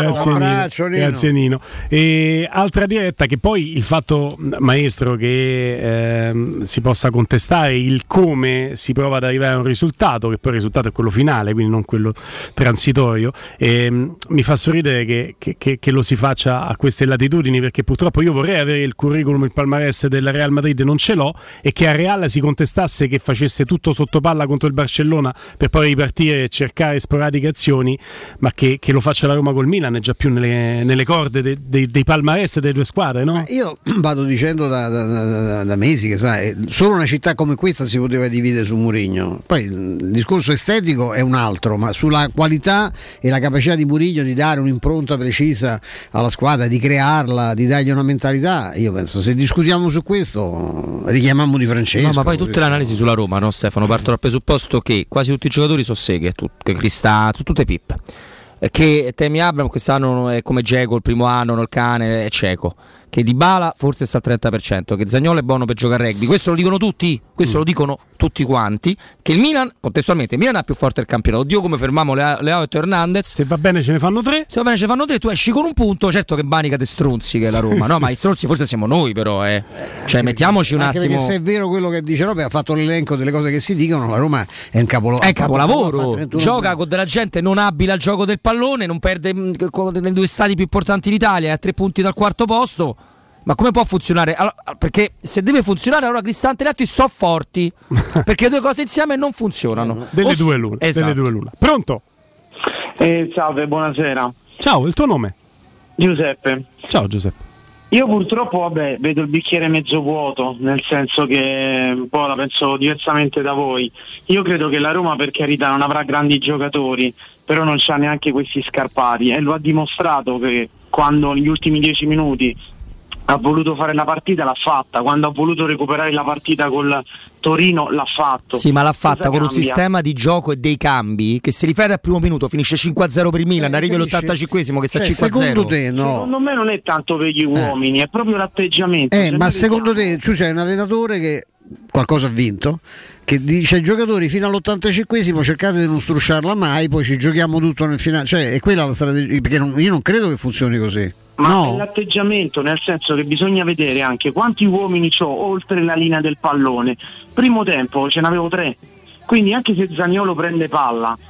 Grazie Nino. E altra diretta, che poi il fatto, maestro, che si possa contestare il come si prova ad arrivare a un risultato, che poi il risultato è quello finale, quindi non quello transitorio, mi fa sorridere che lo si faccia a queste latitudini, perché purtroppo io vorrei avere il curriculum, il palmarès del Real Madrid, non ce l'ho, e che a Real si contestasse che facesse tutto sotto palla contro il Barcellona per poi ripartire e cercare sporadiche azioni, ma che lo faccia la Roma col Milan è già più nelle corde dei palmarès delle due squadre, no? Io vado dicendo da mesi che solo una città come questa si poteva dividere su Mourinho. Poi il discorso estetico è un altro, ma sulla qualità e la capacità di Mourinho di dare un'impronta precisa alla squadra, di crearla, di dargli una mentalità, io penso, se discutiamo su questo richiamiamo Di Francesco. No, ma poi tutte le analisi sulla Roma, no Stefano, partono dal presupposto che quasi tutti i giocatori sono seghe, Cristà, su tutte pippe, che Tammy Abraham quest'anno è come Dzeko il primo anno, il cane è cieco, che Dybala forse sta al 30%, che Zaniolo è buono per giocare a rugby, questo lo dicono tutti, lo dicono tutti quanti, che il Milan, contestualmente, il Milan ha più forte il campionato. Oddio come fermiamo Leao e Hernandez, se va bene ce ne fanno 3, tu esci con un punto, certo che banica te stronzi che è la Roma, no? Ma i stronzi forse siamo noi, però cioè mettiamoci un attimo, perché se è vero quello che dice Robe, ha fatto l'elenco delle cose che si dicono, la Roma è un capolavoro, gioca con della gente non abile al gioco del pallone, non perde nei due stadi più importanti d'Italia, è a 3 punti dal quarto posto. Ma come può funzionare? Allora, perché se deve funzionare, allora Cristante e Leatti sono forti, perché le due cose insieme non funzionano. Delle due l'una. Pronto? Salve, buonasera. Ciao, il tuo nome? Giuseppe. Ciao Giuseppe. Io purtroppo vedo il bicchiere mezzo vuoto, nel senso che un po' la penso diversamente da voi. Io credo che la Roma, per carità, non avrà grandi giocatori, però non c'ha neanche questi scarpati, e lo ha dimostrato che quando negli ultimi 10 minuti ha voluto fare la partita l'ha fatta, quando ha voluto recuperare la partita col Torino l'ha fatto. Sì, ma l'ha fatta con un sistema di gioco e dei cambi che se rifai dal primo minuto finisce 5-0 per il Milan, arrivi all'85esimo che sta 5-0. Secondo te no? Secondo me non è tanto per gli uomini, è proprio l'atteggiamento. Ma secondo te tu c'hai un allenatore che qualcosa ha vinto, che dice ai giocatori fino all'85esimo cercate di non strusciarla mai, poi ci giochiamo tutto nel finale, cioè è quella la strategia, perché io non credo che funzioni così. Ma è l'atteggiamento, nel senso che bisogna vedere anche quanti uomini c'ho oltre la linea del pallone. Primo tempo ce n'avevo 3, quindi anche se Zaniolo prende palla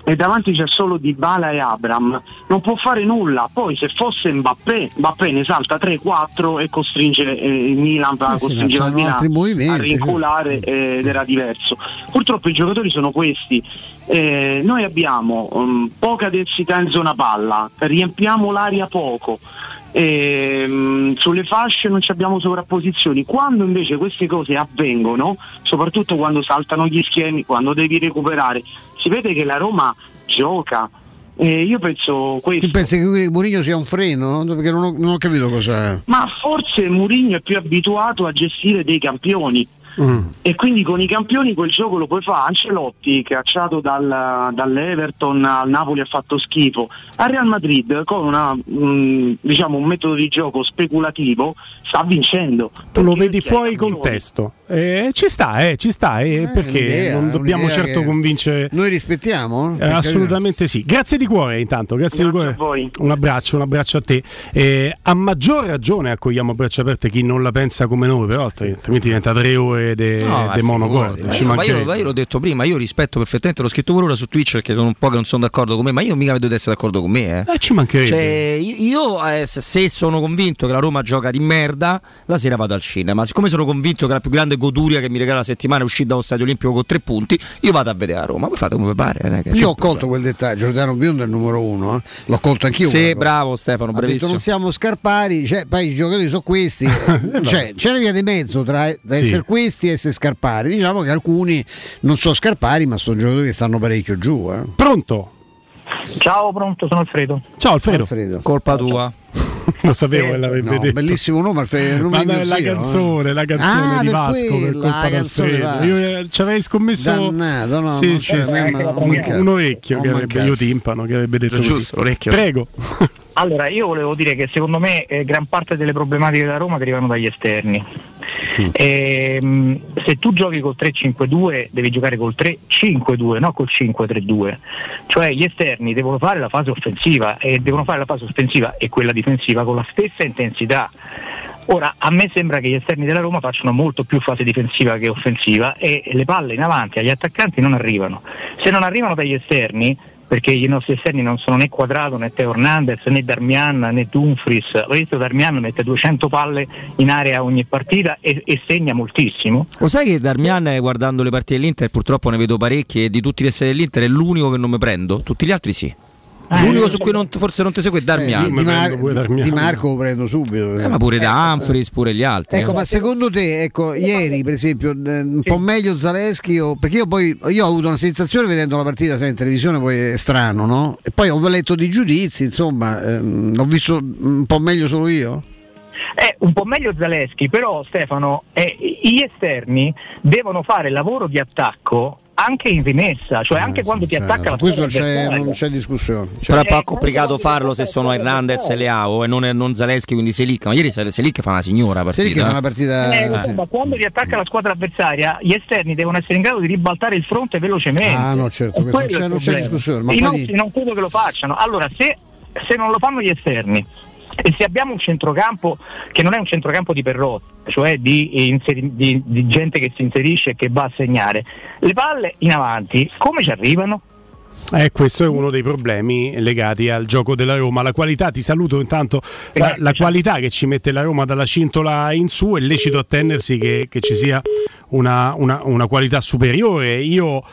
e davanti c'è solo Dybala e Abraham, non può fare nulla. Poi se fosse Mbappé ne salta 3-4 e costringe il Milan, costringeva il Milan a rinculare ed era diverso. Purtroppo i giocatori sono questi. Noi abbiamo poca densità in zona palla, riempiamo l'area poco, sulle fasce non abbiamo sovrapposizioni. Quando invece queste cose avvengono, soprattutto quando saltano gli schemi, quando devi recuperare, si vede che la Roma gioca. Io penso questo. Tu pensi che Mourinho sia un freno? Perché non ho capito cosa. Ma forse Mourinho è più abituato a gestire dei campioni. E quindi con i campioni quel gioco lo puoi fare. Ancelotti, cacciato dall'Everton al Napoli, ha fatto schifo. Al Real Madrid con un metodo di gioco speculativo sta vincendo. Tu lo vedi fuori contesto. Ci sta, perché non dobbiamo certo convincere. Noi rispettiamo? Assolutamente sì. Grazie di cuore intanto, grazie di cuore. A voi. Un abbraccio a te. A maggior ragione accogliamo a braccia aperte chi non la pensa come noi, però altrimenti diventa 3 ore de monocore. Ma io l'ho detto prima, io rispetto perfettamente, l'ho scritto pure ora su Twitch perché sono un po' che non sono d'accordo con me, ma io mica vedo di essere d'accordo con me. Ci mancherebbe. Cioè, io se sono convinto che la Roma gioca di merda, la sera vado al cinema. Siccome sono convinto che la più grande goduria che mi regala la settimana è uscire dallo Stadio Olimpico con 3 punti, io vado a vedere la Roma. Voi fate come pare. Io ho colto quel dettaglio. Giordano Biondo è il numero 1, l'ho colto anch'io. Sì, bravo Stefano, bravissimo. Ha detto non siamo Scarpari, poi i giocatori sono questi. C'è una via di mezzo tra essere questi e essere Scarpari. Diciamo che alcuni non sono Scarpari, ma sono giocatori che stanno parecchio giù. Pronto? Ciao, pronto, sono Alfredo. Ciao Alfredo. Colpa tua. Lo sapevo che l'avrebbe detto. Bellissimo nome, Alfredo. Ma la canzone di Vasco per colpa d'Alfredo. Io ci avrei scommesso un orecchio che avrebbe, io timpano, che avrebbe detto giusto, così. Prego. Allora, io volevo dire che secondo me gran parte delle problematiche della Roma derivano dagli esterni. Se tu giochi col 3-5-2 devi giocare col 3-5-2, non col 5-3-2. Cioè gli esterni devono fare la fase offensiva e quella difensiva con la stessa intensità. Ora, a me sembra che gli esterni della Roma facciano molto più fase difensiva che offensiva e le palle in avanti agli attaccanti non arrivano. Se non arrivano dagli esterni, perché i nostri esterni non sono né Quadrato né Teo Hernandez né Darmian né Dumfries. Ho visto Darmian mette 200 palle in area ogni partita e segna moltissimo. Lo sai che Darmian, guardando le partite dell'Inter, purtroppo ne vedo parecchie, e di tutti gli esterni dell'Inter è l'unico che non mi prendo, tutti gli altri sì. L'unico su cui forse non ti segue è Darmian. Di Marco lo prendo subito. Ma pure da Humphries, pure gli altri. Ecco, ma secondo te, ieri per esempio, un po' meglio Zaleschi? Perché io ho avuto una sensazione vedendo la partita in televisione, poi è strano, no? E poi ho letto di giudizi, insomma, l'ho visto un po' meglio solo io? Un po' meglio Zaleschi, però Stefano, gli esterni devono fare il lavoro di attacco anche in rimessa, cioè anche quando ti attacca la questo non c'è discussione. Però è un po' complicato farlo se sono Hernandez e Leao e non Zaleschi, quindi Selic. Ma ieri Selic fa una signora partita. Selic fa una partita. Ma quando ti attacca la squadra avversaria, gli esterni devono essere in grado di ribaltare il fronte velocemente. No, certo, non c'è discussione. Ma i nostri non credo che lo facciano. Allora, se non lo fanno gli esterni, e se abbiamo un centrocampo che non è un centrocampo di Perrotti, cioè di gente che si inserisce e che va a segnare, le palle in avanti come ci arrivano? Questo è uno dei problemi legati al gioco della Roma. La qualità, ti saluto intanto, la qualità che ci mette la Roma dalla cintola in su, è lecito attendersi che ci sia una qualità superiore.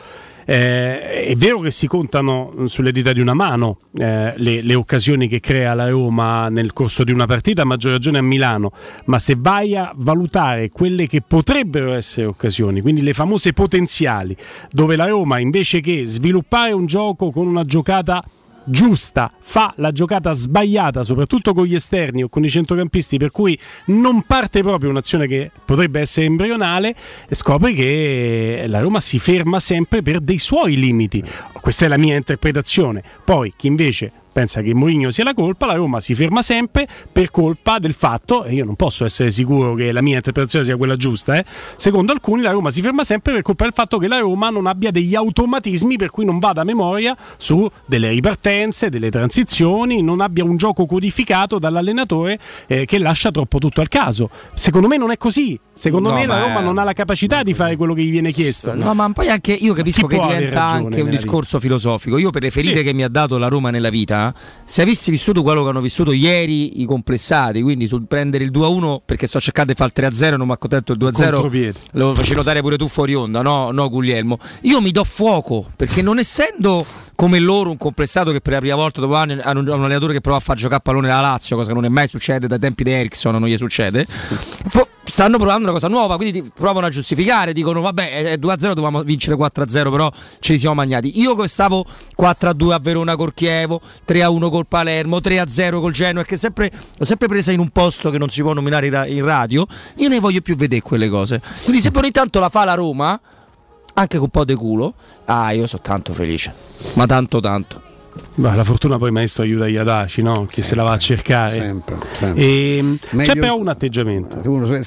È vero che si contano sulle dita di una mano le occasioni che crea la Roma nel corso di una partita, a maggior ragione a Milano, ma se vai a valutare quelle che potrebbero essere occasioni, quindi le famose potenziali, dove la Roma invece che sviluppare un gioco con una giocata giusta fa la giocata sbagliata, soprattutto con gli esterni o con i centrocampisti, per cui non parte proprio un'azione che potrebbe essere embrionale, e scopri che la Roma si ferma sempre per dei suoi limiti. Questa è la mia interpretazione. Poi chi invece pensa che Mourinho sia la colpa, la Roma si ferma sempre per colpa del fatto, e io non posso essere sicuro che la mia interpretazione sia quella giusta, secondo alcuni la Roma si ferma sempre per colpa del fatto che la Roma non abbia degli automatismi per cui non vada a memoria su delle ripartenze, delle transizioni, non abbia un gioco codificato dall'allenatore che lascia troppo tutto al caso. Secondo me non è così, secondo me la Roma non ha la capacità di fare quello che gli viene chiesto. No, ma poi anche io capisco che diventa anche un discorso filosofico. Io per le ferite che mi ha dato la Roma nella vita, se avessi vissuto quello che hanno vissuto ieri i complessati, quindi sul prendere il 2-1 perché sto cercando di fare il 3-0 e non mi accontento il 2-0, lo facevi notare pure tu fuori onda, no Guglielmo, io mi do fuoco perché non essendo come loro un complessato che per la prima volta dopo anni hanno un allenatore che prova a far giocare a pallone alla Lazio, cosa che non è mai succede dai tempi di Eriksson, non gli succede, stanno provando una cosa nuova, quindi provano a giustificare, dicono vabbè è 2-0, dovevamo vincere 4-0, però ce li siamo magnati. Io che stavo 4-2 a Verona col Chievo, 3-1 col Palermo, 3-0 col Genoa, che l'ho sempre presa in un posto che non si può nominare in radio, io ne voglio più vedere quelle cose, quindi se ogni tanto la fa la Roma anche con un po' di culo, io sono tanto felice, ma tanto. Beh, la fortuna poi maestro aiuta gli adaci, no? Che sempre, se la va a cercare sempre. C'è però un atteggiamento pure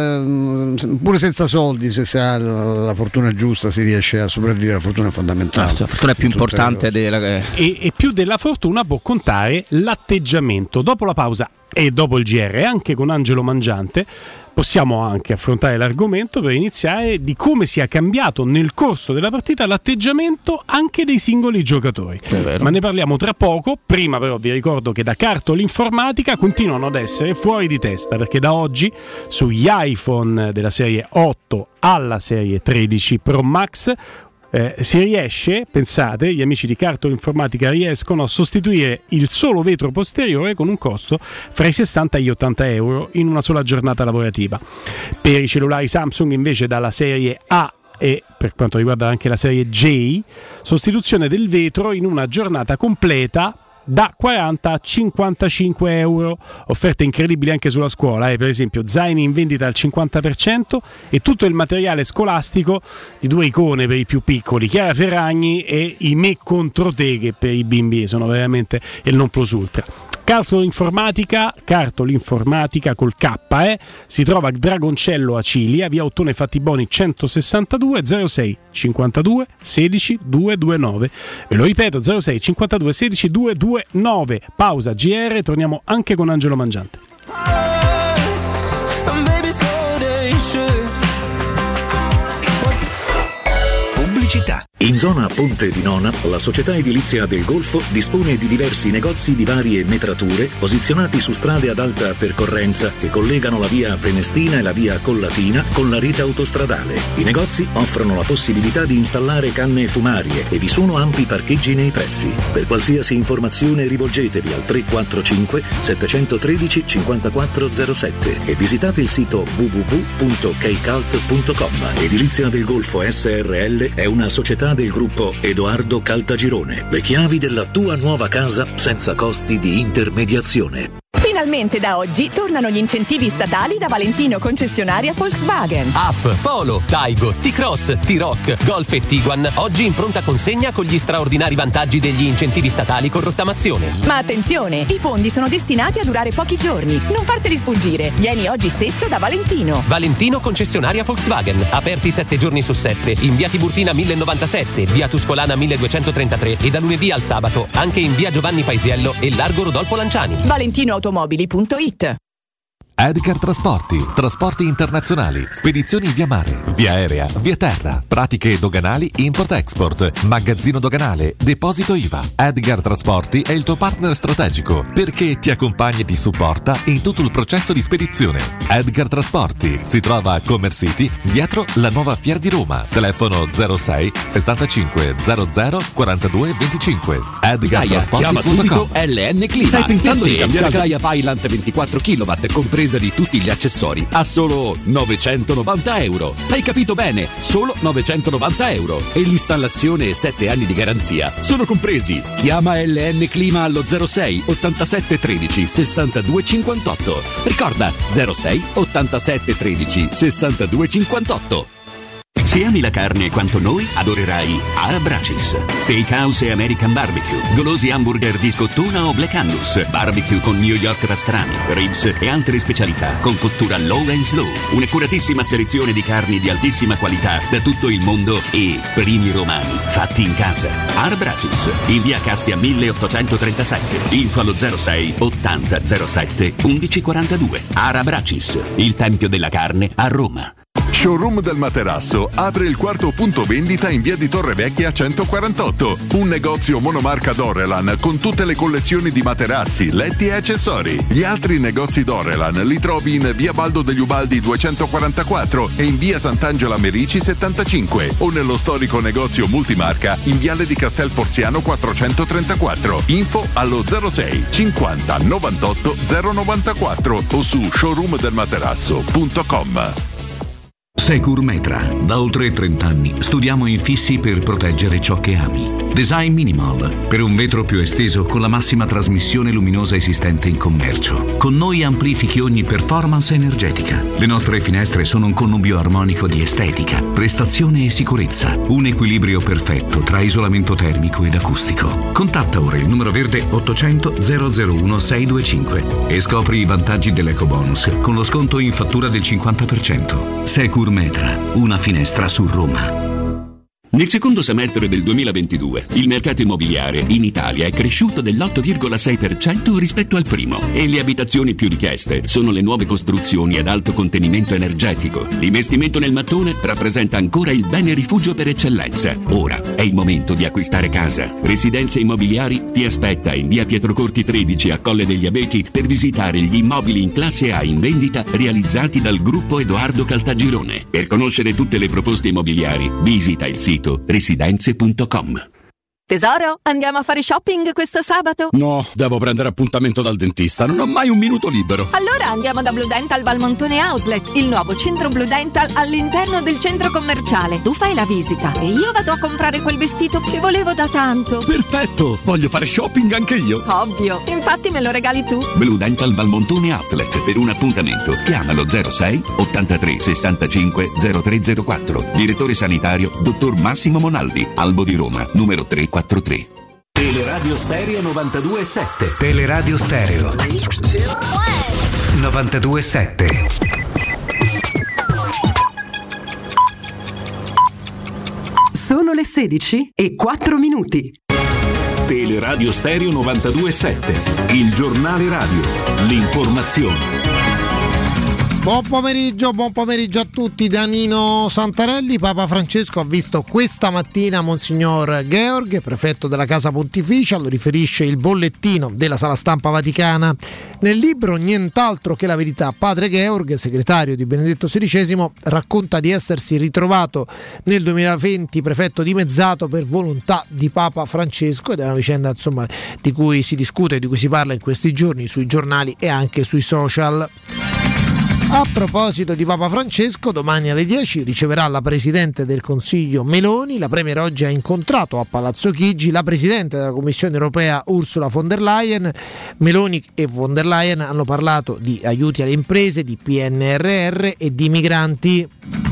senza soldi, se si ha la fortuna giusta si riesce a sopravvivere. La fortuna è fondamentale, la fortuna è più importante e più della fortuna può contare l'atteggiamento. Dopo la pausa e dopo il GR, anche con Angelo Mangiante, possiamo anche affrontare l'argomento per iniziare di come sia cambiato nel corso della partita l'atteggiamento anche dei singoli giocatori. Ma ne parliamo tra poco. Prima però vi ricordo che da Cartol Informatica continuano ad essere fuori di testa, perché da oggi sugli iPhone della serie 8 alla serie 13 Pro Max si riesce, pensate, gli amici di Cartol Informatica riescono a sostituire il solo vetro posteriore con un costo fra i 60 e gli 80 euro in una sola giornata lavorativa. Per i cellulari Samsung invece dalla serie A e per quanto riguarda anche la serie J, sostituzione del vetro in una giornata completa da 40 a 55 euro. Offerte incredibili anche sulla scuola, per esempio zaini in vendita al 50% e tutto il materiale scolastico di due icone per i più piccoli, Chiara Ferragni e i Me contro te, che per i bimbi sono veramente il non plus ultra. Cartol Informatica col K, si trova a Dragoncello Acilia, via Ottone Fattiboni 162, 06 52 16 229. Ve lo ripeto, 06 52 16 229. Pausa GR, torniamo anche con Angelo Mangiante. Pubblicità. In zona Ponte di Nona, la società edilizia del Golfo dispone di diversi negozi di varie metrature posizionati su strade ad alta percorrenza che collegano la via Prenestina e la via Collatina con la rete autostradale. I negozi offrono la possibilità di installare canne fumarie e vi sono ampi parcheggi nei pressi. Per qualsiasi informazione rivolgetevi al 345 713 5407 e visitate il sito www.keicalt.com. Edilizia del Golfo SRL è una società del gruppo Edoardo Caltagirone. Le chiavi della tua nuova casa senza costi di intermediazione. Finalmente da oggi tornano gli incentivi statali da Valentino concessionaria Volkswagen. Up, Polo, Taigo, T-Cross, T-Rock, Golf e Tiguan oggi in pronta consegna con gli straordinari vantaggi degli incentivi statali con rottamazione. Ma attenzione, i fondi sono destinati a durare pochi giorni. Non farteli sfuggire. Vieni oggi stesso da Valentino. Valentino concessionaria Volkswagen. Aperti 7 giorni su 7 in via Tiburtina 1097, via Tuscolana 1233 e da lunedì al sabato anche in via Giovanni Paisiello e largo Rodolfo Lanciani. ValentinoAutomobili.it. Edgar trasporti internazionali, spedizioni via mare, via aerea, via terra, pratiche doganali import-export, magazzino doganale, deposito IVA. Edgar Trasporti è il tuo partner strategico perché ti accompagna e ti supporta in tutto il processo di spedizione. Edgar Trasporti si trova a Commerce City, dietro la nuova Fiera di Roma. Telefono 06 65 00 42 25. Edgar Trasporti. Chiama subito LN Clima. Stai pensando di cambiare la Gaia Pilot 24 kW compresa di tutti gli accessori a solo 990 euro. Hai capito bene, solo 990 euro. E l'installazione e 7 anni di garanzia sono compresi. Chiama LN Clima allo 06 87 13 62 58. Ricorda 06 87 13 62 58. Se ami la carne quanto noi, adorerai Arabracis. Steakhouse e American Barbecue, golosi hamburger di scottuna o Black Angus, barbecue con New York pastrami, ribs e altre specialità con cottura low and slow. Un'accuratissima selezione di carni di altissima qualità da tutto il mondo e primi romani fatti in casa. Arabracis, in via Cassia 1837, info allo 06 80 07 1142. Arabracis, il tempio della carne a Roma. Showroom del Materasso apre il quarto punto vendita in via di Torrevecchia 148. Un negozio monomarca Dorelan con tutte le collezioni di materassi, letti e accessori. Gli altri negozi Dorelan li trovi in via Baldo degli Ubaldi 244 e in via Sant'Angela Merici 75 o nello storico negozio multimarca in viale di Castel Porziano 434. Info allo 06 50 98 094 o su showroomdelmaterasso.com. Securmetra. Da oltre 30 anni studiamo infissi per proteggere ciò che ami. Design Minimal, per un vetro più esteso con la massima trasmissione luminosa esistente in commercio. Con noi amplifichi ogni performance energetica. Le nostre finestre sono un connubio armonico di estetica, prestazione e sicurezza. Un equilibrio perfetto tra isolamento termico ed acustico. Contatta ora il numero verde 800 001 625 e scopri i vantaggi dell'ecobonus con lo sconto in fattura del 50%. Securmetra, una finestra su Roma. Nel secondo semestre del 2022 il mercato immobiliare in Italia è cresciuto dell'8,6% rispetto al primo e le abitazioni più richieste sono le nuove costruzioni ad alto contenimento energetico. L'investimento nel mattone rappresenta ancora il bene rifugio per eccellenza. Ora è il momento di acquistare casa. Residenze Immobiliari ti aspetta in via Pietrocorti 13 a Colle degli Abeti per visitare gli immobili in classe A in vendita realizzati dal gruppo Edoardo Caltagirone. Per conoscere tutte le proposte immobiliari visita il sito residenze.com. Tesoro, andiamo a fare shopping questo sabato? No, devo prendere appuntamento dal dentista, non ho mai un minuto libero. Allora andiamo da Blue Dental Valmontone Outlet, il nuovo centro Blue Dental all'interno del centro commerciale. Tu fai la visita e io vado a comprare quel vestito che volevo da tanto. Perfetto, voglio fare shopping anche io. Ovvio, infatti me lo regali tu. Blue Dental Valmontone Outlet, per un appuntamento chiamalo 06 83 65 0304. Direttore sanitario dottor Massimo Monaldi, Albo di Roma, numero 343. Teleradio Stereo 92.7. Teleradio Stereo 92.7. Sono le 16:04. Teleradio Stereo 92.7. Il giornale radio. L'informazione. Buon pomeriggio a tutti. Da Nino Santarelli. Papa Francesco ha visto questa mattina Monsignor Georg, prefetto della Casa Pontificia, lo riferisce il bollettino della Sala Stampa Vaticana. Nel libro Nient'altro che la verità, padre Georg, segretario di Benedetto XVI, racconta di essersi ritrovato nel 2020 prefetto dimezzato per volontà di Papa Francesco, ed è una vicenda insomma di cui si discute, di cui si parla in questi giorni sui giornali e anche sui social. A proposito di Papa Francesco, domani alle 10 riceverà la Presidente del Consiglio Meloni. La Premier oggi ha incontrato a Palazzo Chigi la Presidente della Commissione Europea Ursula von der Leyen. Meloni e von der Leyen hanno parlato di aiuti alle imprese, di PNRR e di migranti.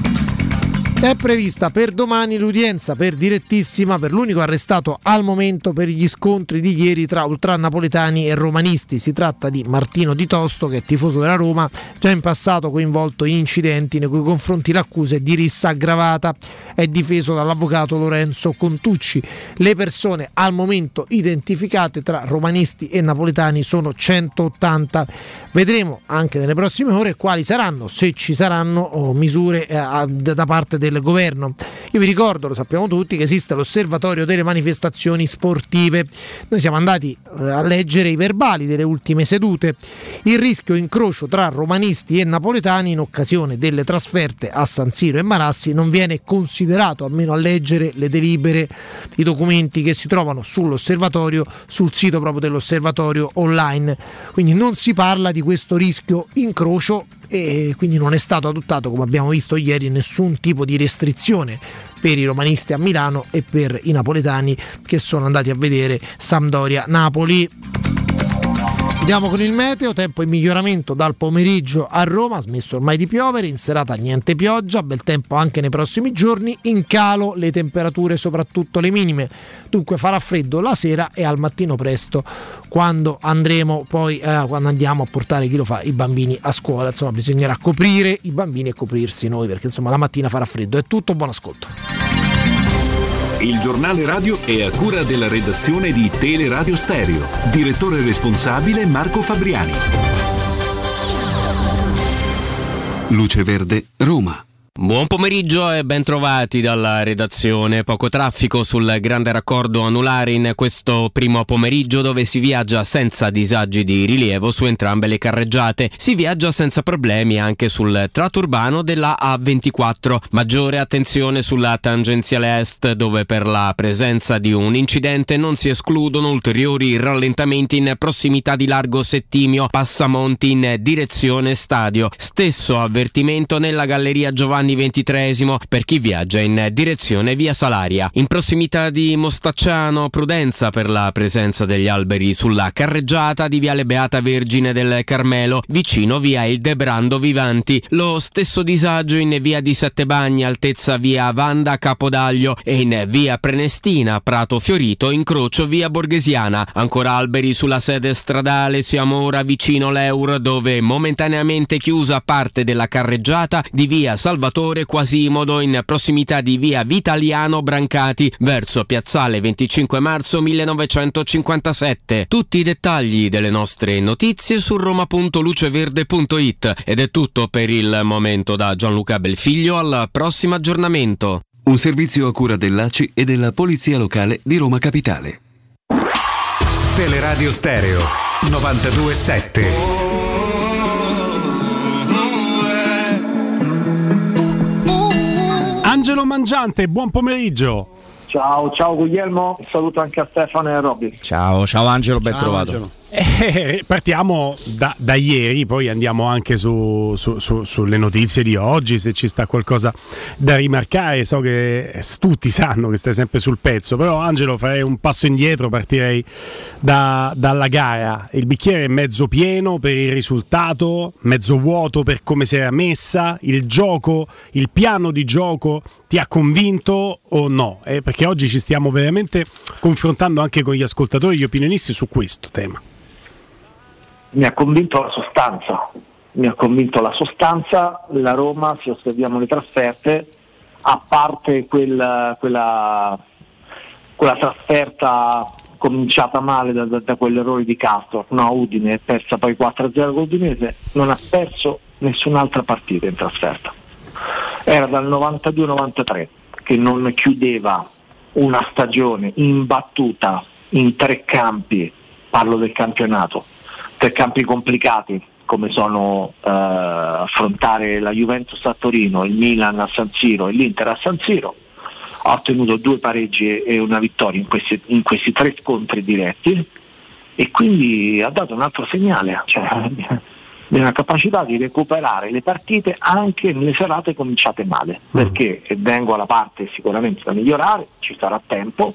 È prevista per domani l'udienza per direttissima per l'unico arrestato al momento per gli scontri di ieri tra ultranapoletani e romanisti. Si tratta di Martino Di Tosto, che è tifoso della Roma, già in passato coinvolto in incidenti nei cui confronti l'accusa è di rissa aggravata. È difeso dall'avvocato Lorenzo Contucci. Le persone al momento identificate tra romanisti e napoletani sono 180. Vedremo anche nelle prossime ore quali saranno, se ci saranno, misure da parte del governo. Io vi ricordo, lo sappiamo tutti, che esiste l'osservatorio delle manifestazioni sportive. Noi siamo andati a leggere i verbali delle ultime sedute. Il rischio incrocio tra romanisti e napoletani in occasione delle trasferte a San Siro e Marassi non viene considerato, almeno a leggere le delibere, i documenti che si trovano sull'osservatorio, sul sito proprio dell'osservatorio online. Quindi non si parla di questo rischio incrocio e quindi non è stato adottato, come abbiamo visto ieri, nessun tipo di restrizione per i romanisti a Milano e per i napoletani che sono andati a vedere Sampdoria-Napoli. Andiamo con il meteo, tempo in miglioramento dal pomeriggio a Roma, ha smesso ormai di piovere, in serata niente pioggia, bel tempo anche nei prossimi giorni, in calo le temperature, soprattutto le minime, dunque farà freddo la sera e al mattino presto quando andremo poi quando andiamo a portare chi lo fa, i bambini a scuola, insomma bisognerà coprire i bambini e coprirsi noi perché insomma la mattina farà freddo. È tutto, buon ascolto. Il giornale radio è a cura della redazione di Teleradio Stereo. Direttore responsabile Marco Fabriani. Luce Verde, Roma. Buon pomeriggio e ben trovati dalla redazione. Poco traffico sul grande raccordo anulare in questo primo pomeriggio, dove si viaggia senza disagi di rilievo su entrambe le carreggiate. Si viaggia senza problemi anche sul tratto urbano della A24. Maggiore attenzione sulla tangenziale est, dove per la presenza di un incidente non si escludono ulteriori rallentamenti in prossimità di Largo Settimio, Passamonti in direzione stadio. Stesso avvertimento nella galleria Giovanni XXIII per chi viaggia in direzione via Salaria. In prossimità di Mostacciano, prudenza per la presenza degli alberi sulla carreggiata di viale Beata Vergine del Carmelo, vicino via Ildebrando Vivanti. Lo stesso disagio in via di Sette Bagni, altezza via Vanda Capodaglio, e in via Prenestina, Prato Fiorito, incrocio via Borghesiana. Ancora alberi sulla sede stradale, siamo ora vicino l'Eur, dove momentaneamente chiusa parte della carreggiata di via Salvatore Quasimodo in prossimità di via Vitaliano Brancati verso piazzale 25 marzo 1957. Tutti i dettagli delle nostre notizie su roma.luceverde.it. Ed è tutto per il momento da Gianluca Belfiglio, al prossimo aggiornamento. Un servizio a cura dell'ACI e della Polizia Locale di Roma Capitale. Teleradio Stereo 92.7. Angelo Mangiante, buon pomeriggio. Ciao Guglielmo, saluto anche a Stefano e a Robby. Ciao Angelo, ben trovato. Angelo. Partiamo da ieri, poi andiamo anche sulle notizie di oggi, se ci sta qualcosa da rimarcare. So che tutti sanno che stai sempre sul pezzo, però Angelo, farei un passo indietro, partirei dalla gara. Il bicchiere è mezzo pieno per il risultato, mezzo vuoto per come si era messa, il gioco, il piano di gioco ti ha convinto o no? Perché oggi ci stiamo veramente confrontando anche con gli ascoltatori e gli opinionisti su questo tema. Mi ha convinto la sostanza, la Roma, se osserviamo le trasferte, a parte quella trasferta cominciata male da quell'errore di Castro, Udine, persa poi 4-0 con Udinese, non ha perso nessun'altra partita in trasferta. Era dal 92-93 che non chiudeva una stagione imbattuta in 3 campi, parlo del campionato, 3 campi complicati come sono affrontare la Juventus a Torino, il Milan a San Siro e l'Inter a San Siro. Ha ottenuto 2 pareggi e una vittoria in questi 3 scontri diretti, e quindi ha dato un altro segnale, cioè una capacità di recuperare le partite anche nelle serate cominciate male, perché, e vengo alla parte sicuramente da migliorare, ci sarà tempo.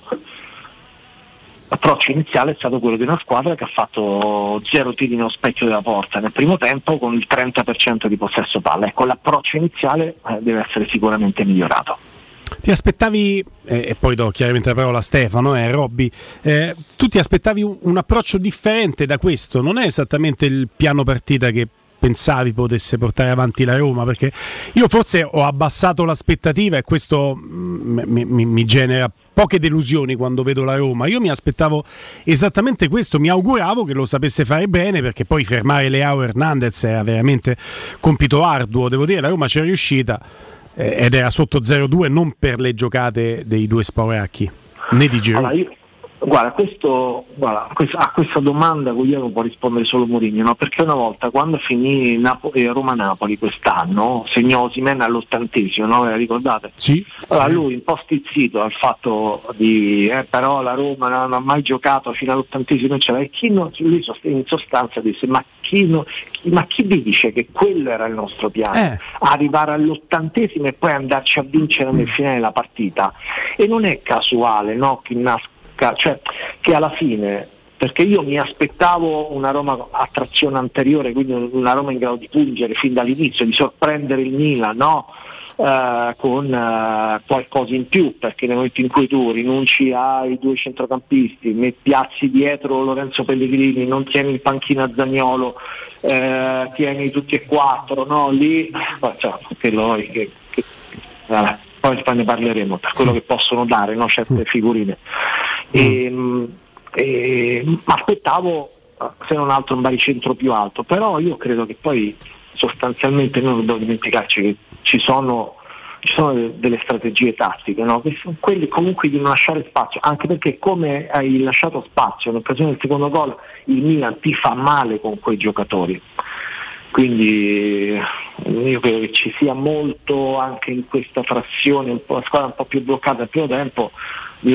L'approccio iniziale è stato quello di una squadra che ha fatto 0 tiri nello specchio della porta nel primo tempo con il 30% di possesso palla. Ecco, l'approccio iniziale deve essere sicuramente migliorato. Ti aspettavi, e poi do chiaramente la parola a Stefano e Robby, tu ti aspettavi un approccio differente da questo? Non è esattamente il piano partita che pensavi potesse portare avanti la Roma? Perché io forse ho abbassato l'aspettativa e questo mi genera poche delusioni quando vedo la Roma. Io mi aspettavo esattamente questo, mi auguravo che lo sapesse fare bene, perché poi fermare Leao Hernandez era veramente compito arduo. Devo dire, la Roma ci è riuscita ed era sotto 0-2 non per le giocate dei 2 spauracchi né di Giroud. Allora, a questa domanda Guglielmo può rispondere solo Mourinho, no? Perché una volta, quando finì Roma-Napoli quest'anno, segnò Osimhen all'80°, no? Ve la ricordate? Sì. Allora lui un po' stizzito al fatto di però la Roma non ha mai giocato fino all'80°, e lui in sostanza disse ma chi vi dice che quello era il nostro piano, arrivare all'80° e poi andarci a vincere nel finale della partita. E non è casuale, no? Cioè che alla fine perché io mi aspettavo una Roma a trazione anteriore, quindi una Roma in grado di pungere fin dall'inizio, di sorprendere il Milan, no? Con qualcosa in più, perché nel momento in cui tu rinunci ai due centrocampisti, piazzi dietro Lorenzo Pellegrini, non tieni in panchina Zaniolo, tieni tutti e quattro, no? Lì poi ne parleremo, per quello che possono dare, no? Certe figurine. Aspettavo, se non altro, un baricentro più alto, però io credo che poi sostanzialmente noi non dobbiamo dimenticarci che ci sono delle strategie tattiche, no? Che sono quelle comunque di non lasciare spazio, anche perché come hai lasciato spazio in occasione del secondo gol, il Milan ti fa male con quei giocatori. Quindi io credo che ci sia molto anche in questa frazione, la squadra un po' più bloccata al primo tempo, di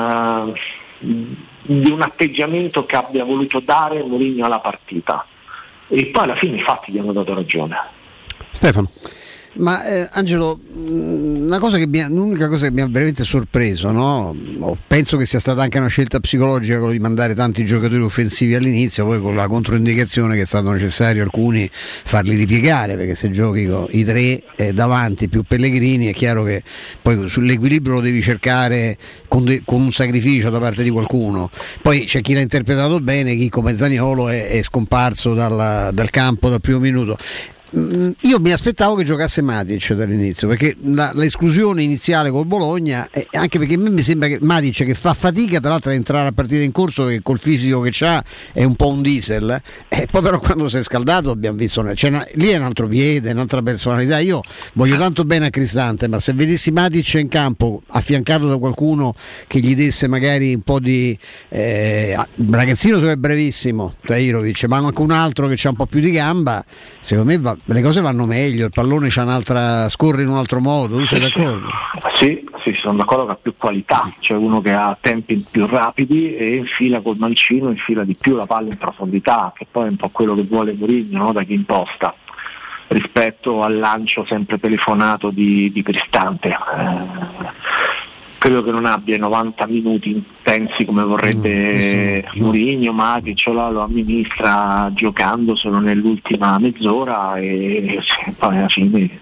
un atteggiamento che abbia voluto dare Mourinho alla partita, e poi alla fine i fatti gli hanno dato ragione. Stefano. Ma Angelo, l'unica cosa che mi ha veramente sorpreso, no? Penso che sia stata anche una scelta psicologica quello di mandare tanti giocatori offensivi all'inizio, poi con la controindicazione che è stato necessario alcuni farli ripiegare, perché se giochi con i tre davanti più Pellegrini è chiaro che poi sull'equilibrio lo devi cercare con un sacrificio da parte di qualcuno. Poi c'è chi l'ha interpretato bene, chi come Zaniolo è scomparso dal campo dal primo minuto. Io mi aspettavo che giocasse Matic dall'inizio, perché l'esclusione iniziale col Bologna, anche perché a me mi sembra che Matic, che fa fatica tra l'altro a entrare a partita in corso, che col fisico che c'ha è un po' un diesel, e poi però quando si è scaldato abbiamo visto lì è un altro piede, un'altra personalità. Io voglio tanto bene a Cristante, ma se vedessi Matic in campo affiancato da qualcuno che gli desse magari un po' di ragazzino, è brevissimo Tahirovic, ma anche un altro che c'ha un po' più di gamba, secondo me le cose vanno meglio, il pallone c'ha scorre in un altro modo. Tu sei d'accordo? Sì, sono d'accordo che ha più qualità, cioè uno che ha tempi più rapidi e infila col mancino, infila di più la palla in profondità, che poi è un po' quello che vuole Mourinho, no? Da chi imposta, rispetto al lancio sempre telefonato di Cristante. Credo che non abbia 90 minuti intensi come vorrebbe Mourinho, Matic lo amministra giocando solo nell'ultima mezz'ora, e poi alla fine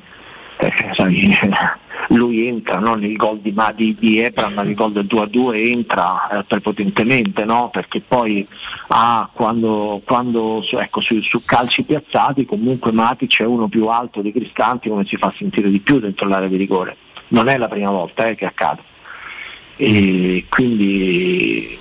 lui entra, no? Nel gol di Ebram, nel gol del 2-2 entra prepotentemente, no? Perché poi quando su calci piazzati comunque Matic è uno più alto di Cristante, come si fa sentire di più dentro l'area di rigore. Non è la prima volta che accade. E quindi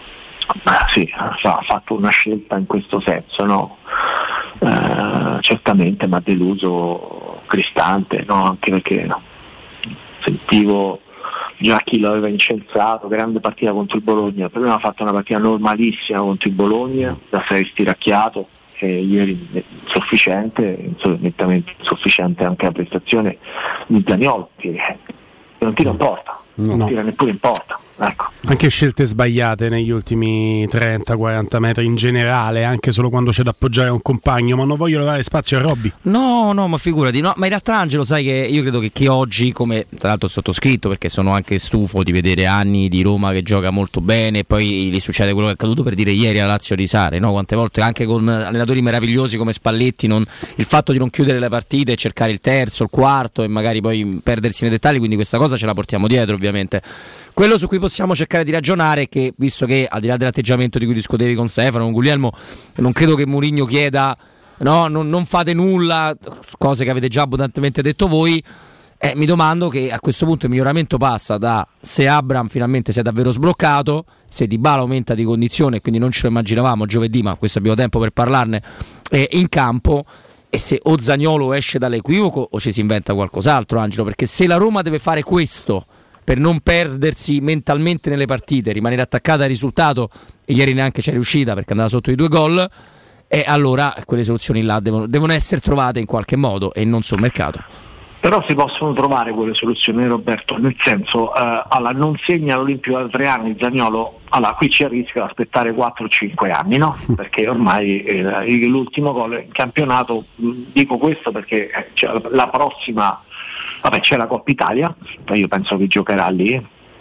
ha fatto una scelta in questo senso, no? Certamente mi ha deluso Cristante, no? Anche perché sentivo già chi lo aveva incensato, grande partita contro il Bologna, prima ha fatto una partita normalissima contro il Bologna, da 6 stiracchiato, e ieri nettamente insufficiente anche la prestazione di Zaniolo, che non tira in porta. Non tira neppure in porta, ecco. Anche scelte sbagliate negli ultimi 30-40 metri in generale, anche solo quando c'è da appoggiare un compagno, ma non voglio dare spazio a Robby. No, ma figurati, no, ma in realtà Angelo, sai che io credo che chi oggi, come tra l'altro ho sottoscritto, perché sono anche stufo di vedere anni di Roma che gioca molto bene e poi gli succede quello che è accaduto, per dire, ieri a Lazio di Sarri, no? Quante volte anche con allenatori meravigliosi come Spalletti, il fatto di non chiudere le partite e cercare il terzo, il quarto e magari poi perdersi nei dettagli, quindi questa cosa ce la portiamo dietro ovviamente. Quello su cui possiamo cercare di ragionare è che, visto che al di là dell'atteggiamento di cui discutevi con Stefano, con Guglielmo, non credo che Mourinho chieda non fate nulla, cose che avete già abbondantemente detto voi, mi domando che a questo punto il miglioramento passa da se Abraham finalmente si è davvero sbloccato, se Dybala aumenta di condizione, quindi non ce lo immaginavamo giovedì, ma questo abbiamo tempo per parlarne, in campo, e se o Zaniolo esce dall'equivoco o ci si inventa qualcos'altro, Angelo, perché se la Roma deve fare questo per non perdersi mentalmente nelle partite, rimanere attaccata al risultato, e ieri neanche c'è riuscita perché andava sotto i 2 gol, e allora quelle soluzioni là devono essere trovate in qualche modo e non sul mercato. Però si possono trovare quelle soluzioni, Roberto, nel senso, non segna l'Olimpio da 3 anni Zaniolo, qui c'è il rischio di aspettare 4-5 anni, no? Perché ormai l'ultimo gol in campionato, dico questo perché la prossima, c'è la Coppa Italia, io penso che giocherà lì,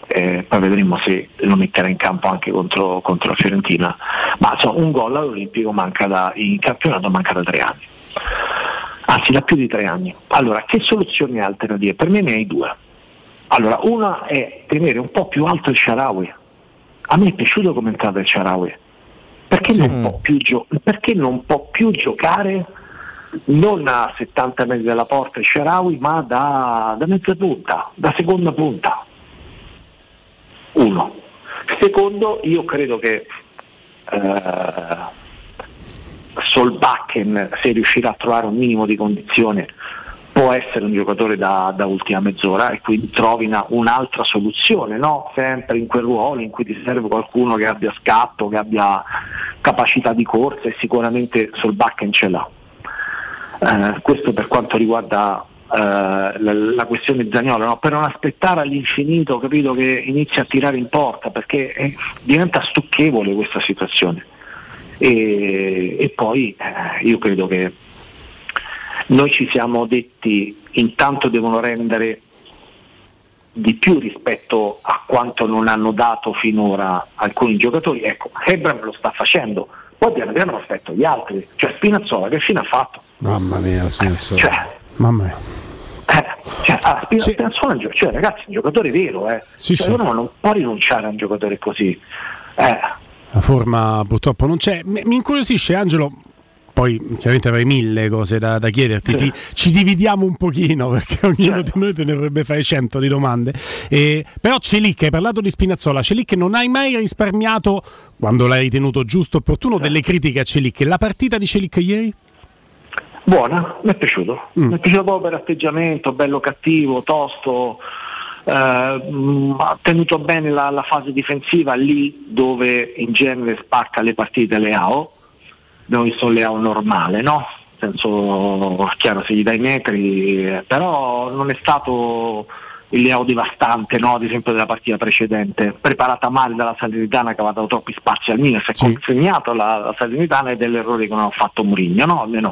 poi vedremo se lo metterà in campo anche contro la Fiorentina, ma insomma, un gol all'Olimpico in campionato manca da 3 anni, anzi da più di 3 anni. Allora, che soluzioni alternative? Per me ne hai 2. Allora, una è tenere un po' più alto il Shaarawy. A me è piaciuto come è entrato il Shaarawy, perché non può più giocare non a 70 metri dalla porta il Shaarawy, ma da mezza punta, da seconda punta. Uno. Secondo, io credo che Solbakken, se riuscirà a trovare un minimo di condizione, può essere un giocatore da ultima mezz'ora, e quindi trovi un'altra soluzione, no? Sempre in quel ruolo in cui ti serve qualcuno che abbia scatto, che abbia capacità di corsa, e sicuramente Solbakken ce l'ha. Questo per quanto riguarda la questione Zaniolo, no? Per non aspettare all'infinito, capito, che inizia a tirare in porta, perché diventa stucchevole questa situazione. E poi io credo che noi ci siamo detti intanto devono rendere di più rispetto a quanto non hanno dato finora alcuni giocatori. Ecco, Abraham lo sta facendo, poi piano piano aspetto gli altri, cioè Spinazzola che fine ha fatto? Mamma mia, Spinazzola. Mamma mia. Spinazzola, cioè ragazzi, è un giocatore vero, uno non può rinunciare a un giocatore così. La forma purtroppo non c'è. Mi incuriosisce, Angelo. Poi chiaramente avrei 1000 cose da chiederti, ci dividiamo un pochino perché ognuno di noi te ne dovrebbe fare 100 di domande, però Celik, hai parlato di Spinazzola, Celik non hai mai risparmiato, quando l'hai ritenuto giusto e opportuno, delle critiche a Celik. La partita di Celik ieri? Buona, mi è piaciuto, mi è piaciuto proprio per atteggiamento, bello cattivo, tosto, ha tenuto bene la fase difensiva, lì dove in genere spacca le partite Leao. Abbiamo visto un Leao normale, no? Nel senso, chiaro, se gli dai metri, però non è stato il Leao devastante, no? Ad esempio della partita precedente, preparata male dalla Salernitana, che aveva dato troppi spazi al Milan, si è consegnato la Salernitana, e dell'errore che non ha fatto Mourinho, no? Almeno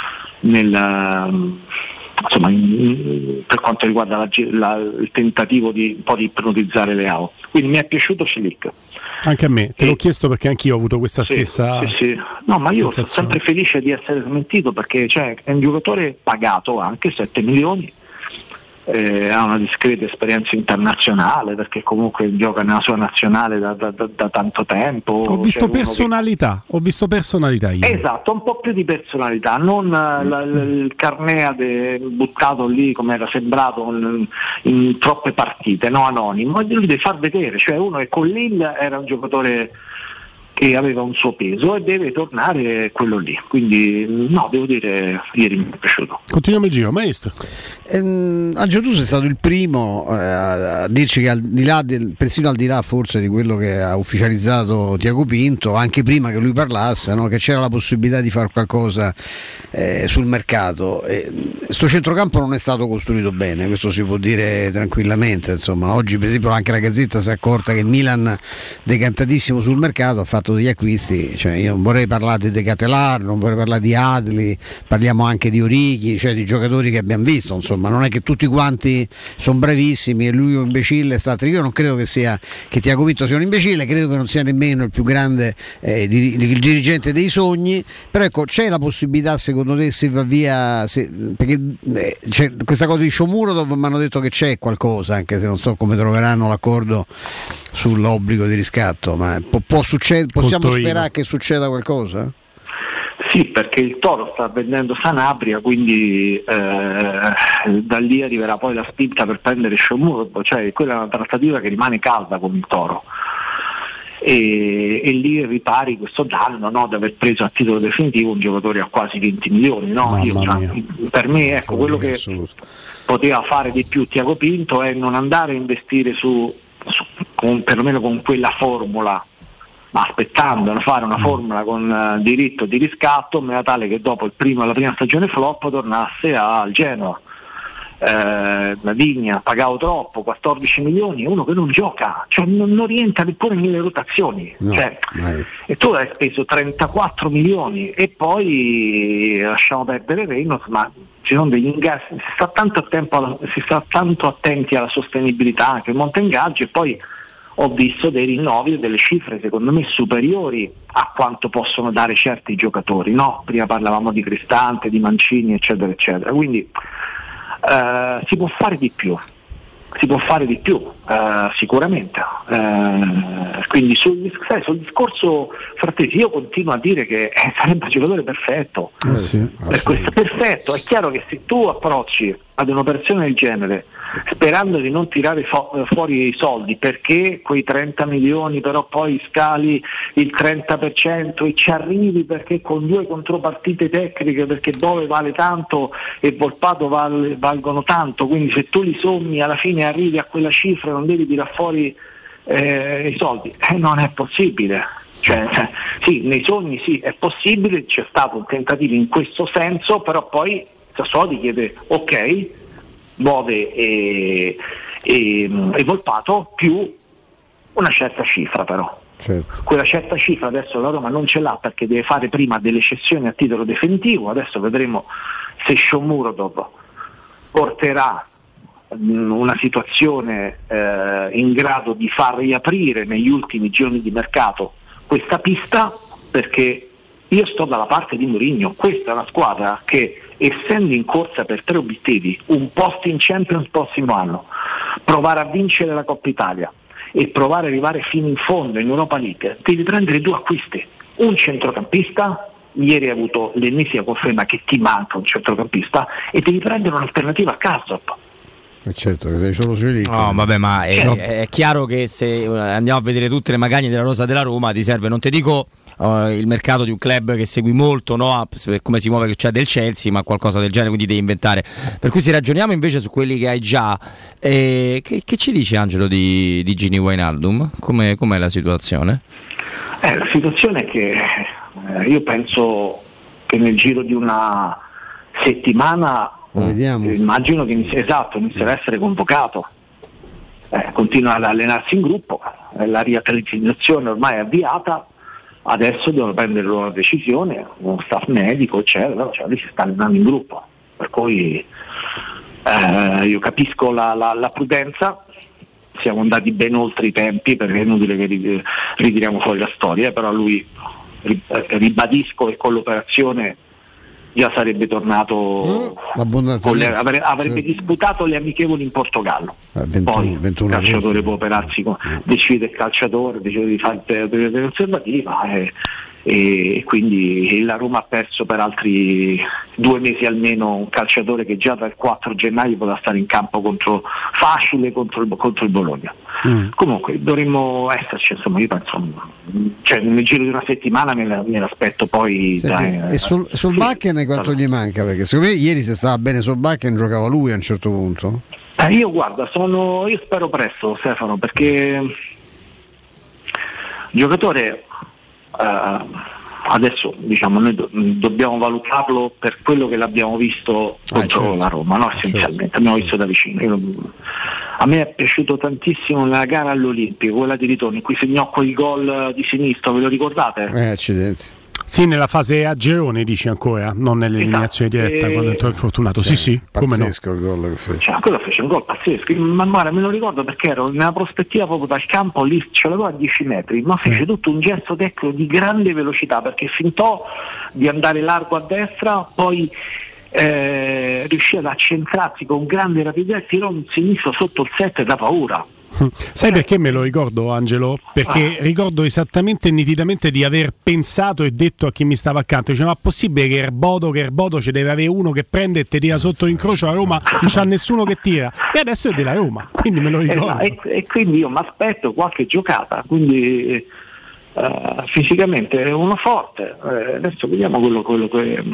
per quanto riguarda il tentativo di un po' di ipnotizzare Leao. Quindi mi è piaciuto Celik. Anche a me, te l'ho chiesto perché anch'io ho avuto questa stessa No, ma io sono sempre felice di essere smentito, perché è un giocatore pagato anche 7 milioni, ha una discreta esperienza internazionale, perché comunque gioca nella sua nazionale da tanto tempo. Ho visto personalità io. Esatto, un po' più di personalità, non il Carneade buttato lì come era sembrato in troppe partite, no, anonimo. Lui deve far vedere, cioè uno che con Lille era un giocatore che aveva un suo peso e deve tornare quello lì, quindi no, devo dire, ieri mi è piaciuto. Continuiamo il giro, maestro. Angelo, tu sei stato il primo a dirci che al di là persino al di là forse di quello che ha ufficializzato Tiago Pinto, anche prima che lui parlasse, no? Che c'era la possibilità di fare qualcosa sul mercato. Sto centrocampo non è stato costruito bene, questo si può dire tranquillamente, insomma. Oggi per esempio anche la Gazzetta si è accorta che il Milan, decantatissimo sul mercato, ha fatto degli acquisti, cioè io non vorrei parlare di De Catelar, non vorrei parlare di Adli, parliamo anche di Orighi, cioè di giocatori che abbiamo visto, insomma, non è che tutti quanti sono bravissimi e lui è un imbecille, io non credo che Tiago Pinto sia un imbecille, credo che non sia nemmeno il più grande il dirigente dei sogni, però ecco, c'è la possibilità secondo te, se va via, perché c'è questa cosa di Sciomuro dove mi hanno detto che c'è qualcosa, anche se non so come troveranno l'accordo sull'obbligo di riscatto, ma può succedere, possiamo sperare che succeda qualcosa? Sì, perché il Toro sta vendendo Sanabria, quindi da lì arriverà poi la spinta per prendere Sciomuro, cioè quella è una trattativa che rimane calda con il Toro, e lì ripari questo danno, no, di aver preso a titolo definitivo un giocatore a quasi 20 milioni, no? Per me, ecco, quello che poteva fare di più Tiago Pinto è non andare a investire perlomeno con quella formula, ma aspettando di fare una formula con diritto di riscatto, in maniera tale che dopo la prima stagione flop tornasse al Genoa. La Vigna pagavo troppo, 14 milioni, uno che non gioca, cioè non rientra neppure nelle rotazioni, e tu hai speso 34 milioni e poi lasciamo perdere Reynolds, ma ci sono degli ingaggi, si sta tanto attenti alla sostenibilità anche il monte ingaggi, e poi ho visto dei rinnovi e delle cifre secondo me superiori a quanto possono dare certi giocatori, no? Prima parlavamo di Cristante, di Mancini, eccetera eccetera, quindi si può fare di più. Sicuramente. Quindi sul discorso Frattesi io continuo a dire che sarebbe un giocatore perfetto. Perfetto. È chiaro che se tu approcci ad un'operazione del genere sperando di non tirare fuori i soldi, perché quei 30 milioni però poi scali il 30% e ci arrivi perché con 2 contropartite tecniche, perché Bove vale tanto e Volpato valgono tanto, quindi se tu li sommi alla fine arrivi a quella cifra, non devi tirare fuori i soldi, non è possibile. Sì, nei sogni sì, è possibile, c'è stato un tentativo in questo senso, però poi Sassuolo chiede ok, Bove e Volpato più una certa cifra, però quella certa cifra adesso la Roma non ce l'ha perché deve fare prima delle cessioni a titolo definitivo. Adesso vedremo se Shomurodov porterà una situazione in grado di far riaprire negli ultimi giorni di mercato questa pista, perché io sto dalla parte di Mourinho. Questa è una squadra che, essendo in corsa per 3 obiettivi, un posto in Champions prossimo anno, provare a vincere la Coppa Italia e provare ad arrivare fino in fondo in Europa League, devi prendere 2 acquisti, un centrocampista, ieri hai avuto l'ennesima conferma che ti manca un centrocampista, e devi prendere un'alternativa a Karsdorp. Certo che sei solo Celic. No, vabbè, ma è chiaro che se andiamo a vedere tutte le magagne della rosa della Roma ti serve, non ti dico il mercato di un club che segui molto, no? Per come si muove, che c'è del Chelsea, ma qualcosa del genere, quindi devi inventare. Per cui se ragioniamo invece su quelli che hai già, che ci dice Angelo di Gini Wijnaldum? Com'è la situazione? La situazione è che io penso che nel giro di una settimana immagino che inizierà a essere convocato, continua ad allenarsi in gruppo, la riatletizzazione ormai è avviata, adesso devono prendere la loro decisione, uno staff medico eccetera, lì si sta allenando in gruppo, per cui io capisco la prudenza, siamo andati ben oltre i tempi perché è inutile che ritiriamo fuori la storia, però lui, ribadisco che con l'operazione già sarebbe tornato, avrebbe disputato le amichevoli in Portogallo. 21 il calciatore può operarsi, decide il calciatore, decide di fare la conservativa e quindi la Roma ha perso per altri 2 mesi almeno un calciatore che già dal 4 gennaio poteva stare in campo contro il Bologna. Comunque dovremmo esserci, insomma, io penso, nel giro di una settimana me l'aspetto poi. Senti, e sul Bakken quanto gli manca? Perché secondo me ieri, se stava bene sul Bakken, giocava lui a un certo punto. Io guarda, io spero presto, Stefano, perché il giocatore adesso diciamo noi dobbiamo valutarlo per quello che l'abbiamo visto contro la Roma, no? Essenzialmente abbiamo visto da vicino. A me è piaciuto tantissimo nella gara all'Olimpico, quella di ritorno in cui segnò quel gol di sinistro, ve lo ricordate? Accidenti. Sì, nella fase a girone dici ancora, non nell'eliminazione diretta, quando entrò il Fortunato. Sì, come no. Pazzesco il gol che fece. Quello fece un gol pazzesco, ma guarda, me lo ricordo perché ero nella prospettiva proprio dal campo, lì ce l'avevo a 10 metri, ma fece tutto un gesto tecnico di grande velocità, perché fintò di andare largo a destra, poi riuscì ad accentrarsi con grande rapidità e tirò un sinistro sotto il 7 da paura. Sai perché me lo ricordo, Angelo? Perché ricordo esattamente e nitidamente di aver pensato e detto a chi mi stava accanto, diceva: ma possibile che Erbodo ci deve avere uno che prende e ti tira sotto l'incrocio, a Roma non c'ha nessuno che tira, e adesso è della Roma, quindi me lo ricordo. E quindi io mi aspetto qualche giocata, quindi fisicamente è uno forte, adesso vediamo quello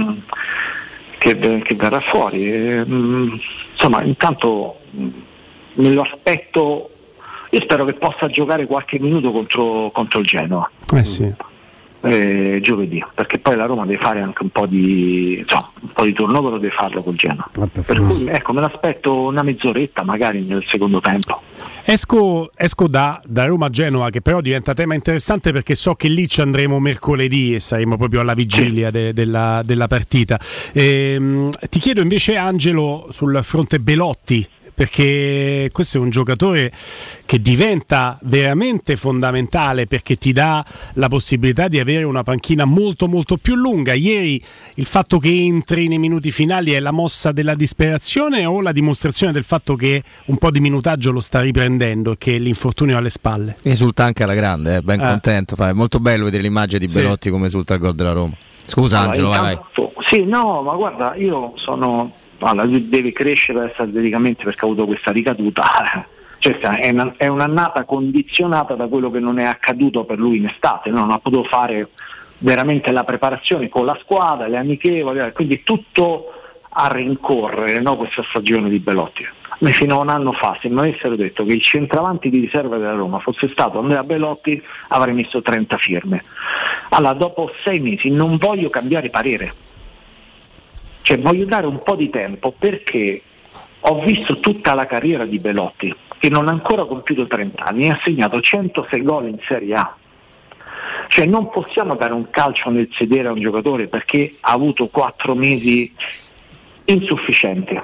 che verrà fuori, insomma intanto me lo aspetto. Io spero che possa giocare qualche minuto contro il Genoa giovedì, perché poi la Roma deve fare anche un po' di turnover, deve farlo col Genoa, per cui me l'aspetto una mezz'oretta magari nel secondo tempo. Esco da Roma a Genova, che però diventa tema interessante perché so che lì ci andremo mercoledì e saremo proprio alla vigilia della partita. Ti chiedo invece, Angelo, sul fronte Belotti, perché questo è un giocatore che diventa veramente fondamentale, perché ti dà la possibilità di avere una panchina molto molto più lunga. Ieri il fatto che entri nei minuti finali è la mossa della disperazione o la dimostrazione del fatto che un po' di minutaggio lo sta riprendendo e che l'infortunio alle spalle? Esulta anche alla grande, ben contento, è molto bello vedere l'immagine di Belotti come esulta il gol della Roma. Scusa Angelo, vai. Sì, no, ma guarda, io sono... Allora, lui deve crescere atleticamente perché ha avuto questa ricaduta, cioè è un'annata condizionata da quello che non è accaduto per lui in estate, no? Non ha potuto fare veramente la preparazione con la squadra, le amichevoli, quindi tutto a rincorrere, no? Questa stagione di Belotti. Fino a un anno fa, se mi avessero detto che il centravanti di riserva della Roma fosse stato Andrea Belotti, avrei messo 30 firme. Allora, dopo 6 mesi non voglio cambiare parere. Cioè voglio dare un po' di tempo, perché ho visto tutta la carriera di Belotti, che non ha ancora compiuto 30 anni, e ha segnato 106 gol in Serie A. Cioè non possiamo dare un calcio nel sedere a un giocatore perché ha avuto 4 mesi insufficienti.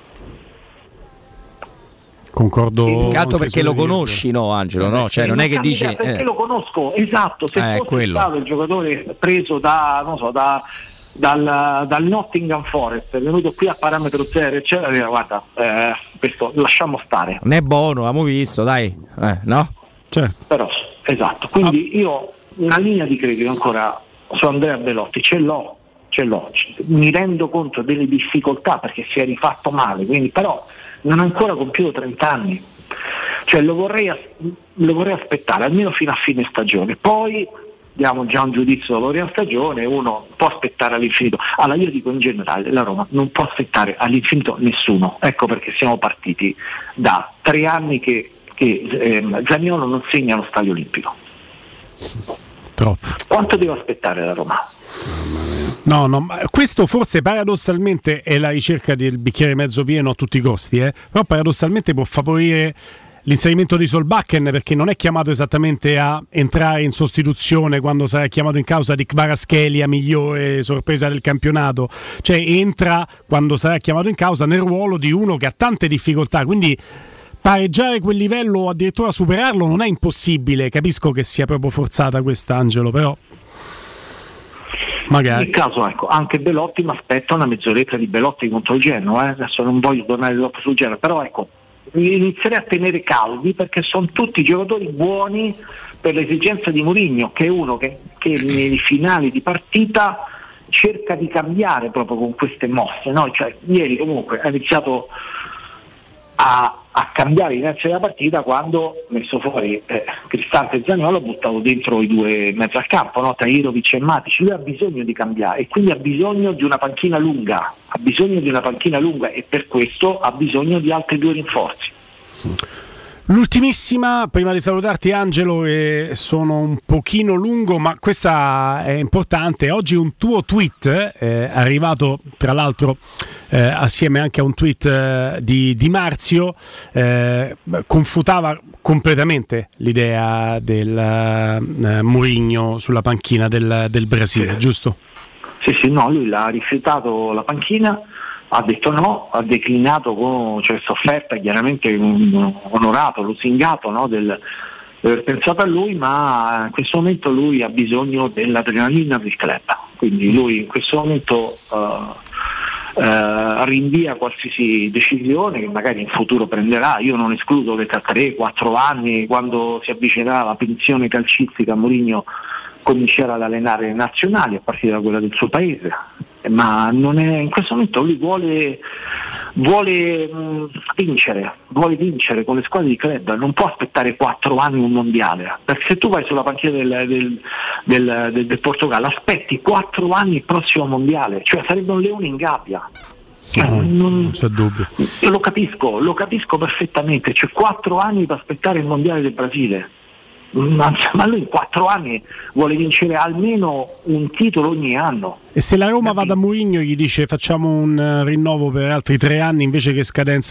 Concordo. Tanto perché lo conosci, no Angelo? No? Cioè, non è che dice... Perché lo conosco, esatto, se fosse stato il giocatore preso dal Nottingham Forest, è venuto qui a parametro zero eccetera, guarda, questo lasciamo stare, non è buono, abbiamo visto, dai, no? Certo. Però esatto, quindi io una linea di credito ancora su Andrea Belotti ce l'ho, mi rendo conto delle difficoltà perché si è rifatto male, quindi però non ha ancora compiuto 30 anni, cioè lo vorrei aspettare almeno fino a fine stagione, poi diamo già un giudizio dell'ora stagione, uno può aspettare all'infinito. Allora io dico in generale, la Roma non può aspettare all'infinito nessuno, ecco perché siamo partiti da 3 anni che Zaniolo non segna allo Stadio Olimpico. Troppo. Quanto devo aspettare la Roma? No, ma questo forse paradossalmente è la ricerca del bicchiere mezzo pieno a tutti i costi, però paradossalmente può favorire l'inserimento di Solbakken, perché non è chiamato esattamente a entrare in sostituzione quando sarà chiamato in causa di Kvaratskhelia, migliore sorpresa del campionato, cioè entra quando sarà chiamato in causa nel ruolo di uno che ha tante difficoltà, quindi pareggiare quel livello o addirittura superarlo non è impossibile. Capisco che sia proprio forzata questa, Angelo, però magari in caso, ecco, anche Belotti mi aspetta una mezz'oretta di Belotti contro il Genoa, adesso non voglio tornare troppo sul Genoa, però ecco, inizierei a tenere caldi perché sono tutti giocatori buoni per l'esigenza di Mourinho, che è uno che nei finali di partita cerca di cambiare proprio con queste mosse, no? Cioè, ieri comunque ha iniziato a cambiare l'inizio della partita quando ha messo fuori Cristante e Zaniolo, ha buttato dentro i due in mezzo al campo, no? Tahirovic e Matic. Lui ha bisogno di cambiare e quindi ha bisogno di una panchina lunga, e per questo ha bisogno di altri 2 rinforzi. L'ultimissima, prima di salutarti Angelo, sono un pochino lungo ma questa è importante. Oggi un tuo tweet arrivato tra l'altro assieme anche a un tweet di Marzio, confutava completamente l'idea del Mourinho sulla panchina del Brasile, giusto? Sì, no, lui l'ha rifiutato la panchina, ha detto no, ha declinato con questa offerta, chiaramente onorato, lusingato, no, del aver pensato a lui, ma in questo momento lui ha bisogno dell'adrenalina del club, quindi lui in questo momento rinvia qualsiasi decisione che magari in futuro prenderà. Io non escludo che tra 3-4 anni, quando si avvicinerà la pensione calcistica, Mourinho comincerà ad allenare le nazionali a partire da quella del suo paese, ma non è, in questo momento lui vuole vincere con le squadre di club, non può aspettare 4 anni un mondiale, perché se tu vai sulla panchina del Portogallo aspetti 4 anni il prossimo mondiale, cioè sarebbe un leone in gabbia. Non c'è dubbio. Io lo capisco perfettamente, cioè 4 anni per aspettare il mondiale del Brasile. ma lui in 4 anni vuole vincere almeno un titolo ogni anno. E se la Roma va da Mourinho gli dice facciamo un rinnovo per altri 3 anni invece che scadenza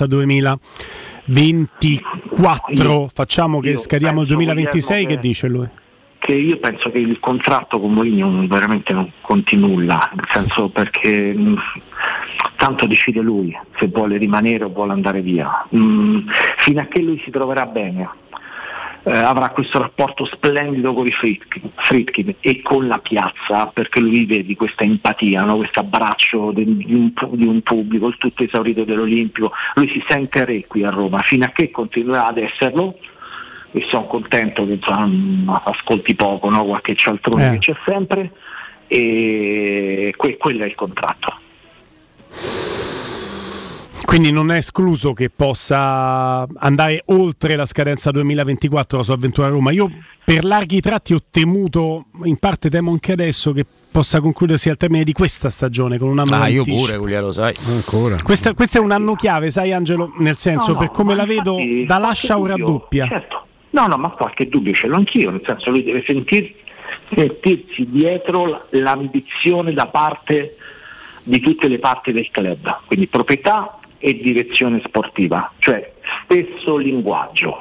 2024, facciamo che scadiamo il 2026, che dice lui? Che io penso che il contratto con Mourinho veramente non conti nulla, nel senso, perché tanto decide lui se vuole rimanere o vuole andare via, fino a che lui si troverà bene. Avrà questo rapporto splendido con i Friedkin e con la piazza, perché lui vive di questa empatia, no? Questo abbraccio di un pubblico, il tutto esaurito dell'Olimpico. Lui si sente re qui a Roma, fino a che continuerà ad esserlo, e sono contento che ascolti poco, no? Qualche cialtrone che c'è sempre, e quello è il contratto. Quindi non è escluso che possa andare oltre la scadenza 2024 la sua avventura a Roma. Io per larghi tratti ho temuto, in parte temo anche adesso, che possa concludersi al termine di questa stagione con un anno io anticipo. pure, Giulia, lo sai. Ancora. Questo è un anno chiave, sai Angelo, nel senso, per come la vedo, da lascia o raddoppia. Certo. No, ma qualche dubbio ce l'ho anch'io, nel senso lui deve sentirsi dietro l'ambizione da parte di tutte le parti del club, quindi proprietà e direzione sportiva, cioè stesso linguaggio.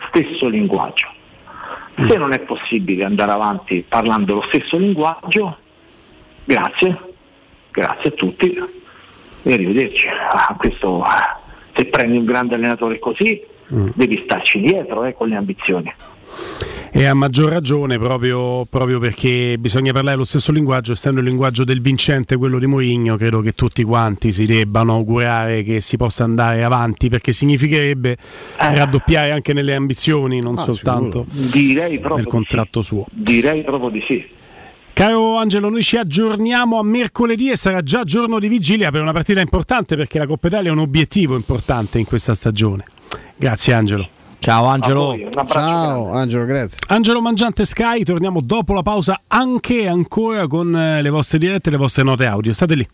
Se non è possibile andare avanti parlando lo stesso linguaggio, grazie a tutti e arrivederci. Questo, se prendi un grande allenatore così, devi starci dietro con le ambizioni. E a maggior ragione proprio perché bisogna parlare lo stesso linguaggio, essendo il linguaggio del vincente quello di Mourinho. Credo che tutti quanti si debbano augurare che si possa andare avanti, perché significherebbe raddoppiare anche nelle ambizioni, non soltanto nel contratto suo. Direi proprio di sì. Caro Angelo, noi ci aggiorniamo a mercoledì e sarà già giorno di vigilia per una partita importante, perché la Coppa Italia è un obiettivo importante in questa stagione. Grazie Angelo. Ciao Angelo. Ciao Angelo, grazie. Angelo Mangiante Sky, torniamo dopo la pausa anche e ancora con le vostre dirette e le vostre note audio. State lì.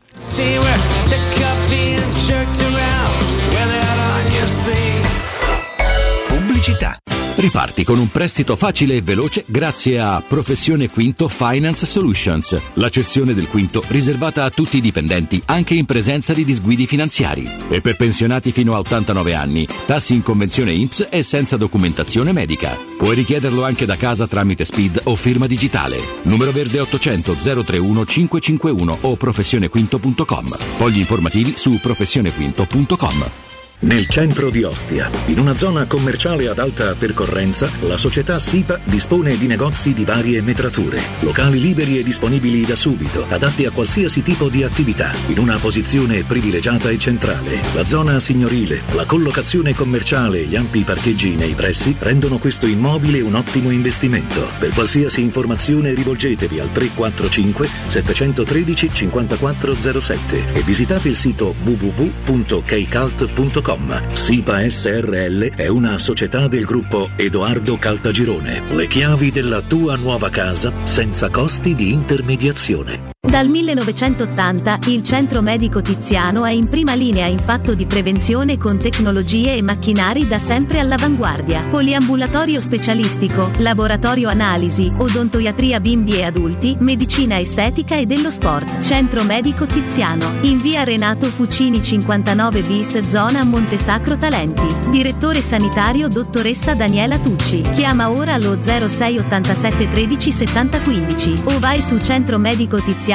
Pubblicità. Riparti con un prestito facile e veloce grazie a Professione Quinto Finance Solutions, la cessione del quinto riservata a tutti i dipendenti anche in presenza di disguidi finanziari, e per pensionati fino a 89 anni, tassi in convenzione INPS e senza documentazione medica. Puoi richiederlo anche da casa tramite SPID o firma digitale. Numero verde 800 031 551 o professionequinto.com. Fogli informativi su professionequinto.com. Nel centro di Ostia, in una zona commerciale ad alta percorrenza, la società SIPA dispone di negozi di varie metrature, locali liberi e disponibili da subito, adatti a qualsiasi tipo di attività, in una posizione privilegiata e centrale. La zona signorile, la collocazione commerciale e gli ampi parcheggi nei pressi rendono questo immobile un ottimo investimento. Per qualsiasi informazione rivolgetevi al 345 713 5407 e visitate il sito www.keicalt.com. SIPA SRL è una società del gruppo Edoardo Caltagirone. Le chiavi della tua nuova casa senza costi di intermediazione. Dal 1980 il Centro Medico Tiziano è in prima linea in fatto di prevenzione con tecnologie e macchinari da sempre all'avanguardia. Poliambulatorio specialistico, laboratorio analisi, odontoiatria bimbi e adulti, medicina estetica e dello sport. Centro Medico Tiziano, in via Renato Fucini 59 bis, zona Montesacro Talenti. Direttore sanitario dottoressa Daniela Tucci. Chiama ora allo 06 87 13 70 15 o vai su centromedicotiziano.it.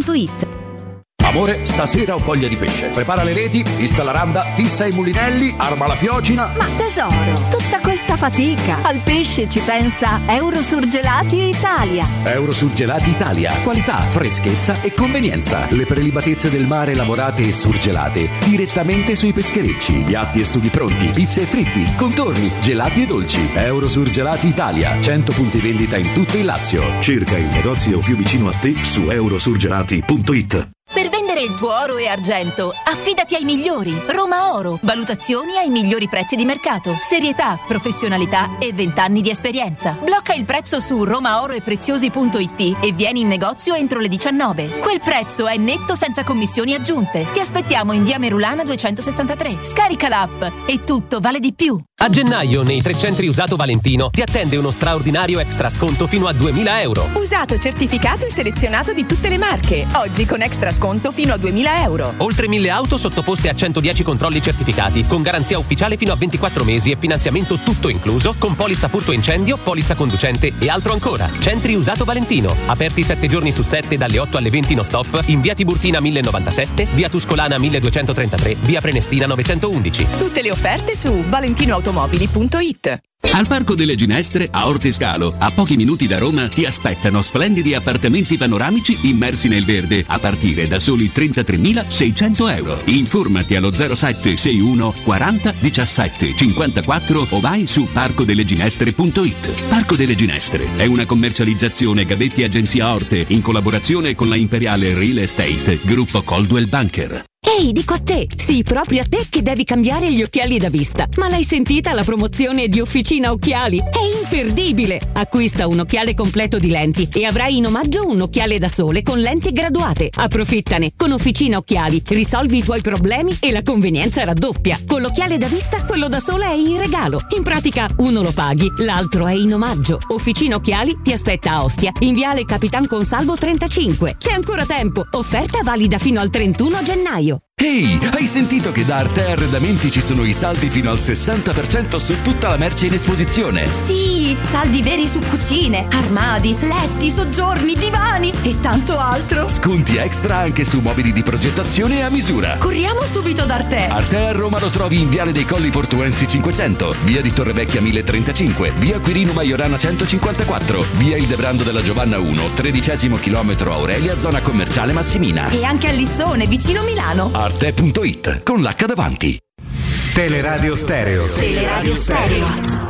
Amore, stasera ho voglia di pesce. Prepara le reti, fissa la randa, fissa i mulinelli, arma la fiocina. Ma tesoro, tutta questa fatica. Al pesce ci pensa Eurosurgelati Italia. Eurosurgelati Italia. Qualità, freschezza e convenienza. Le prelibatezze del mare lavorate e surgelate direttamente sui pescherecci. Piatti e sughi pronti, pizze e fritti, contorni, gelati e dolci. Eurosurgelati Italia. 100 punti vendita in tutto il Lazio. Cerca il negozio più vicino a te su eurosurgelati.it. Per vendere il tuo oro e argento, affidati ai migliori. Roma Oro. Valutazioni ai migliori prezzi di mercato. Serietà, professionalità e 20 anni di esperienza. Blocca il prezzo su romaoroepreziosi.it e vieni in negozio entro le 19. Quel prezzo è netto senza commissioni aggiunte. Ti aspettiamo in via Merulana 263. Scarica l'app e tutto vale di più. A gennaio nei 3 centri usato Valentino ti attende uno straordinario extra sconto fino a 2.000 euro. Usato certificato e selezionato di tutte le marche. Oggi con extra sconto fino a 2.000 euro. Oltre 1.000 auto sottoposte a 110 controlli certificati, con garanzia ufficiale fino a 24 mesi e finanziamento tutto incluso, con polizza furto incendio, polizza conducente e altro ancora. Centri usato Valentino, aperti 7 giorni su 7 dalle 8 alle 20 no stop, in via Tiburtina 1097, via Tuscolana 1233, via Prenestina 911. Tutte le offerte su valentinoautomobili.it. Al Parco delle Ginestre, a Ortescalo, a pochi minuti da Roma, ti aspettano splendidi appartamenti panoramici immersi nel verde, a partire da soli 33.600 euro. Informati allo 07 61 40 17 54 o vai su parcodelleginestre.it. Parco delle Ginestre è una commercializzazione Gabetti Agenzia Orte in collaborazione con la Imperiale Real Estate, gruppo Coldwell Banker. Ehi, dico a te, sì, proprio a te che devi cambiare gli occhiali da vista. Ma l'hai sentita la promozione di Officina Occhiali? È imperdibile! Acquista un occhiale completo di lenti e avrai in omaggio un occhiale da sole con lenti graduate. Approfittane! Con Officina Occhiali risolvi i tuoi problemi e la convenienza raddoppia. Con l'occhiale da vista, quello da sole è in regalo. In pratica, uno lo paghi, l'altro è in omaggio. Officina Occhiali ti aspetta a Ostia, in viale Capitan Consalvo 35. C'è ancora tempo! Offerta valida fino al 31 gennaio. Ehi, hai sentito che da Arte Arredamenti ci sono i saldi fino al 60% su tutta la merce in esposizione? Sì, saldi veri su cucine, armadi, letti, soggiorni, divani e tanto altro. Sconti extra anche su mobili di progettazione a misura. Corriamo subito da Arte. Arte a Roma lo trovi in Viale dei Colli Portuensi 500, via di Torrevecchia 1035, via Quirino Maiorana 154, via Ildebrando della Giovanna 1, 13° chilometro Aurelia, zona commerciale Massimina. E anche a Lissone, vicino Milano. Arte.it con l'H davanti. Teleradio Stereo. Teleradio Stereo.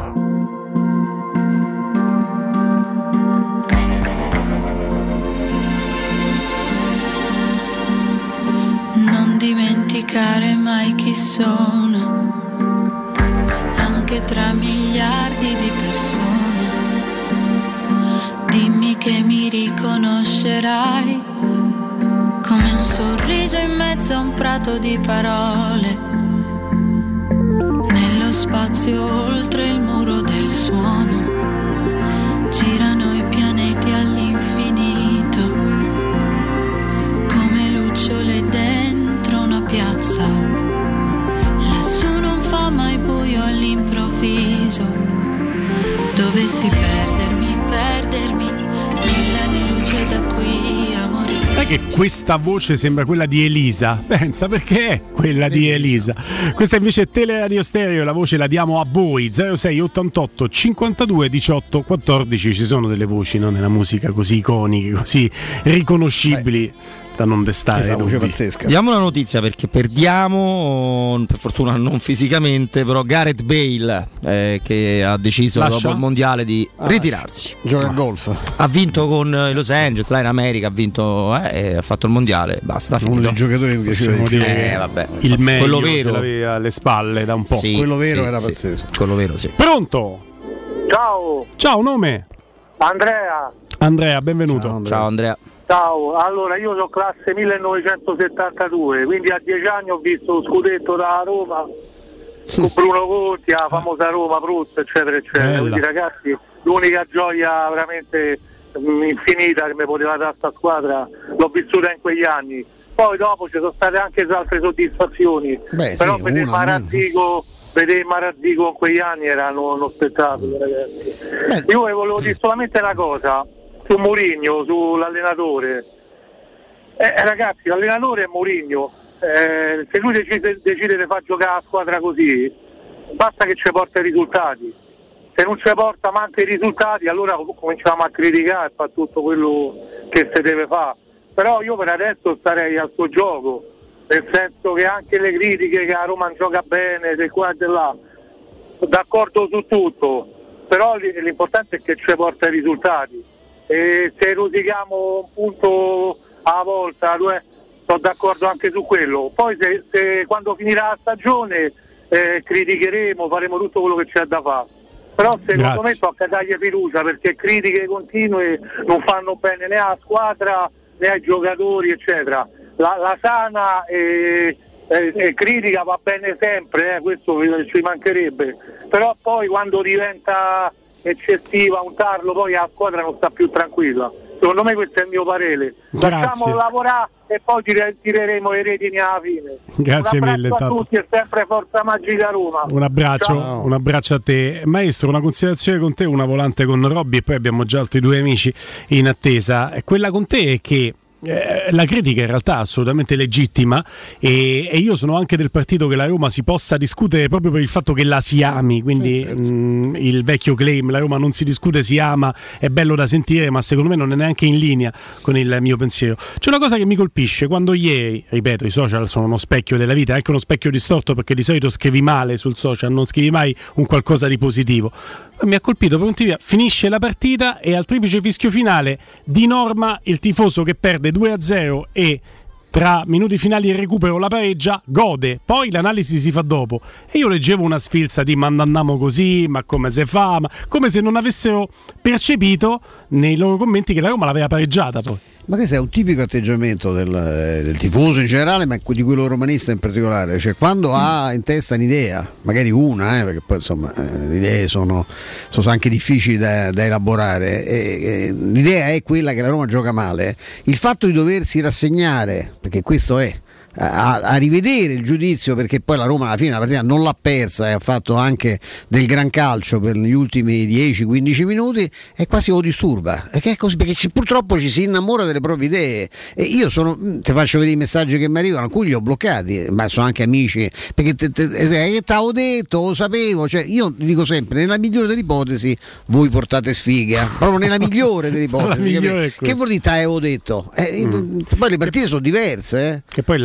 Non dimenticare mai chi sono, anche tra miliardi di persone. Dimmi che mi riconoscerai come un sorriso in mezzo a un prato di parole, nello spazio oltre il muro del suono. Girano i pianeti all'infinito, come lucciole dentro una piazza. Lassù non fa mai buio all'improvviso. Dovessi perdermi, 1000 anni luce da qui, amore. Sai che questa voce sembra quella di Elisa? Pensa, perché è quella di Elisa. Questa invece è Teleradio Stereo, la voce la diamo a voi. 06 88 52 18 14. Ci sono delle voci, no, nella musica così iconiche, così riconoscibili da non destare voce pazzesca. Diamo una notizia perché perdiamo, per fortuna non fisicamente, però Gareth Bale che ha deciso dopo il mondiale di ritirarsi. Gioca a golf. Ha vinto con Los Angeles, là in America, ha vinto e ha fatto il mondiale, basta. Uno dei giocatori mi piaceva vabbè. Il meglio, quello vero ce l'aveva alle spalle da un po'. Sì, quello vero sì, era sì. pazzesco. Quello vero, sì. Pronto? Ciao. Ciao, nome? Andrea, benvenuto. Ciao Andrea. Ciao, allora io sono classe 1972, quindi a 10 anni ho visto lo scudetto da Roma con Bruno Conti, la famosa Roma, Pruzzo, eccetera, eccetera. Bella. Quindi ragazzi, l'unica gioia veramente infinita che mi poteva dare sta squadra l'ho vissuta in quegli anni. Poi dopo ci sono state anche altre soddisfazioni, però sì, vedere Marazzico in quegli anni era uno spettacolo, ragazzi. Io volevo dire solamente una cosa su Mourinho, sull'allenatore. Ragazzi, l'allenatore è Mourinho. Se lui decide di far giocare la squadra così, basta che ci porta i risultati. Se non ci porta manca i risultati, allora cominciamo a criticare e fa tutto quello che si deve fare. Però io per adesso starei al suo gioco, nel senso che anche le critiche che a Roma non gioca bene, del qua e di là, d'accordo su tutto, però l'importante è che ci porta i risultati. E se rosichiamo un punto alla volta, sono d'accordo anche su quello. Poi se quando finirà la stagione criticheremo, faremo tutto quello che c'è da fare. Però secondo me tocca dargli fiducia, perché critiche continue non fanno bene né alla squadra né ai giocatori, eccetera. La sana e critica va bene sempre, questo ci mancherebbe, però poi quando diventa eccessiva, un tarlo, poi la squadra non sta più tranquilla. Secondo me questo è il mio parere. Lasciamo lavorare e poi tireremo le redini alla fine. Grazie mille a tutti e sempre Forza Magica Roma. Un abbraccio a te. Maestro, una considerazione con te, una volante con Robby e poi abbiamo già altri due amici in attesa. Quella con te è che la critica in realtà è assolutamente legittima e io sono anche del partito che la Roma si possa discutere proprio per il fatto che la si ami, quindi il vecchio claim la Roma non si discute, si ama, è bello da sentire, ma secondo me non è neanche in linea con il mio pensiero. C'è una cosa che mi colpisce: quando ieri, ripeto, i social sono uno specchio della vita, anche uno specchio distorto, perché di solito scrivi male sul social, non scrivi mai un qualcosa di positivo. Mi ha colpito, pronti via, finisce la partita e al triplice fischio finale di norma il tifoso che perde 2-0 e tra minuti finali e recupero la pareggia gode, poi l'analisi si fa dopo e io leggevo una sfilza di ma andiamo così, ma come si fa, ma come se non avessero percepito nei loro commenti che la Roma l'aveva pareggiata poi. Ma questo è un tipico atteggiamento del tifoso in generale, ma di quello romanista in particolare, cioè quando ha in testa un'idea, magari una, perché poi insomma le idee sono anche difficili da elaborare, l'idea è quella che la Roma gioca male, il fatto di doversi rassegnare, perché questo è, a rivedere il giudizio, perché poi la Roma alla fine la partita non l'ha persa e ha fatto anche del gran calcio per gli ultimi 10-15 minuti, e quasi lo disturba, perché è così, perché purtroppo ci si innamora delle proprie idee. E io ti faccio vedere i messaggi che mi arrivano, alcuni li ho bloccati, ma sono anche amici, perché che t'avevo detto, lo sapevo, cioè io dico sempre, nella migliore delle ipotesi voi portate sfiga, proprio nella migliore delle ipotesi, che vuol dire t'avevo detto? Poi le partite sono diverse, che poi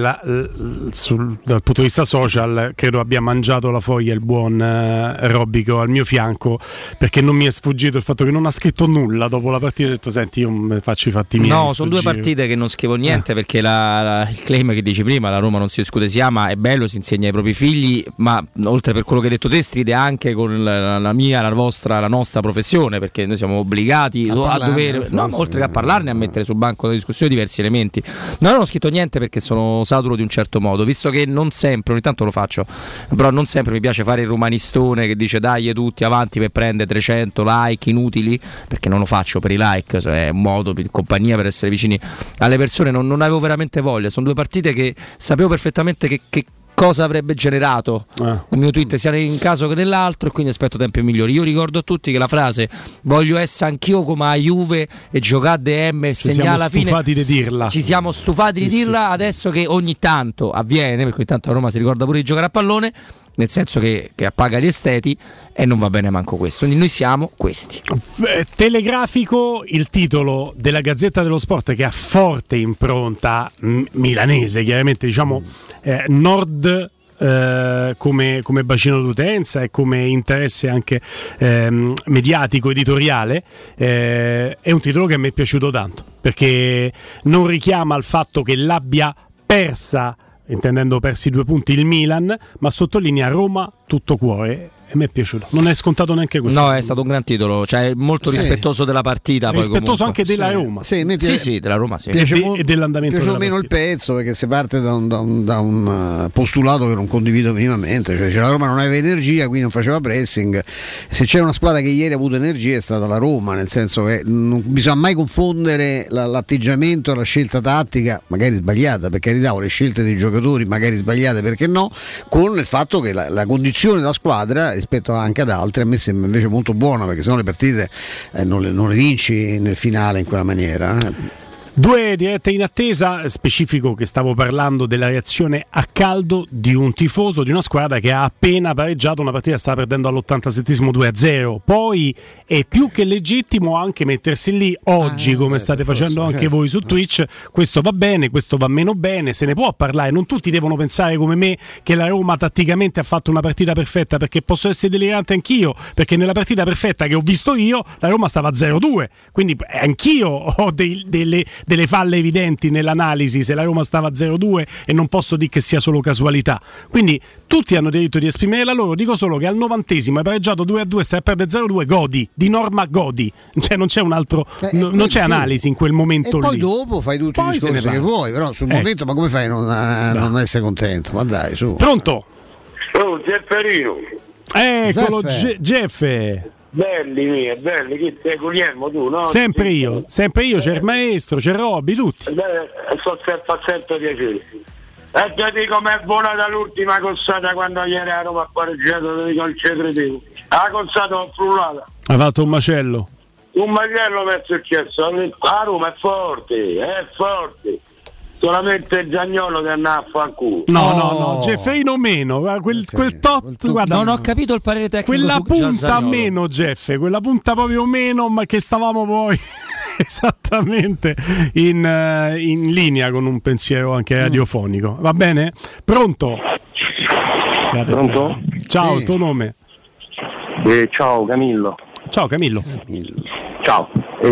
dal punto di vista social credo abbia mangiato la foglia il buon Robbico al mio fianco, perché non mi è sfuggito il fatto che non ha scritto nulla dopo la partita. Ho detto senti, io mi faccio i fatti miei. No, sono due partite che non scrivo niente, perché il claim che dici prima, la Roma non si discute, si ama, è bello, si insegna ai propri figli, ma oltre per quello che hai detto te stride anche con la mia, la vostra, la nostra professione, perché noi siamo obbligati a dover, oltre che a parlarne, a mettere sul banco della discussione diversi elementi. Non ho scritto niente perché sono saturo di un certo modo, visto che non sempre, ogni tanto lo faccio, però non sempre mi piace fare il romanistone che dice dai tutti avanti per prendere 300 like inutili, perché non lo faccio per i like, è un modo in compagnia per essere vicini alle persone. Non avevo veramente voglia, sono due partite che sapevo perfettamente che cosa avrebbe generato il mio tweet sia in un caso che nell'altro, e quindi aspetto tempi migliori. Io ricordo a tutti che la frase voglio essere anch'io come a Juve e giocare DM segnare alla fine, ci siamo stufati di dirla adesso che ogni tanto avviene, perché ogni tanto a Roma si ricorda pure di giocare a pallone, nel senso che appaga gli esteti, e non va bene manco questo. Quindi noi siamo questi. Telegrafico il titolo della Gazzetta dello Sport, che ha forte impronta milanese, chiaramente, diciamo nord come bacino d'utenza e come interesse anche mediatico, editoriale. È un titolo che a me è piaciuto tanto, perché non richiama al fatto che l'abbia persa, intendendo persi 2 punti, il Milan, ma sottolinea Roma tutto cuore. E mi è piaciuto, non è scontato neanche questo. No, è stato un gran titolo, cioè molto rispettoso della partita, poi rispettoso comunque anche della Roma. Sì, della Roma, sì. E dell'andamento. Piace meno il pezzo, perché si parte da un postulato che non condivido minimamente, cioè la Roma non aveva energia, quindi non faceva pressing. Se c'è una squadra che ieri ha avuto energia è stata la Roma, nel senso che non bisogna mai confondere l'atteggiamento e la scelta tattica, magari sbagliata, per carità, o le scelte dei giocatori magari sbagliate, perché no, con il fatto che la condizione della squadra rispetto anche ad altre a me sembra invece molto buona, perché sennò le partite non le vinci nel finale in quella maniera. 2 dirette in attesa, specifico che stavo parlando della reazione a caldo di un tifoso di una squadra che ha appena pareggiato una partita, stava perdendo all'87esimo 2-0. Poi è più che legittimo anche mettersi lì oggi, come state facendo anche voi su Twitch. Questo va bene, questo va meno bene, se ne può parlare. Non tutti devono pensare come me che la Roma tatticamente ha fatto una partita perfetta, perché posso essere delirante anch'io, perché nella partita perfetta che ho visto io la Roma stava 0-2, quindi anch'io ho delle falle evidenti nell'analisi se la Roma stava a 0-2 e non posso dire che sia solo casualità. Quindi tutti hanno diritto di esprimere la loro, dico solo che al 90esimo hai pareggiato 2-2, stai a perdere 0-2, godi, di norma godi, cioè non c'è un altro, non c'è analisi in quel momento e poi lì. Dopo fai tutti i discorsi che vuoi, però sul momento ma come fai a non essere contento? Ma dai, su. Pronto? Oh, Zefferino. Eccolo, Jeff. Belli, che sei Guglielmo tu, no? Sempre io, c'è il maestro, c'è Robby, tutti. Fa sempre piacere. E ti dico com'è buona dall'ultima cossata quando ieri a Roma ha pareggiato con il Cedretino. La cossata l'ho frullata. Ha fatto un macello. Un macello mi è successo. A Roma è forte. Solamente il Zaniolo che andava a fanculo. No, Jefferino meno. Quel tot, guarda, non ho capito il parere tecnico. Quella punta meno, Jeff, quella punta proprio meno, ma che stavamo poi esattamente in linea con un pensiero anche radiofonico. Va bene? Pronto? Pronto? Ciao, tuo nome? Ciao Camillo. Ciao Camillo. Ciao.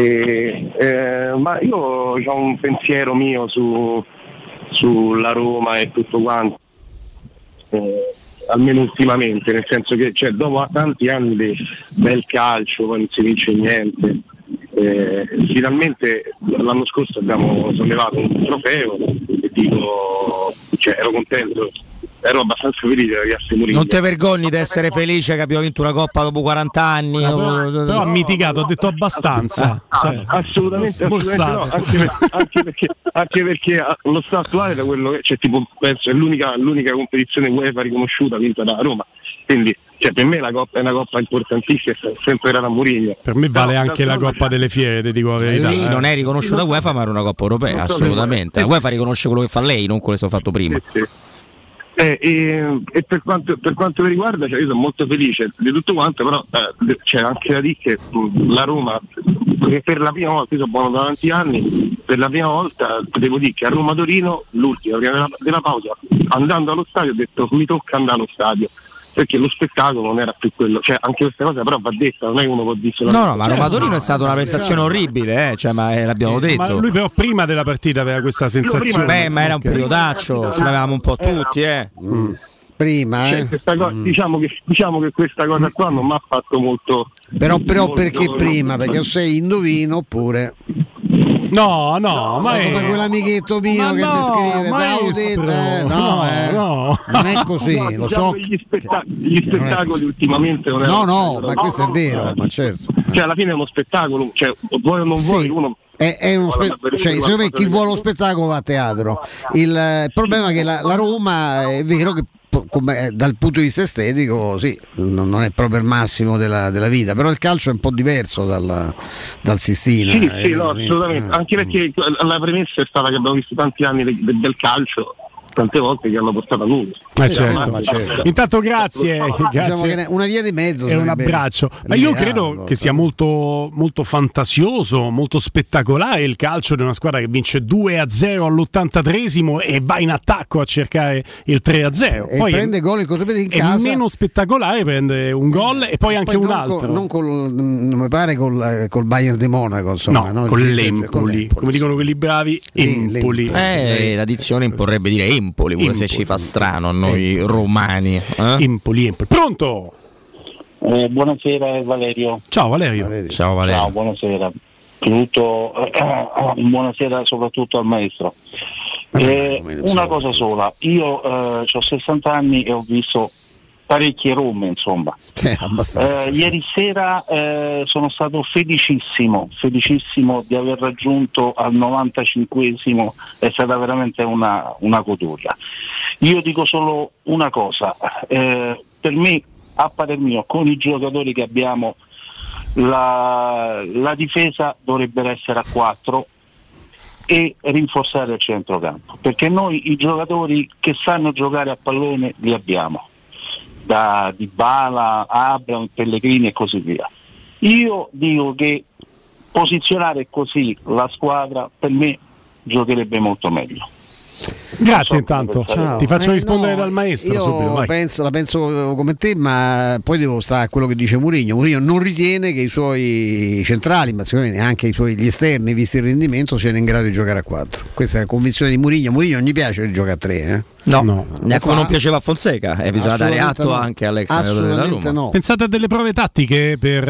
Ma io ho un pensiero mio sulla Roma e tutto quanto, almeno ultimamente, nel senso che dopo tanti anni di bel calcio poi non si vince niente, finalmente l'anno scorso abbiamo sollevato un trofeo e dico, ero contento. Ero abbastanza felice di arrivarsi Mourinho. Non ti vergogni di essere felice che abbiamo vinto una coppa dopo 40 anni? Però ha mitigato, ha detto abbastanza. Assolutamente no, anche perché lo stato attuale da quello che penso è l'unica competizione UEFA riconosciuta vinta da Roma. Quindi per me la coppa è una coppa importantissima, è sempre era Mourinho. Per me vale anche la Coppa delle Fiere, ti dico la verità. Sì, non è riconosciuta da UEFA, ma era una coppa europea, assolutamente. La UEFA riconosce quello che fa lei, non quello che ho fatto prima. Sì. E per quanto mi riguarda, io sono molto felice di tutto quanto, però c'è anche da dire che la Roma, perché per la prima volta, io sono buono da tanti anni, per la prima volta devo dire che a Roma-Torino, l'ultima prima della pausa, andando allo stadio ho detto mi tocca andare allo stadio, perché lo spettacolo non era più quello, anche questa cosa però va detta, non è uno può dire no, ma Roma-Torino è stata una prestazione orribile, ma l'abbiamo detto. Ma lui però prima della partita aveva questa sensazione. Ma era un periodaccio, ce l'avevamo un po' tutti, Prima, diciamo che questa cosa qua non mi ha fatto molto. Però perché prima? Perché o sei indovino oppure. No, ma è come quell'amichetto mio che mi scrive no, non è così, lo so. Gli spettacoli ultimamente non no, ma questo è vero, ma certo. Alla fine è uno spettacolo, vuoi o non vuoi, uno è uno secondo me chi vuole lo spettacolo va a teatro. Il problema è che la Roma è vero che dal punto di vista estetico non è proprio il massimo della vita, però il calcio è un po' diverso dal Sistina. Sì, no, assolutamente, anche perché la premessa è stata che abbiamo visto tanti anni del calcio, tante volte che hanno portato a nulla. Certo. Intanto grazie. Diciamo che una via di mezzo e un abbraccio. Ma io credo che sia molto, molto fantasioso, molto spettacolare il calcio di una squadra che vince 2-0 all'83esimo e va in attacco a cercare il 3-0. E poi prende gol in contropiede in casa. È meno spettacolare, prende un gol e poi anche un altro. Non mi pare col Bayern di Monaco, insomma, no, con l'Empoli. Come dicono quelli bravi, Empoli. La dizione imporrebbe dire Empoli, pure se ci fa strano a noi romani. Empoli. Pronto? Buonasera Valerio. Ciao Valerio. Ciao, buonasera. Buonasera soprattutto al maestro. Una cosa sola, io ho 60 anni e ho visto parecchie Rome, insomma. Ieri sera sono stato felicissimo di aver raggiunto al 95esimo, è stata veramente una goduria. Io dico solo una cosa, per me, a parer mio, con i giocatori che abbiamo, la difesa dovrebbe essere a 4 e rinforzare il centrocampo, perché noi i giocatori che sanno giocare a pallone li abbiamo, da Dybala, Abraham, Pellegrini e così via. Io dico che posizionare così la squadra per me giocherebbe molto meglio. Grazie intanto. Ti faccio rispondere dal maestro io subito. Vai. La penso come te, ma poi devo stare a quello che dice Mourinho. Mourinho non ritiene che i suoi centrali, ma sicuramente anche gli esterni, visto il rendimento, siano in grado di giocare a 4. Questa è la convinzione di Mourinho. Mourinho non gli piace che gioca a 3. No. Neanche non piaceva a Fonseca, bisogna dare atto anche all'ex allenatore della Roma. No. Pensate a delle prove tattiche per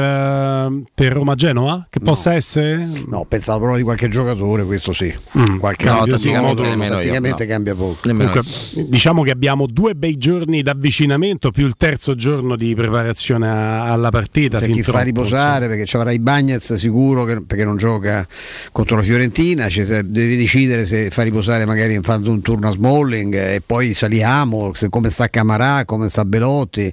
Roma-Genoa? Che possa essere? No, pensavo proprio di qualche giocatore, questo sì. Qualche tatticamente cambia poco. Comunque, diciamo che abbiamo 2 bei giorni d'avvicinamento più il terzo giorno di preparazione alla partita. C'è chi fa riposare perché ci avrà i Bagnez sicuro perché non gioca contro la Fiorentina, deve decidere se fa riposare magari fando un turno a Smalling e poi saliamo, come sta Camarà, come sta Belotti,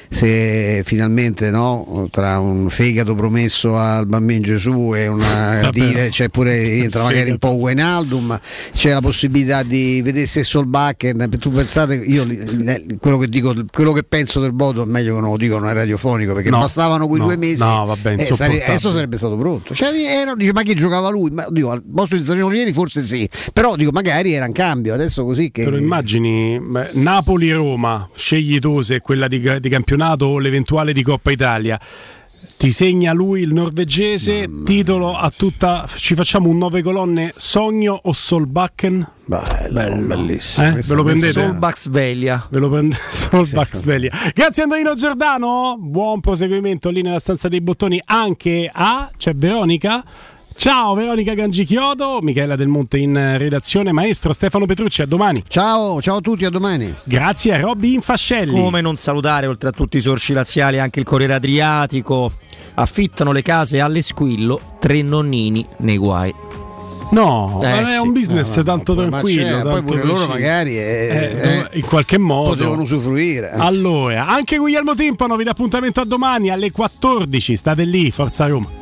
se finalmente tra un fegato promesso al bambino Gesù e una c'è pure rientra magari un po' Wijnaldum, c'è la possibilità di vedere se Solbakken. Tu pensate, io quello che penso del Bodo è meglio che non lo dico, non è radiofonico, perché bastavano quei 2 mesi, adesso sarebbe stato pronto. Dice, ma chi giocava lui? Ma dico, al posto di Zaniolo forse sì, però dico magari era un cambio, adesso così che... Te lo immagini Napoli-Roma, scegli tu se quella di campionato o l'eventuale di Coppa Italia, ti segna lui il norvegese, titolo a tutta, ci facciamo un 9 colonne, Sogno o Solbakken? Bello, bellissimo. Ve lo prendete? Solbaksvelia. Ve lo prendete? Solbaksvelia. Grazie Andrino Giordano, buon proseguimento lì nella stanza dei bottoni anche c'è Veronica. Ciao Veronica Gangichiodo, Michela Del Monte in redazione, maestro Stefano Petrucci, a domani. Ciao a tutti, a domani. Grazie a Robby Infascelli. Come non salutare, oltre a tutti i sorci laziali, anche il Corriere Adriatico. Affittano le case all'Esquillo, 3 nonnini nei guai. No, è un business tanto tranquillo. Poi pure loro magari in qualche modo potevano usufruire. Allora, anche Guglielmo Timpano vi dà appuntamento a domani alle 14. State lì, Forza Roma.